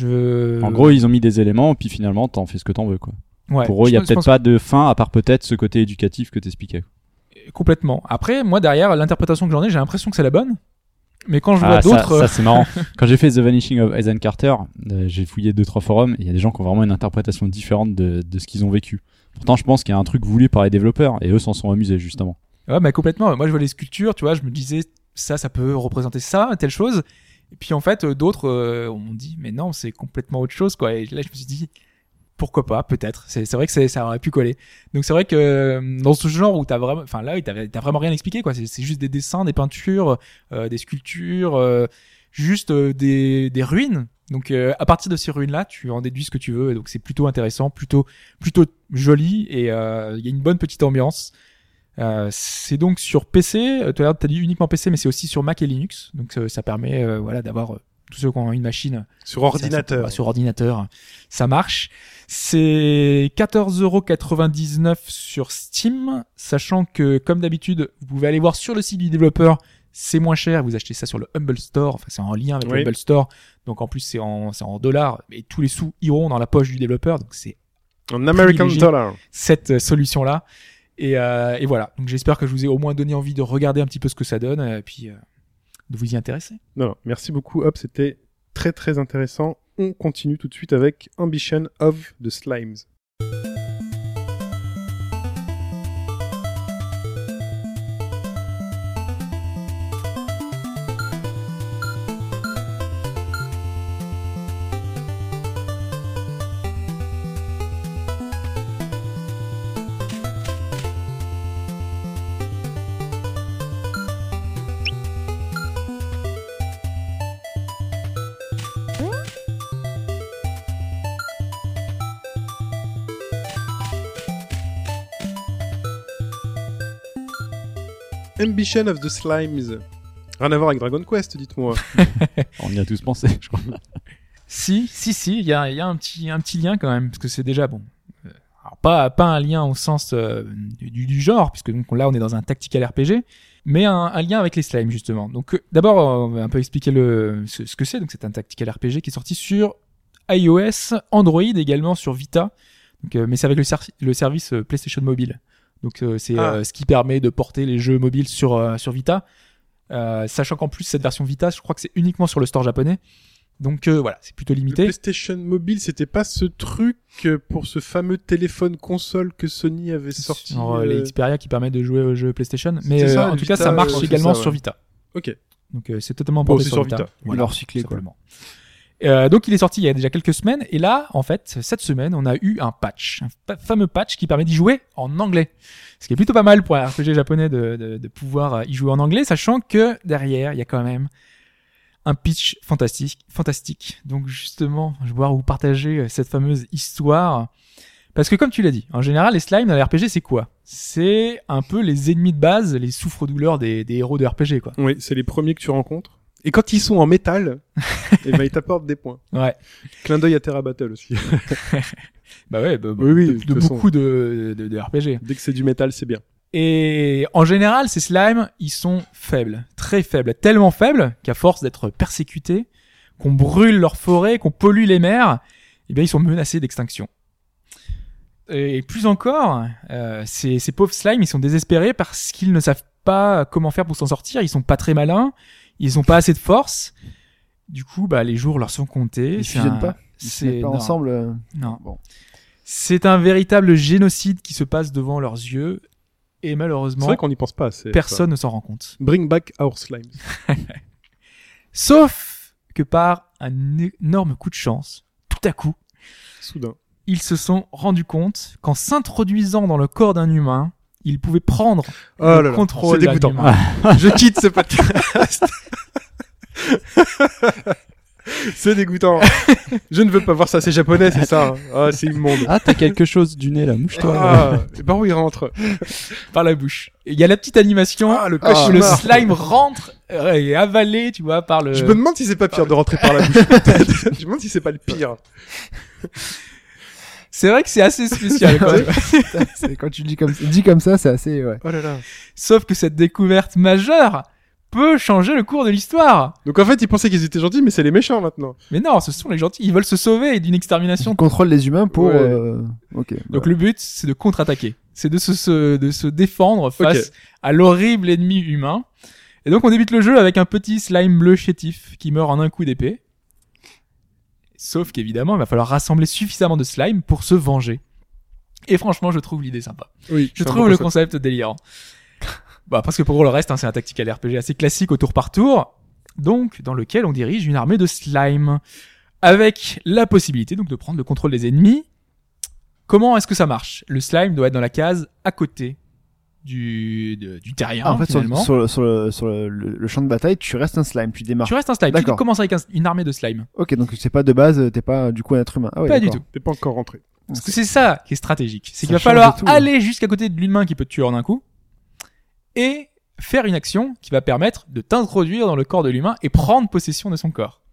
E: En gros, ils ont mis des éléments, puis finalement, t'en fais ce que t'en veux, quoi.
D: Ouais,
E: pour eux, il y a peut-être pas de fin, à part peut-être ce côté éducatif que t'expliquais.
D: Complètement. Après, moi, derrière, l'interprétation que j'en ai, j'ai l'impression que c'est la bonne. Mais quand je vois d'autres...
E: Ça, c'est marrant. Quand j'ai fait The Vanishing of Ethan Carter, j'ai fouillé 2-3 forums, et il y a des gens qui ont vraiment une interprétation différente de ce qu'ils ont vécu. Pourtant, je pense qu'il y a un truc voulu par les développeurs, et eux s'en sont amusés, justement.
D: Ouais, mais complètement. Moi, je vois les sculptures, tu vois, je me disais, ça peut représenter ça, telle chose. Et puis en fait, d'autres on dit mais non, c'est complètement autre chose quoi. Et là, je me suis dit pourquoi pas, peut-être. C'est vrai que ça aurait pu coller. Donc c'est vrai que dans ce genre où t'as vraiment rien expliqué quoi. C'est juste des dessins, des peintures, des sculptures, juste des ruines. Donc à partir de ces ruines là, tu en déduis ce que tu veux. Et donc c'est plutôt intéressant, plutôt joli et il y a une bonne petite ambiance. C'est donc sur PC, t'as dit uniquement PC, mais c'est aussi sur Mac et Linux, donc ça permet d'avoir tous ceux qui ont une machine
C: sur ordinateur.
D: Sur ordinateur, ça marche. C'est 14,99€ sur Steam, sachant que comme d'habitude, vous pouvez aller voir sur le site du développeur, c'est moins cher. Vous achetez ça sur le Humble Store, enfin c'est en lien avec le Humble Store, donc en plus c'est en dollars, et tous les sous iront dans la poche du développeur, donc c'est
C: en American dollar
D: cette solution là. Et voilà. Donc j'espère que je vous ai au moins donné envie de regarder un petit peu ce que ça donne, et puis de vous y intéresser.
C: Non, merci beaucoup, Hop. C'était très très intéressant. On continue tout de suite avec Ambition of the Slimes. Ambition of the Slimes. Rien à voir avec Dragon Quest, dites-moi.
E: On y a tous pensé, je crois.
D: Si, il y a un petit lien quand même, parce que c'est déjà bon. Alors pas un lien au sens du genre, puisque donc là on est dans un tactical RPG, mais un lien avec les slimes justement. Donc d'abord on va un peu expliquer ce que c'est. Donc c'est un tactical RPG qui est sorti sur iOS, Android également sur Vita. Donc mais c'est avec le service PlayStation Mobile. Donc c'est ce qui permet de porter les jeux mobiles sur Vita, sachant qu'en plus cette version Vita, je crois que c'est uniquement sur le store japonais. Donc voilà, c'est plutôt limité.
C: Le PlayStation Mobile, c'était pas ce truc pour ce fameux téléphone console que Sony avait sorti
D: les Xperia qui permettent de jouer aux jeux PlayStation, mais
C: ça,
D: en tout cas ça marche également sur Vita.
C: OK.
D: Donc c'est totalement porté sur Vita.
F: Voilà, leur recyclé quoi.
D: Donc il est sorti il y a déjà quelques semaines, et là en fait cette semaine on a eu un patch, un fameux patch qui permet d'y jouer en anglais, ce qui est plutôt pas mal pour un RPG japonais de pouvoir y jouer en anglais, sachant que derrière il y a quand même un pitch fantastique. Donc justement je vais pouvoir vous partager cette fameuse histoire, parce que comme tu l'as dit, en général les slimes dans les RPG c'est quoi? C'est un peu les ennemis de base, les souffres-douleurs des héros de RPG quoi.
C: Oui, c'est les premiers que tu rencontres. Et quand ils sont en métal, et ben ils t'apportent des points.
D: Ouais.
C: Clin d'œil à Terra Battle aussi.
D: Oui, de beaucoup de RPG.
C: Dès que c'est du métal, c'est bien.
D: Et en général, ces slimes, ils sont faibles, très faibles, tellement faibles qu'à force d'être persécutés, qu'on brûle leurs forêts, qu'on pollue les mers, eh bien ils sont menacés d'extinction. Et plus encore, ces pauvres slimes, ils sont désespérés parce qu'ils ne savent pas comment faire pour s'en sortir. Ils sont pas très malins. Ils ont pas assez de force. Du coup, les jours leur sont comptés.
F: Ils fusionnent pas. Ils se mettent pas ensemble.
D: Non.
F: Bon.
D: C'est un véritable génocide qui se passe devant leurs yeux. Et malheureusement,
C: c'est vrai qu'on n'y pense pas assez.
D: Personne ne s'en rend compte.
C: Bring back our slimes.
D: Sauf que par un énorme coup de chance, tout à coup,
C: Soudain.
D: Ils se sont rendus compte qu'en s'introduisant dans le corps d'un humain, ils pouvaient prendre
C: Oh là
D: le
C: là,
D: contrôle
C: c'est
D: d'un
C: dégoûtant.
D: humain.
C: Je quitte ce podcast. C'est dégoûtant. Je ne veux pas voir ça, c'est japonais, c'est ça. Hein. Ah, c'est immonde.
E: Ah, t'as quelque chose du nez là, mouche-toi.
C: Ah, et par où il rentre?
D: Par la bouche. Et il y a la petite animation
C: Ah, le
D: où le
C: cauchemar.
D: slime rentre et est avalé, tu vois, par le...
C: Je me demande si c'est pas pire de rentrer par la bouche. Je me demande si c'est pas le pire.
D: C'est vrai que c'est assez spécial quand même.
F: C'est quand tu dis comme ça, c'est assez, ouais.
C: Oh là là.
D: Sauf que cette découverte majeure peut changer le cours de l'histoire.
C: Donc en fait, ils pensaient qu'ils étaient gentils, mais c'est les méchants maintenant.
D: Mais non, ce sont les gentils. Ils veulent se sauver d'une extermination.
F: Tu contrôles les humains pour,
C: Ouais.
F: ok.
D: Donc le but, c'est de contre-attaquer. C'est de se défendre face à l'horrible ennemi humain. Et donc on débute le jeu avec un petit slime bleu chétif qui meurt en un coup d'épée. Sauf qu'évidemment, il va falloir rassembler suffisamment de slime pour se venger. Et franchement, je trouve l'idée sympa.
C: Oui.
D: Je
C: c'est un
D: trouve
C: bon
D: le
C: concept.
D: concept délirant. Bah, parce que pour le reste, hein, c'est un tactical RPG assez classique au tour par tour, donc dans lequel on dirige une armée de slime, avec la possibilité donc de prendre le contrôle des ennemis. Comment est-ce que ça marche? Le slime doit être dans la case à côté du terrien.
F: Ah, en fait,
D: finalement.
F: sur le champ de bataille, tu restes un slime, tu démarres.
D: Tu restes un slime. Tu
F: D'accord.
D: commences avec une armée de slime.
F: Ok, donc c'est pas de base, t'es pas du coup un être humain. Ah ouais,
D: Pas du
F: d'accord.
D: tout.
C: T'es pas encore rentré.
D: Parce que c'est ça qui est stratégique. C'est
F: Ça
D: qu'il va
F: change
D: falloir
F: de tout.
D: aller jusqu'à côté de l'humain qui peut te tuer en un coup et faire une action qui va permettre de t'introduire dans le corps de l'humain et prendre possession de son corps.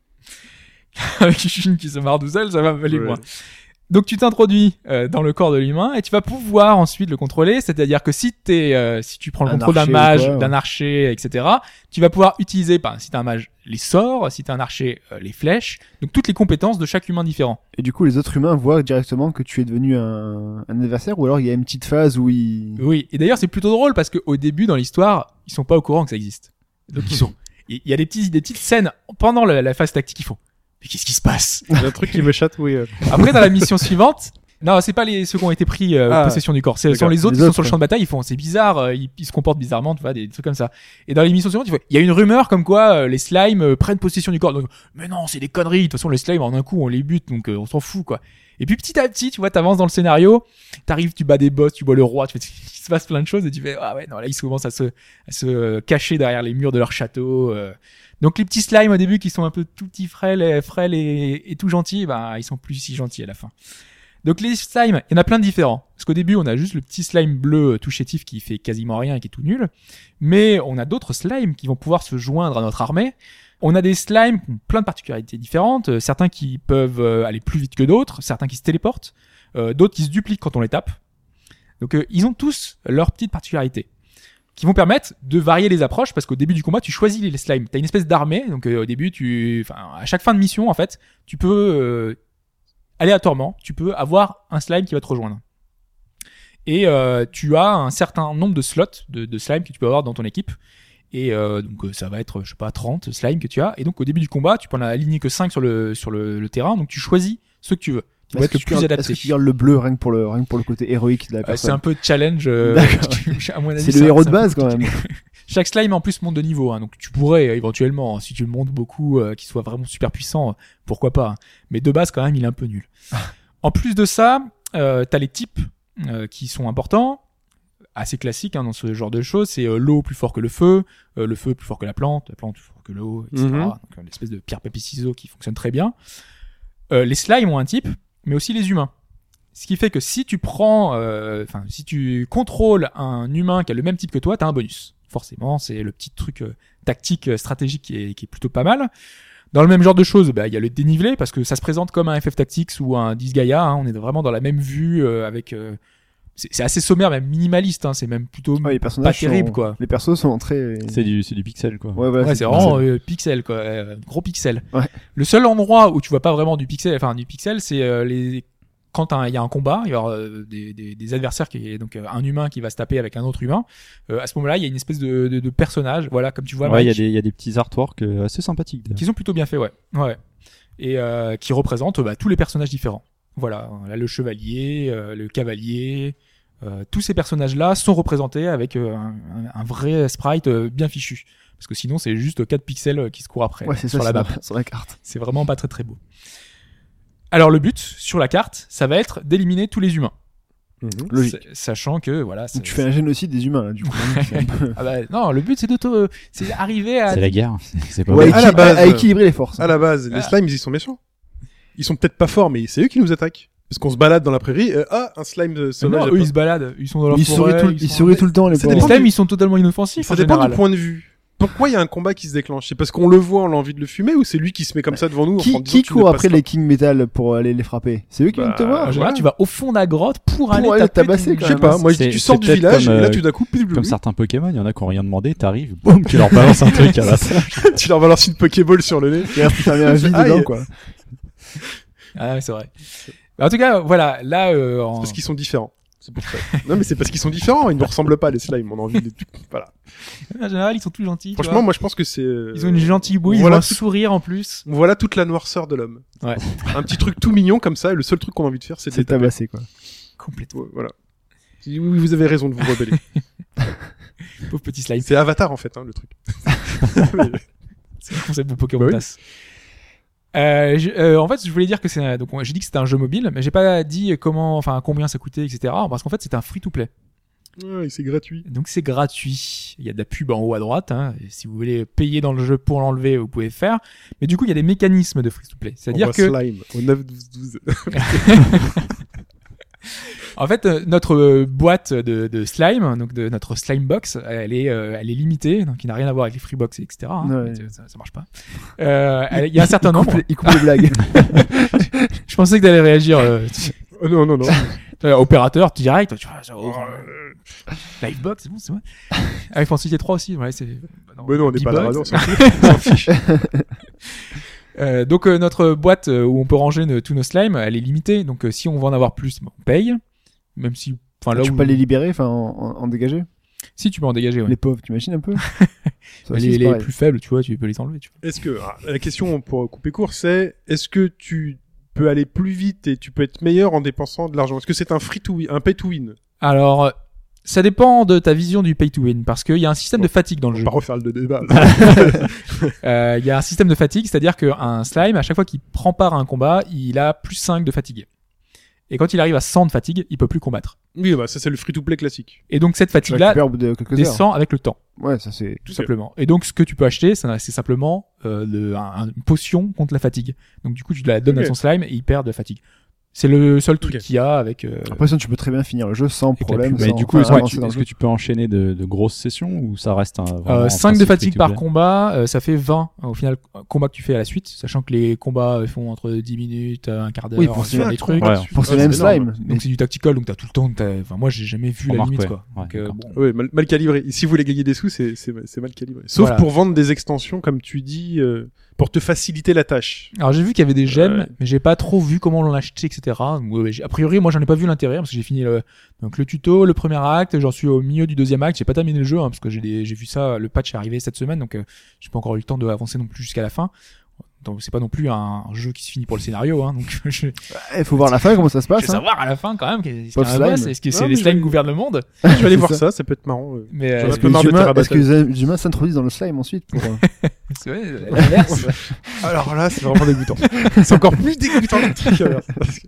D: Avec une qui se marre tout seul, ça va aller
C: Ouais.
D: loin. Donc tu t'introduis dans le corps de l'humain et tu vas pouvoir ensuite le contrôler, c'est-à-dire que si tu prends le
F: Un
D: contrôle d'un
F: archer ou
D: mage,
F: quoi, ouais.
D: d'un archer, etc., tu vas pouvoir utiliser, si t'es un mage, les sorts, si t'es un archer, les flèches, donc toutes les compétences de chaque humain différent.
F: Et du coup, les autres humains voient directement que tu es devenu un adversaire, ou alors il y a une petite phase où ils...
D: Oui, et d'ailleurs c'est plutôt drôle parce qu'au début dans l'histoire, ils sont pas au courant que ça existe. Donc il y a des petites scènes pendant la phase tactique, ils font mais qu'est-ce qui se passe?
C: Il y a un truc qui me chatouille.
D: Après dans la mission suivante, non, c'est pas ceux qui ont été pris possession du corps, ce sont
C: D'accord.
D: les autres
F: Les
D: qui sont
F: autres,
D: sur le champ de bataille, ils font c'est bizarre, ils se comportent bizarrement, tu vois, des trucs comme ça. Et dans l'émission suivante, il y a une rumeur comme quoi les slimes prennent possession du corps. Donc, mais non, c'est des conneries, de toute façon les slimes en un coup on les bute, donc on s'en fout quoi. Et puis petit à petit, tu vois, t'avances dans le scénario, t'arrives, tu bats des boss, tu vois le roi, tu fais, il se passe plein de choses et tu fais ah ouais, non, là ils commencent à se cacher derrière les murs de leur château. Donc les petits slimes au début qui sont un peu tout petits frêles et tout gentils, ils sont plus si gentils à la fin. Donc les slimes, il y en a plein de différents. Parce qu'au début, on a juste le petit slime bleu tout chétif qui fait quasiment rien et qui est tout nul. Mais on a d'autres slimes qui vont pouvoir se joindre à notre armée. On a des slimes qui ont plein de particularités différentes. Certains qui peuvent aller plus vite que d'autres. Certains qui se téléportent. D'autres qui se dupliquent quand on les tape. Donc ils ont tous leurs petites particularités qui vont permettre de varier les approches parce qu'au début du combat, tu choisis les slimes. T'as une espèce d'armée. Donc au début, à chaque fin de mission, en fait, tu peux... aléatoirement, tu peux avoir un slime qui va te rejoindre. Et tu as un certain nombre de slots de slime que tu peux avoir dans ton équipe. Et donc ça va être, je sais pas, 30 slimes que tu as. Et donc au début du combat, tu peux en aligner que 5 sur le terrain. Donc tu choisis ceux que tu veux. Qui va être le plus adapté.
F: Est-ce que tu gardes le bleu rien que pour le côté héroïque de la personne?
D: C'est un peu challenge.
F: D'accord.
D: À mon avis,
F: C'est le héros de base quand même.
D: Chaque slime en plus monte de niveau, hein, donc tu pourrais éventuellement, si tu le montes beaucoup, qu'il soit vraiment super puissant, pourquoi pas. Hein. Mais de base quand même, il est un peu nul. En plus de ça, t'as les types qui sont importants, assez classiques hein, dans ce genre de choses. C'est l'eau plus fort que le feu plus fort que la plante plus fort que l'eau, etc. Donc l'espèce de pierre papier ciseaux qui fonctionne très bien. Les slimes ont un type, mais aussi les humains. Ce qui fait que si tu si tu contrôles un humain qui a le même type que toi, t'as un bonus. Forcément, c'est le petit truc tactique, stratégique qui est plutôt pas mal. Dans le même genre de choses, il y a le dénivelé, parce que ça se présente comme un FF Tactics ou un Disgaea, hein, on est vraiment dans la même vue, avec... c'est assez sommaire, même minimaliste, hein, c'est même plutôt
F: Ouais, les
D: pas
F: personnages
D: terrible,
F: sont...
D: quoi.
F: Les persos sont très...
E: C'est du pixel, quoi.
F: Ouais, voilà,
D: Ouais, c'est
F: du
D: vraiment
F: pixel.
D: pixel, quoi, gros pixel.
F: Ouais.
D: Le seul endroit où tu vois pas vraiment du pixel, c'est quand il y a un combat, il va y avoir des adversaires donc un humain qui va se taper avec un autre humain. À ce moment-là, il y a une espèce de personnage, voilà, comme tu vois.
E: Ouais, il
D: Mike,
E: y a des petits artworks assez sympathiques. d'ailleurs.
D: qui sont plutôt bien faits, ouais. Et qui représentent tous les personnages différents. Voilà, là, le chevalier, le cavalier, tous ces personnages-là sont représentés avec un vrai sprite bien fichu. Parce que sinon, c'est juste 4 pixels qui se courent après
F: Ouais, c'est
D: sur
F: ça,
D: la map.
F: sur la carte.
D: C'est vraiment pas très très beau. Alors le but sur la carte, ça va être d'éliminer tous les humains.
F: Logique.
D: Sachant que voilà.
F: Donc tu fais un génocide des humains là, du coup. C'est un peu-
D: Ah bah, non, le but c'est arriver à.
E: C'est la guerre. C'est pas
F: Ouais,
E: bon.
C: à la base,
F: à équilibrer les forces.
C: À la base, les slimes, ils sont méchants. Ils sont peut-être pas forts, mais c'est eux qui nous attaquent. Parce qu'on se balade dans la prairie, un slime sauvage.
D: Non, eux ils se baladent, ils sont dans leur
F: Ils
D: forêt.
F: sourient tout le temps les
C: Ça
D: Les
F: pauvres.
C: dépend
D: slimes ils sont totalement inoffensifs
C: Ça
D: en
C: dépend
D: général.
C: du point de vue. Pourquoi il y a un combat qui se déclenche? C'est parce qu'on le voit, on a envie de le fumer, ou c'est lui qui se met comme ça devant nous en
F: Qui
C: disant,
F: qui
C: tu
F: court
C: ne
F: après
C: passes
F: les King Metal pour aller les frapper? C'est eux qui viennent te
C: Bah,
F: voir.
D: En général, tu vas au fond de la grotte pour aller
F: aller
D: taper
F: tabasser,
D: ton-
C: pas. Je sais
F: quand
C: pas,
F: même.
C: moi je dis
E: C'est-
C: tu sors
E: c'est
C: du
E: peut-être
C: village
E: comme,
C: et là tout d'un coup,
E: Comme certains Pokémon, il y en a qui ont rien demandé, t'arrives, boum, tu leur balances un truc à la fin.
C: tu leur balances une Pokéball sur le nez.
F: Il reste faire un vide
C: Aïe.
F: dedans quoi.
D: Ah ouais, c'est vrai. En tout cas, voilà, là
C: C'est parce qu'ils sont différents. C'est pour ça. Non mais c'est parce qu'ils sont différents, ils ne ressemblent pas les slimes, on a envie de voilà.
D: en général, ils sont tous gentils. tu
C: Franchement,
D: vois.
C: moi je pense que c'est
D: Ils ont une gentille bouille,
C: voilà
D: ils ont un
C: tout-
D: sourire en plus.
C: Voilà toute la noirceur de l'homme.
D: Ouais.
C: Un petit truc tout mignon comme ça, et le seul truc qu'on a envie de faire c'est de
F: C'est
C: les taper.
F: tabassé quoi.
D: Complètement.
C: Ouais, voilà. Oui, vous avez raison de vous rebeller.
D: Pauvre petit slime.
C: C'est Avatar en fait, le truc.
D: C'est le concept de Pokémon
C: Bah oui.
D: Pass. En fait, je voulais dire que c'est donc j'ai dit que c'était un jeu mobile, mais j'ai pas dit combien ça coûtait, etc. Parce qu'en fait, c'est un free-to-play.
C: Ouais, c'est gratuit.
D: Donc c'est gratuit. Il y a de la pub en haut à droite. Hein. Et si vous voulez payer dans le jeu pour l'enlever, vous pouvez le faire. Mais du coup, il y a des mécanismes de free-to-play. C'est-à-dire que
C: Slime au 9 12 12.
D: en fait, notre boîte de slime, donc de notre slime box, elle est limitée, donc il n'a rien à voir avec les free box, etc. Hein.
F: Ouais.
D: Ça marche pas. Il y a un certain nombre.
F: Il coupe les blagues.
D: Je pensais que t'allais réagir.
C: Oh, non.
D: Opérateur direct. Tu vois, Livebox, c'est bon, c'est bon. Ah, il faut en citer 3 aussi. Ouais, c'est.
C: Mais non, on n'est pas là,
D: B-Box.
C: on s'en fout. On s'en fiche.
D: Donc notre boîte où on peut ranger tous nos slimes, elle est limitée. Donc si on veut en avoir plus, on paye. Même si, là
F: Tu
D: où
F: peux pas les libérer, enfin en dégager.
D: si tu peux en dégager, ouais.
F: Les pauvres, t'imagines un peu? Ça aussi,
D: les
F: c'est pareil.
D: plus faibles, tu vois, tu peux les enlever. Tu vois.
C: Est-ce que la question pour couper court, c'est est-ce que tu peux aller plus vite et tu peux être meilleur en dépensant de l'argent? Est-ce que c'est un un pay to win?
D: Alors, ça dépend de ta vision du pay to win, parce qu'il y a un système de fatigue dans le
C: On
D: jeu.
C: va pas refaire le débat.
D: Il y a un système de fatigue, c'est-à-dire qu'un slime, à chaque fois qu'il prend part à un combat, il a plus 5 de fatigue. Et quand il arrive à 100 de fatigue, il peut plus combattre.
C: Oui, bah ça c'est le free-to-play classique.
D: Et donc cette
F: Tu
D: fatigue-là
F: récupères au bout de quelques heures.
D: descend avec le temps,
F: Ouais, ça c'est.
D: tout simplement. Et donc ce que tu peux acheter, c'est simplement une potion contre la fatigue. Donc du coup, tu la donnes à
C: Ok.
D: ton slime et il perd de la fatigue. C'est le seul truc
C: Ok.
D: qu'il y a avec...
F: Après ça, tu peux très bien finir le jeu sans
D: la
F: problème.
D: pub.
E: Mais
F: sans-
E: du coup,
F: enfin,
E: est-ce que,
F: avancer dans le
E: est-ce
F: jeu.
E: que tu peux enchaîner de grosses sessions ou ça reste vraiment un
D: 5 de
E: principe
D: fatigue par
E: free-to-play?
D: combat, ça fait 20 au final combats que tu fais à la suite, sachant que les combats font entre 10 minutes, un quart d'heure,
F: Oui, pour
D: sur
F: faire
D: des trucs.
E: Ouais.
F: Pour ces
C: Ouais,
F: mêmes
C: c'est énorme.
F: slimes.
D: Donc c'est du tactical, donc t'as tout le temps, moi j'ai jamais vu la
E: Remarque,
D: limite
E: ouais.
D: quoi.
E: Ouais,
D: Donc,
E: d'accord.
D: bon.
C: Ouais, mal calibré. Et si vous voulez gagner des sous, c'est mal calibré. Sauf
D: Voilà.
C: pour vendre des extensions, comme tu dis, pour te faciliter la tâche.
D: Alors j'ai vu qu'il y avait des gemmes,
C: Ouais.
D: mais j'ai pas trop vu comment on l'achetait, etc. Donc, a priori, moi j'en ai pas vu l'intérêt parce que j'ai fini donc le tuto, le premier acte, j'en suis au milieu du deuxième acte. J'ai pas terminé le jeu parce que j'ai vu ça, le patch est arrivé cette semaine, donc j'ai pas encore eu le temps d'avancer non plus jusqu'à la fin. Donc c'est pas non plus un jeu qui se finit pour le scénario, hein. Donc je
F: Il faut voir la fin, comment ça se
D: je
F: passe.
D: vais
F: hein.
D: savoir à la fin quand même est-ce qu'il y
F: Pauvre
D: a un boss,
F: slime.
D: est-ce que
C: Non,
D: c'est
C: mais
D: les
C: je
D: slimes
C: vais-
D: gouvernent le monde.
C: Je vais aller voir
F: C'est
C: ça, ça peut être marrant.
D: Mais
C: J'en ai
F: Est-ce
C: un
F: que
C: peu marre de Terra
F: est-ce que
C: Battle.
F: les humains s'introduisent dans le slime ensuite pour
D: c'est vrai, l'inverse.
C: Alors là, c'est vraiment dégoûtant. C'est encore plus dégoûtant le truc. alors.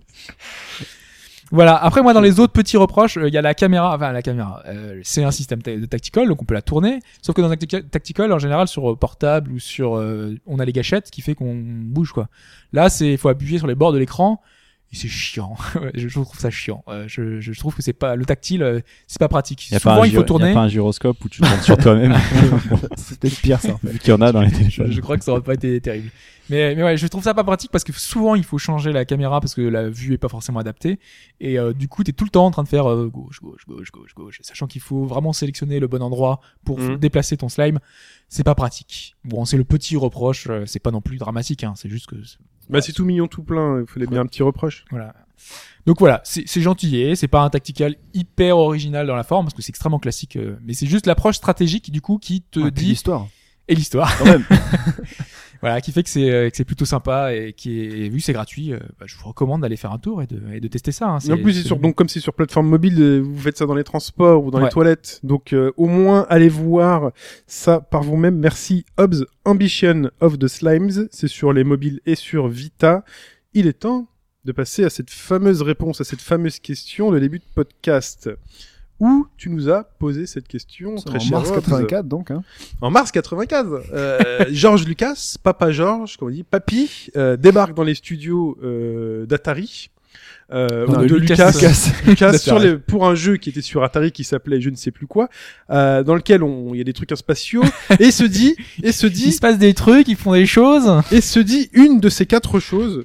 D: Voilà. Après, moi, dans les autres petits reproches, il y a la caméra. Enfin, la caméra, c'est un système de tactical, donc on peut la tourner. Sauf que dans un tactical, en général, sur portable ou sur, on a les gâchettes, ce qui fait qu'on bouge, quoi. Là, il faut appuyer sur les bords de l'écran. Et c'est chiant. Je trouve ça chiant. Je trouve que c'est pas le tactile, c'est pas pratique.
E: Y a
D: Souvent,
E: pas un
D: il faut tourner.
E: Y a pas un gyroscope où tu tournes sur toi-même.
F: c'est peut-être pire ça.
E: Vu qu'il y en a dans les téléphones.
D: Je crois que ça aurait pas été terrible. Mais ouais, je trouve ça pas pratique parce que souvent il faut changer la caméra parce que la vue est pas forcément adaptée et du coup t'es tout le temps en train de faire gauche, sachant qu'il faut vraiment sélectionner le bon endroit pour déplacer ton slime. C'est pas pratique. Bon, c'est le petit reproche, c'est pas non plus dramatique, hein. C'est juste que
C: Bah, c'est tout mignon, tout plein. Il fallait bien un petit reproche.
D: voilà. Donc voilà, c'est gentillet, c'est pas un tactical hyper original dans la forme parce que c'est extrêmement classique, mais c'est juste l'approche stratégique du coup qui te
F: Ouais, puis
D: dit
F: l'histoire.
D: et l'histoire.
F: Quand même.
D: Voilà, qui fait que c'est plutôt sympa et vu que c'est gratuit, je vous recommande d'aller faire un tour et de tester ça. Hein.
C: Et en plus, donc comme c'est sur plateforme mobile, vous faites ça dans les transports ou dans
D: Ouais.
C: les toilettes. Donc au moins allez voir ça par vous-même. Merci Hobbs. Ambition of the Slimes, c'est sur les mobiles et sur Vita. Il est temps de passer à cette fameuse réponse, à cette fameuse question de début de podcast. Où tu nous as posé cette question, très
F: En
C: cher
F: mars
C: Hobbs.
F: 84, donc. Hein.
C: En mars 95, George Lucas, Papa George, comme on dit, Papy, débarque dans les studios d'Atari.
F: Non,
C: de
D: de
C: Lucas,
D: Lucas
C: sur pour un jeu qui était sur Atari qui s'appelait je ne sais plus quoi, dans lequel il y a des trucs spatiaux et se dit
D: Il se passe des trucs, ils font des choses.
C: et se dit une de ces 4 choses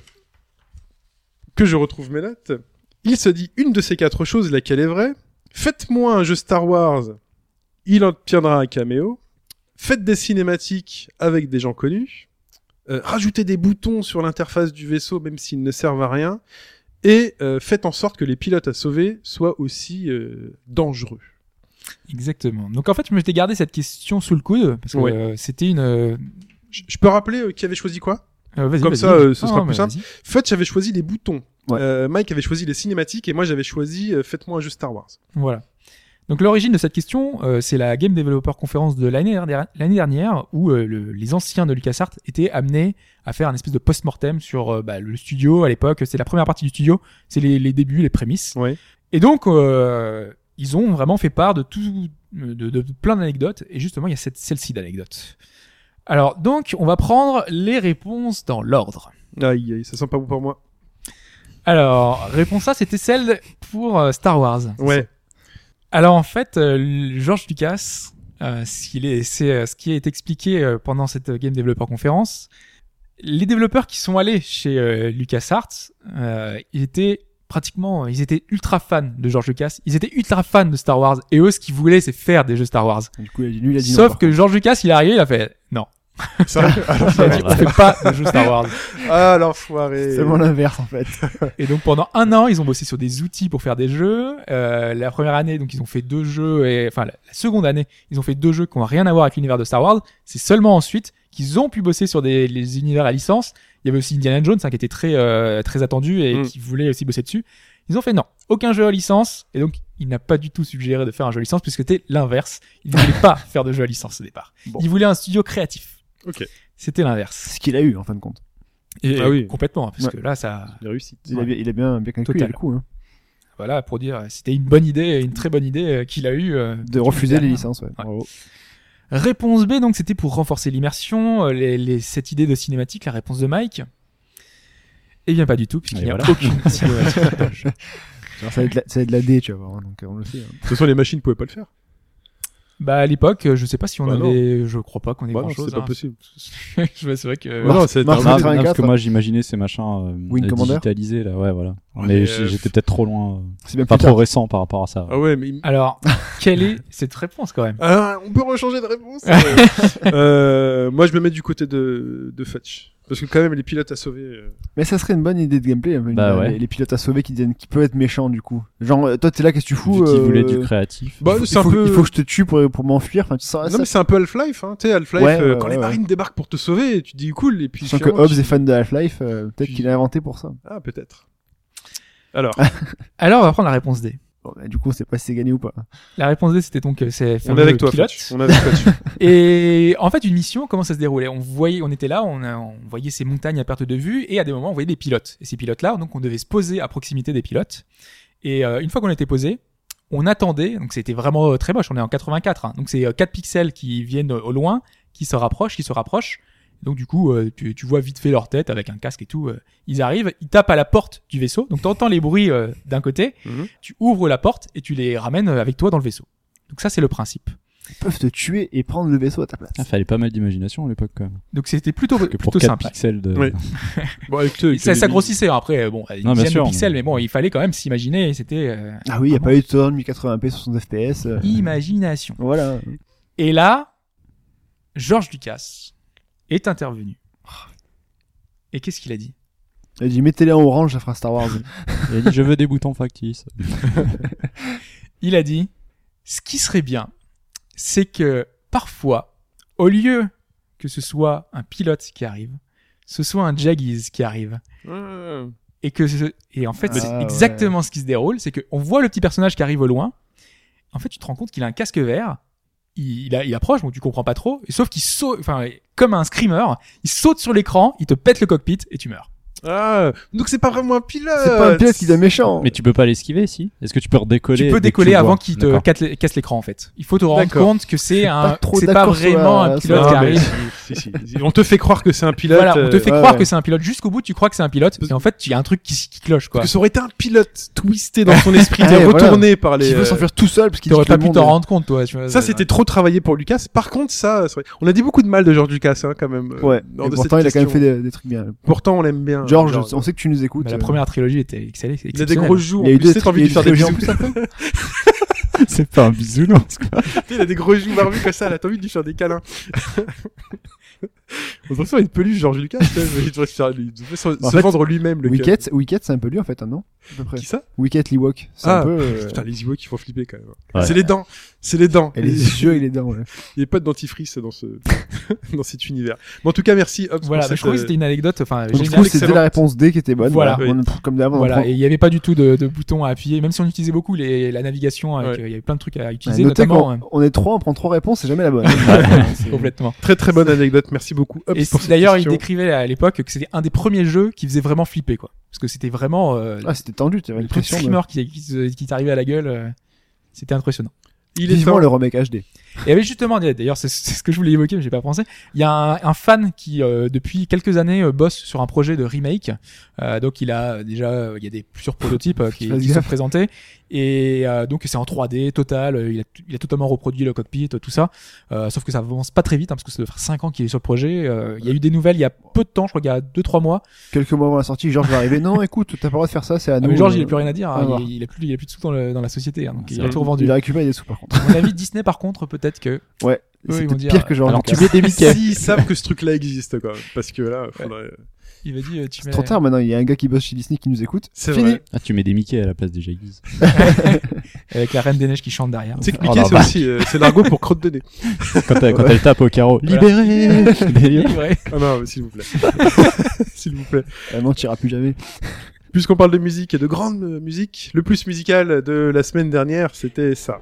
C: que je retrouve mes notes. Il se dit une de ces 4 choses, laquelle est vraie. Faites-moi un jeu Star Wars, il obtiendra un caméo. Faites des cinématiques avec des gens connus. Rajoutez des boutons sur l'interface du vaisseau même s'ils ne servent à rien. Et faites en sorte que les pilotes à sauver soient aussi dangereux.
D: Exactement. Donc en fait, je m'étais gardé cette question sous le coude parce que
C: Ouais.
D: c'était une.
C: Je peux rappeler qui avait choisi quoi?
D: Vas-y,
C: Comme
D: vas-y.
C: ça, ce sera
D: Ah,
C: plus
D: mais
C: simple.
D: vas-y.
C: Fudge avait choisi les boutons.
F: Ouais.
C: Mike avait choisi les cinématiques et moi j'avais choisi faites-moi un jeu Star Wars.
D: Voilà. Donc l'origine de cette question, c'est la Game Developer Conference de l'année dernière où les anciens de LucasArts étaient amenés à faire un espèce de post-mortem sur le studio à l'époque. C'est la première partie du studio, c'est les débuts, les prémices.
C: Ouais.
D: Et donc ils ont vraiment fait part de tout, de plein d'anecdotes. Et justement, il y a celle-ci d'anecdotes. Alors donc, on va prendre les réponses dans l'ordre.
C: Aïe, aïe, ça sent pas bon pour moi.
D: Alors, réponse A, c'était celle pour Star Wars.
C: Ouais.
D: Alors en fait, George Lucas, ce qui est expliqué pendant cette Game Developer Conference, les développeurs qui sont allés chez LucasArts, ils étaient ultra fans de George Lucas, ils étaient ultra fans de Star Wars, et eux, ce qu'ils voulaient, c'est faire des jeux Star Wars.
F: Du coup, lui, il a dit non.
D: Sauf que George Lucas, il est arrivé, il a fait non.
C: Sérieux
D: Il a dit, on fait pas de jeux Star Wars.
C: Ah l'enfoiré.
F: C'est vraiment l'inverse, en fait.
D: Et donc pendant 1 an, ils ont bossé sur des outils pour faire des jeux. La première année, donc ils ont fait 2 jeux, et enfin la seconde année, ils ont fait 2 jeux qui n'ont rien à voir avec l'univers de Star Wars. C'est seulement ensuite qu'ils ont pu bosser sur les univers à licence. Il y avait aussi Indiana Jones, qui était très attendu et qui voulait aussi bosser dessus. Ils ont fait non, aucun jeu à licence, et donc il n'a pas du tout suggéré de faire un jeu à licence puisque c'était l'inverse. Il ne voulait pas faire de jeu à licence au départ.
F: Bon.
D: Il voulait un studio créatif.
C: Ok.
D: C'était l'inverse.
F: C'est ce qu'il a eu, en fin de compte.
D: Et
C: Ah oui.
D: complètement, parce que là, ça,
C: Il a réussi.
F: Il a bien calculé
D: Total.
F: le coup, hein.
D: voilà, pour dire, c'était une bonne idée, une très bonne idée qu'il a eu
F: De refuser les licences, ouais.
D: Ouais.
F: Bravo.
D: Réponse B, donc c'était pour renforcer l'immersion, cette idée de cinématique, la réponse de Mike. Eh bien pas du tout, puisqu'il
E: Et
D: n'y a
E: voilà.
D: aucune cinématique dans le jeu.
F: Genre, ça va être de la D, tu vas voir, hein, donc on le sait. Hein.
C: De toute façon, les machines pouvaient pas le faire.
D: Bah à l'époque, je sais pas si on
C: Bah,
D: avait, je crois pas qu'on ait
C: Bah non,
D: grand chose.
C: c'est pas possible.
D: C'est vrai que.
C: Bah non, c'est
F: Mars
C: un-
F: 84,
E: parce que moi j'imaginais ces machins
F: Wing Commander
E: digitalisés là, ouais voilà.
C: Ouais,
E: Mais
C: mais,
E: j'étais peut-être trop loin,
F: c'est bien
E: pas
F: plus
E: trop
F: tard.
E: récent par rapport à ça.
C: Ah ouais, mais
D: Alors, quelle est cette réponse quand même?
C: ah, on peut rechanger de réponse. Moi, je me mets du côté de Fudge. Parce que quand même, les pilotes à sauver.
F: Mais ça serait une bonne idée de gameplay, hein,
E: Bah ouais.
F: les pilotes à sauver qui peuvent être méchants, du coup. Genre, toi, t'es là, qu'est-ce que tu fous?
E: Vu qu'ils voulaient du créatif.
C: Bah,
F: il
C: c'est un
F: faut,
C: peu.
F: il faut que je te tue pour m'enfuir. Enfin, tu sens,
C: Non,
F: ça,
C: mais c'est un peu Half-Life, hein. Tu sais, Half-Life,
F: Ouais,
C: quand
F: ouais,
C: les
F: ouais.
C: marines débarquent pour te sauver, tu te dis cool, et puis.
F: sachant que
C: finalement,
F: Hobbs est fan de Half-Life, peut-être qu'il l'a inventé pour ça.
C: Ah, peut-être. Alors.
D: Alors, on va prendre la réponse D.
F: Bon, bah, du coup, on sait pas si c'est gagné ou pas.
D: La réponse D, c'était donc c'est
C: On est avec toi,
D: pilote.
C: Fudge. On est avec Fudge.
D: Et en fait, une mission, comment ça se déroulait? On était là, on voyait ces montagnes à perte de vue, et à des moments, on voyait des pilotes. Et ces pilotes-là, donc, on devait se poser à proximité des pilotes. Et une fois qu'on était posé, on attendait. Donc, c'était vraiment très moche. On est en 84. Hein. Donc, c'est 4 pixels qui viennent au loin, qui se rapprochent. Donc, du coup, tu vois vite fait leur tête avec un casque et tout. Ils arrivent, ils tapent à la porte du vaisseau. Donc, t'entends les bruits d'un côté.
C: Mhm.
D: Tu ouvres la porte et tu les ramènes avec toi dans le vaisseau. Donc, ça, c'est le principe.
F: Ils peuvent te tuer et prendre le vaisseau à ta place.
E: Ah, fallait pas mal d'imagination à l'époque quand même.
D: Donc, c'était plutôt
E: Parce que pour 4
D: simple.
E: pixels de.
C: Oui. Bon, avec
D: Et ça grossissait après, bon, une
E: Non, bien
D: dizaine
E: sûr,
D: de pixels, mais bon, il fallait quand même s'imaginer, c'était
F: Ah oui, il y a pas eu de temps de 1080p 60 FPS.
D: imagination.
F: Voilà.
D: Et là, George Lucas est intervenu. Et qu'est-ce qu'il a dit?
F: Il a dit mettez-les en orange, ça fera Star Wars.
E: Il a dit je veux des boutons factices.
D: Il a dit, ce qui serait bien, c'est que parfois, au lieu que ce soit un pilote qui arrive, ce soit un Jaggies qui arrive. Et en fait,
F: Ah,
D: c'est
F: ouais.
D: exactement ce qui se déroule, c'est qu'on voit le petit personnage qui arrive au loin. En fait, tu te rends compte qu'il a un casque vert. Il approche, donc tu comprends pas trop. Et sauf qu'il saute, enfin, comme un screamer, il saute sur l'écran, il te pète le cockpit et tu meurs.
C: Ah, donc c'est pas vraiment un pilote.
F: C'est pas un pilote qui est méchant.
E: Mais tu peux pas l'esquiver, si? Est-ce que tu peux redécoller?
D: Tu peux
E: dès que
D: décoller
E: le vois
D: avant qu'il te
E: D'accord.
D: casse l'écran en fait. Il faut te rendre
C: D'accord.
D: compte que c'est
F: pas trop
D: c'est pas
F: d'accord sur
D: vraiment
F: la-
D: un
F: sur
D: pilote
C: Non,
D: qui
C: mais
D: arrive.
C: si. On te fait croire que c'est un pilote.
D: Voilà, on te fait
F: ouais,
D: croire
F: ouais.
D: que c'est un pilote. Jusqu'au bout, tu crois que c'est un pilote. Et en fait, il y a un truc qui cloche quoi.
C: Que ça aurait été un pilote twisté dans son esprit,
F: Ah, ouais,
C: retourné par les.
F: Qui veut s'enfuir tout seul parce qu'il
D: T'aurais
F: dit que
D: pas
F: le
D: pu
F: monde
D: t'en
F: est-
D: rendre compte toi. Tu vois,
C: Ça, c'était trop travaillé pour Lucas. Par contre, ça, c'est vrai. On a dit beaucoup de mal de George Lucas, hein, quand même.
F: Ouais.
C: lors
F: Et
C: de
F: pourtant,
C: cette
F: il a quand même fait
C: question.
F: des trucs bien.
C: Pourtant, on l'aime bien.
F: George, on sait que tu nous écoutes.
D: Mais la première trilogie était excellente.
C: Il a des gros joues.
F: Il y a eu
C: En plus,
F: deux
C: t'as envie de lui faire des
F: trilogies en
C: bisous.
F: plus après.
E: C'est pas un bisounours, quoi.
C: Il a des gros joues barbus comme ça. Là, t'as envie de lui faire des câlins. On dirait ça une peluche, George Lucas. Il devrait se
F: En fait,
C: vendre lui-même, le gars.
F: Wicket, c'est un peu lui en fait, hein, non? À peu près.
C: Qui ça?
F: Wicket Ewok. C'est
C: Ah,
F: un peu.
C: putain, les Ewoks qui font flipper quand même.
E: Ouais.
C: C'est les dents. C'est les dents.
F: Et les yeux et les dents, ouais.
C: Il n'y a pas de dentifrice dans ce, dans cet univers. Mais en tout cas, merci, Hobbs.
D: Voilà,
C: pour
D: mais je crois que
C: cette,
D: c'était une anecdote. Enfin,
F: Donc, du
D: géniale.
F: coup, c'était
C: excellent.
F: la réponse D qui était bonne.
D: Voilà.
F: On- comme d'hab, on en
D: Voilà,
F: prend-
D: et il n'y avait pas du tout de boutons à appuyer, même si on utilisait beaucoup la navigation, avec,
C: Ouais.
D: il y avait plein de trucs à utiliser,
F: Notez
D: notamment.
F: qu'on on est trois, on prend trois réponses, c'est jamais la bonne. C'est-
D: Complètement.
C: Très très bonne anecdote. Merci beaucoup, Hobbs,
D: Et
C: pour cette
D: d'ailleurs, il
C: question.
D: décrivait à l'époque que c'était un des premiers jeux qui faisait vraiment flipper, quoi. Parce que c'était vraiment
F: Ah, c'était tendu, tu avais
D: le truc
F: l'impression de...
D: streamer qui t'arrivait à la gueule. C'était impressionnant.
C: Il est
F: Vivement
C: temps.
F: le remake HD.
D: Et oui, justement, d'ailleurs, c'est ce que je voulais évoquer, mais j'ai pas pensé. Il y a un fan qui, depuis quelques années, bosse sur un projet de remake. Donc, il a déjà, il y a des plusieurs prototypes qui
F: Fais
D: sont
F: gaffe.
D: présentés. Et donc, c'est en 3D total. Il a totalement reproduit le cockpit, tout ça. Sauf que ça avance pas très vite, hein, parce que ça doit faire 5 ans qu'il est sur le projet. Il y a eu des nouvelles il y a peu de temps, je crois qu'il y a 2-3 mois.
F: Quelques mois avant la sortie, Georges va arriver. Non, écoute, t'as pas le droit de faire ça, c'est à
D: Ah,
F: nous.
D: mais Georges, il a plus rien à dire.
F: on va
D: Hein.
F: voir.
D: Il a plus de sous dans la société. Hein, donc, il
C: C'est
D: a tout revendu.
F: Il a récupéré des sous par contre.
D: À mon avis, Disney, par contre, peut-être que.
F: Ouais.
D: Eux,
F: C'est
D: ils vont
F: peut-être
D: dire,
F: pire que Georges
D: alors,
F: Lucas.
D: tu mets des Mickey.
C: S'ils savent que ce truc-là existe, quand même. Parce que là, faudrait...
D: Il m'a dit, tu
F: C'est
D: mets.
F: trop tard maintenant, il y a un gars qui bosse chez Disney qui nous écoute.
C: C'est
F: Fini.
C: vrai.
E: Ah, tu mets des Mickey à la place des Jaggies.
D: Avec la Reine des Neiges qui chante derrière.
C: Tu sais que
E: Oh
C: Mickey,
E: la
C: c'est
E: vache.
C: aussi, c'est l'argot pour crotte de nez.
E: Quand elle tape au carreau.
D: Voilà.
E: Libéré! Délire.
D: Livré.
C: Ah non, mais s'il vous plaît. S'il vous plaît.
F: Elle mentira plus jamais.
C: Puisqu'on parle de musique et de grande musique, le plus musical de la semaine dernière, c'était ça.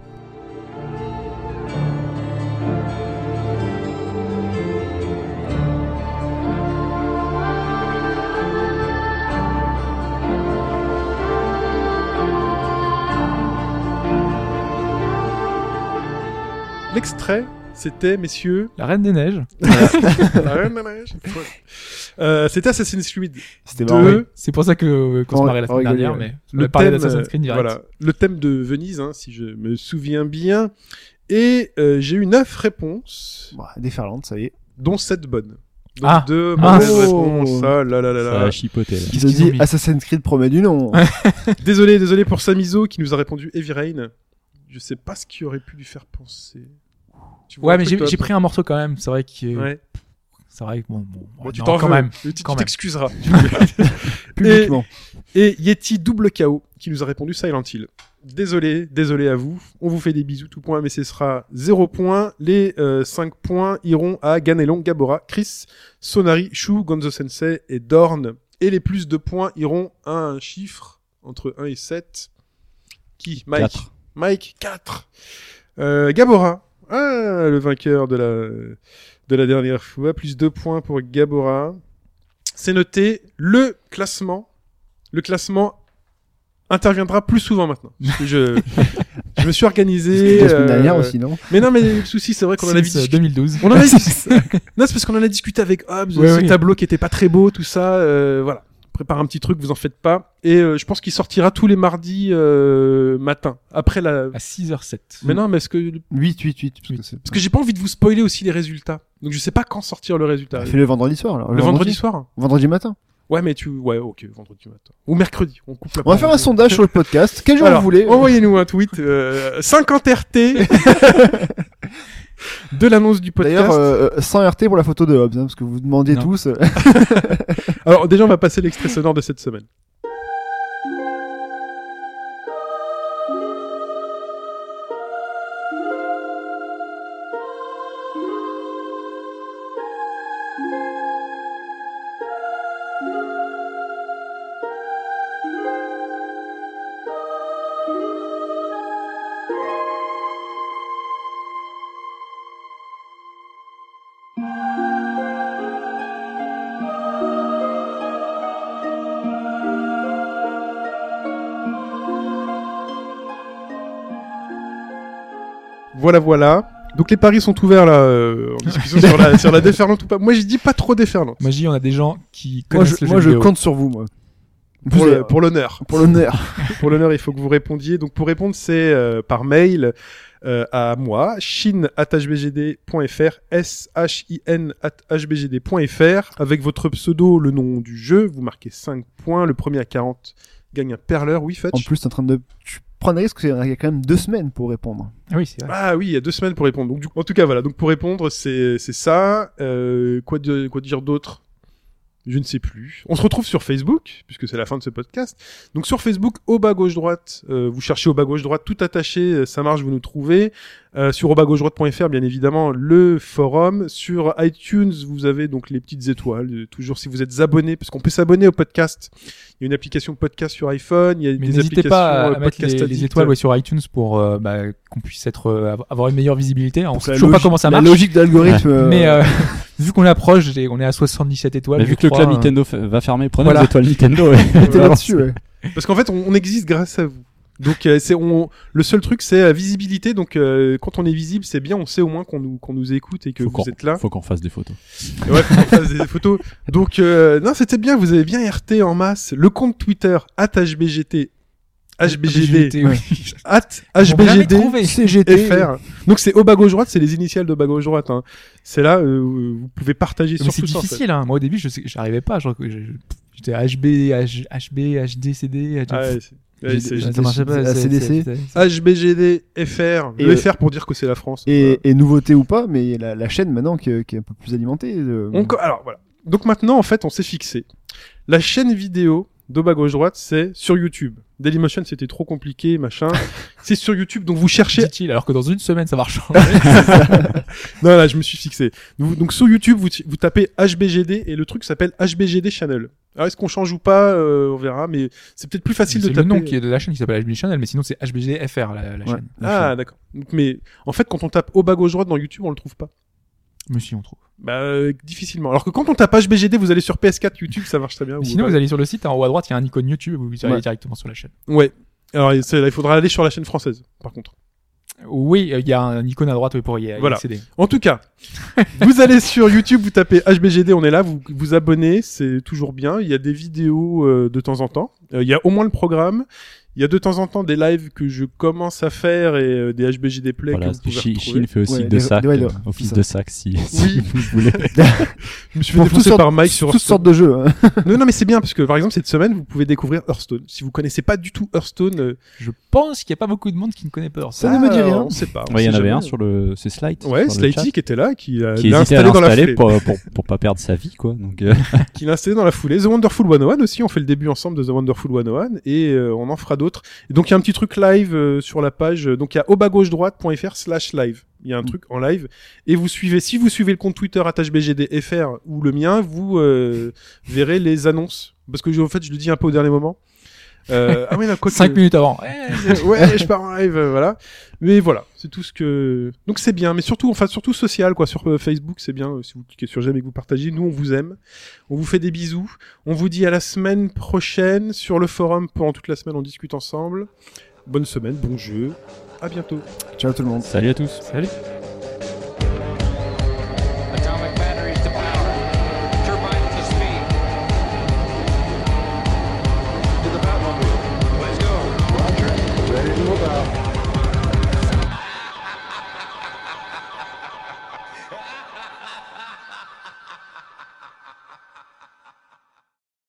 C: L'extrait, c'était, messieurs,
D: La Reine des Neiges.
C: la Reine des Neiges. C'était Assassin's Creed
F: C'était marrant.
C: 2.
D: C'est pour ça qu'on se
F: On-
D: marrait la
F: on
D: semaine
F: rigolait,
D: dernière,
F: ouais.
D: mais on
C: Le
D: a parlé
C: thème,
D: d'Assassin's Creed direct.
C: voilà, le thème de Venise, hein, si je me souviens bien. Et j'ai eu 9 réponses,
F: Bah, déferlante, ça y est.
C: dont 7 bonnes. Donc
D: Ah.
C: 2
D: Ah.
C: mauvaises réponses. Ah là là là
E: Ça
C: là.
E: a chipoté, là.
F: Qui
D: Qu'est-ce
F: se
D: qu'ils ont
F: dit
D: mis
F: Assassin's Creed promet du nom.
C: Désolé pour Samizo qui nous a répondu Heavy Rain. Je sais pas ce qui aurait pu lui faire penser. Tu vois
D: Ouais,
C: un
D: mais
C: truc, toi
D: j'ai pris un morceau quand même. C'est vrai que.
C: Ouais.
D: C'est vrai que bon.
C: Bon, tu
D: non,
C: t'en
D: quand
C: veux.
D: même.
C: Tu
D: quand même.
C: t'excuseras.
F: Publiquement.
C: Et Yeti double KO qui nous a répondu Silent Hill. Désolé à vous. On vous fait des bisous tout point, mais ce sera 0 points. Les 5 points iront à Ganelon, Gabora, Chris, Sonari, Shu, Gonzo Sensei et Dorn. Et les plus de points iront à un chiffre entre 1 et 7. Qui? Mike.
E: 4.
C: Mike, 4. Gabora. Ah, le vainqueur de la dernière fois. Plus 2 points pour Gabora. C'est noté. Le classement interviendra plus souvent maintenant. Parce que je me suis organisé.
F: La semaine dernière aussi, non?
C: Mais non, mais le souci, c'est vrai qu'on en avait
D: Since,
C: discuté.
D: 2012.
C: On en avait discuté. Non, c'est parce qu'on en a discuté avec Hobbs,
D: Ouais,
C: ce
D: oui.
C: tableau qui était pas très beau, tout ça. Voilà. On prépare un petit truc, vous en faites pas. Et je pense qu'il sortira tous les mardis matin. Après la.
D: À 6h07.
C: Mais non, mais est-ce que
F: 8.
C: parce que j'ai pas envie de vous spoiler aussi les résultats. Donc je sais pas quand sortir le résultat.
F: Fais le vendredi soir, alors.
C: Le vendredi soir.
F: Vendredi matin.
C: Ouais, mais ouais, ok, vendredi matin. Ou mercredi. On coupe la
F: On va faire un
C: vendredi.
F: sondage sur le podcast. Quel jour
C: Alors,
F: vous voulez?
C: envoyez-nous un tweet 50 RT de l'annonce du podcast.
F: D'ailleurs, 100 RT pour la photo de Hobbs, hein, parce que vous demandiez
D: Non.
F: tous.
C: Alors déjà, on va passer l'extrait sonore de cette semaine. Voilà. Donc les paris sont ouverts là, en discussion sur la déferlante ou pas. Moi, je dis pas trop déferlante.
D: Moi, je dis, on a des gens qui
F: Moi,
D: connaissent le jeu
F: je
D: vidéo.
F: compte sur vous, moi.
C: Pour l'honneur.
F: Pour l'honneur.
C: Pour l'honneur, il faut que vous répondiez. Donc pour répondre, c'est par mail à moi, shin@hbgd.fr, shin@hbgd.fr, avec votre pseudo, le nom du jeu. Vous marquez 5 points. Le premier à 40 gagne un perleur. Oui, Fetch.
F: En plus, t'es en train de... Tu prends un risque, parce qu'il y a quand même 2 semaines pour répondre.
D: Ah oui, c'est vrai.
C: Ah oui, il y a 2 semaines pour répondre. Donc en tout cas, voilà. Donc pour répondre, c'est ça. Quoi dire d'autre? Je ne sais plus. On se retrouve sur Facebook, puisque c'est la fin de ce podcast. Donc sur Facebook, au bas gauche droite, vous cherchez au bas gauche droite, tout attaché, ça marche, vous nous trouvez. Sur au bas gauche droite.fr, bien évidemment, le forum. Sur iTunes, vous avez donc les petites étoiles. Toujours si vous êtes abonné, parce qu'on peut s'abonner au podcast. Il y a une application podcast sur iPhone, il y a
D: Mais
C: des
D: n'hésitez
C: applications
D: pas à mettre
C: podcast
D: les
C: addict.
D: étoiles sur iTunes pour qu'on puisse avoir une meilleure visibilité. On
F: Donc,
D: sait
F: la
D: toujours pas
F: logique-
D: comment ça
F: La
D: marche.
F: logique de l'algorithme.
D: Mais vu qu'on approche, on est à 77 étoiles.
E: Mais
D: je
E: vu que le
D: crois,
E: club Nintendo va fermer, prenez
D: Voilà.
E: les étoiles Nintendo. Ouais.
F: T'es là-dessus, ouais.
C: Parce qu'en fait, on existe grâce à vous. Donc le seul truc, c'est la visibilité. Donc quand on est visible, c'est bien. On sait au moins qu'on nous écoute et que vous êtes là.
E: Faut qu'on fasse des photos.
C: Et ouais, faut qu'on fasse des photos. Donc non, c'était bien. Vous avez bien RT en masse. Le compte Twitter @hbgt HBGD
D: oui.
C: @hbgd
F: CGT.
C: FR. Donc c'est au bas gauche droite, c'est les initiales de bas gauche droite. Hein. C'est là, vous pouvez partager
D: Mais
C: sur
D: c'est
C: tout ça. En fait.
D: difficile. Hein. Moi au début, j'arrivais pas. J'étais HB, HD, CD.
C: Ah ouais,
D: Ça marchait pas.
F: ACDC.
C: HBGD FR.
F: Et
C: Le FR pour dire que c'est la France.
F: Et nouveauté ou pas, mais la chaîne maintenant qui est un peu plus alimentée.
C: Alors voilà. Donc maintenant, en fait, on s'est fixé. La chaîne vidéo de bas gauche droite, c'est sur YouTube. Dailymotion, c'était trop compliqué, machin. C'est sur YouTube, donc vous cherchez.
D: Dit-il, alors que dans une semaine, ça va changer.
C: Non, là, je me suis fixé. Donc sur YouTube, vous tapez HBGD et le truc s'appelle HBGD Channel. Alors est-ce qu'on change ou pas, on verra, mais c'est peut-être plus facile de
D: C'est
C: taper.
D: le nom qui est de la chaîne qui s'appelle HBG Channel, mais sinon c'est HBG FR la chaîne.
C: Ah, d'accord. Donc, mais en fait, quand on tape au bas gauche droite dans YouTube, on le trouve pas.
D: Mais si on trouve.
C: Bah, difficilement. Alors que quand on tape HBGD, vous allez sur PS4 YouTube, ça marche très bien.
D: Mais sinon, vous allez sur le site, en haut à droite, il y a un icône YouTube, vous allez
F: Ouais.
D: directement sur la chaîne.
C: Ouais. Alors, il faudra aller sur la chaîne française, par contre.
D: Oui, il y a un icône à droite pour y
C: Voilà.
D: accéder.
C: En tout cas, vous allez sur YouTube, vous tapez HBGD, on est là, vous vous abonnez, c'est toujours bien. Il y a des vidéos de temps en temps. Il y a au moins le programme. Il y a de temps en temps des lives que je commence à faire et des HBGD Play
E: Voilà,
C: que vous pouvez
E: Chine
C: retrouver.
E: fait aussi
F: Ouais,
E: de sac,
F: ouais,
E: office
F: ça.
E: de sac si
C: Oui.
E: vous voulez.
C: Je me suis fait défoncer par Mike sur
F: toutes
C: Hearthstone.
F: sortes de jeux. Hein.
C: Non, mais c'est bien parce que par exemple cette semaine vous pouvez découvrir Hearthstone. Si vous connaissez pas du tout Hearthstone,
D: Je pense qu'il n'y a pas beaucoup de monde qui ne connaît pas
F: Ça ne me dit rien.
C: On sait pas. on
E: Ouais, il y en
C: sait
E: avait
C: jamais.
E: un sur le, c'est Slide.
C: Ouais,
E: sur le chat,
C: Slighty qui était là, qui
E: qui
C: l'a
E: hésitait à
C: installé dans la
E: l'installer
C: foulée.
E: pour pas perdre sa vie, quoi. Donc,
C: Qui l'a installé dans la foulée. The Wonderful 101 aussi, on fait le début ensemble de The Wonderful 101 et on en fera d'autres. Et donc il y a un petit truc live sur la page, donc il y a au bas gauche droite.fr/live. Il y a un truc en live et vous suivez, si vous suivez le compte Twitter @hbgdfr ou le mien, vous verrez les annonces. Parce que en fait je le dis un peu au dernier moment. Ah oui,
D: 5 minutes avant.
C: Ouais, je pars en live, voilà. Mais voilà, c'est tout ce que. Donc c'est bien, mais surtout social, quoi. Sur Facebook, c'est bien. Si vous cliquez sur j'aime et que vous partagez, nous on vous aime, on vous fait des bisous, on vous dit à la semaine prochaine sur le forum. Pendant toute la semaine, on discute ensemble. Bonne semaine, bon jeu, à bientôt.
F: Ciao tout le monde.
E: salut à tous.
D: Salut.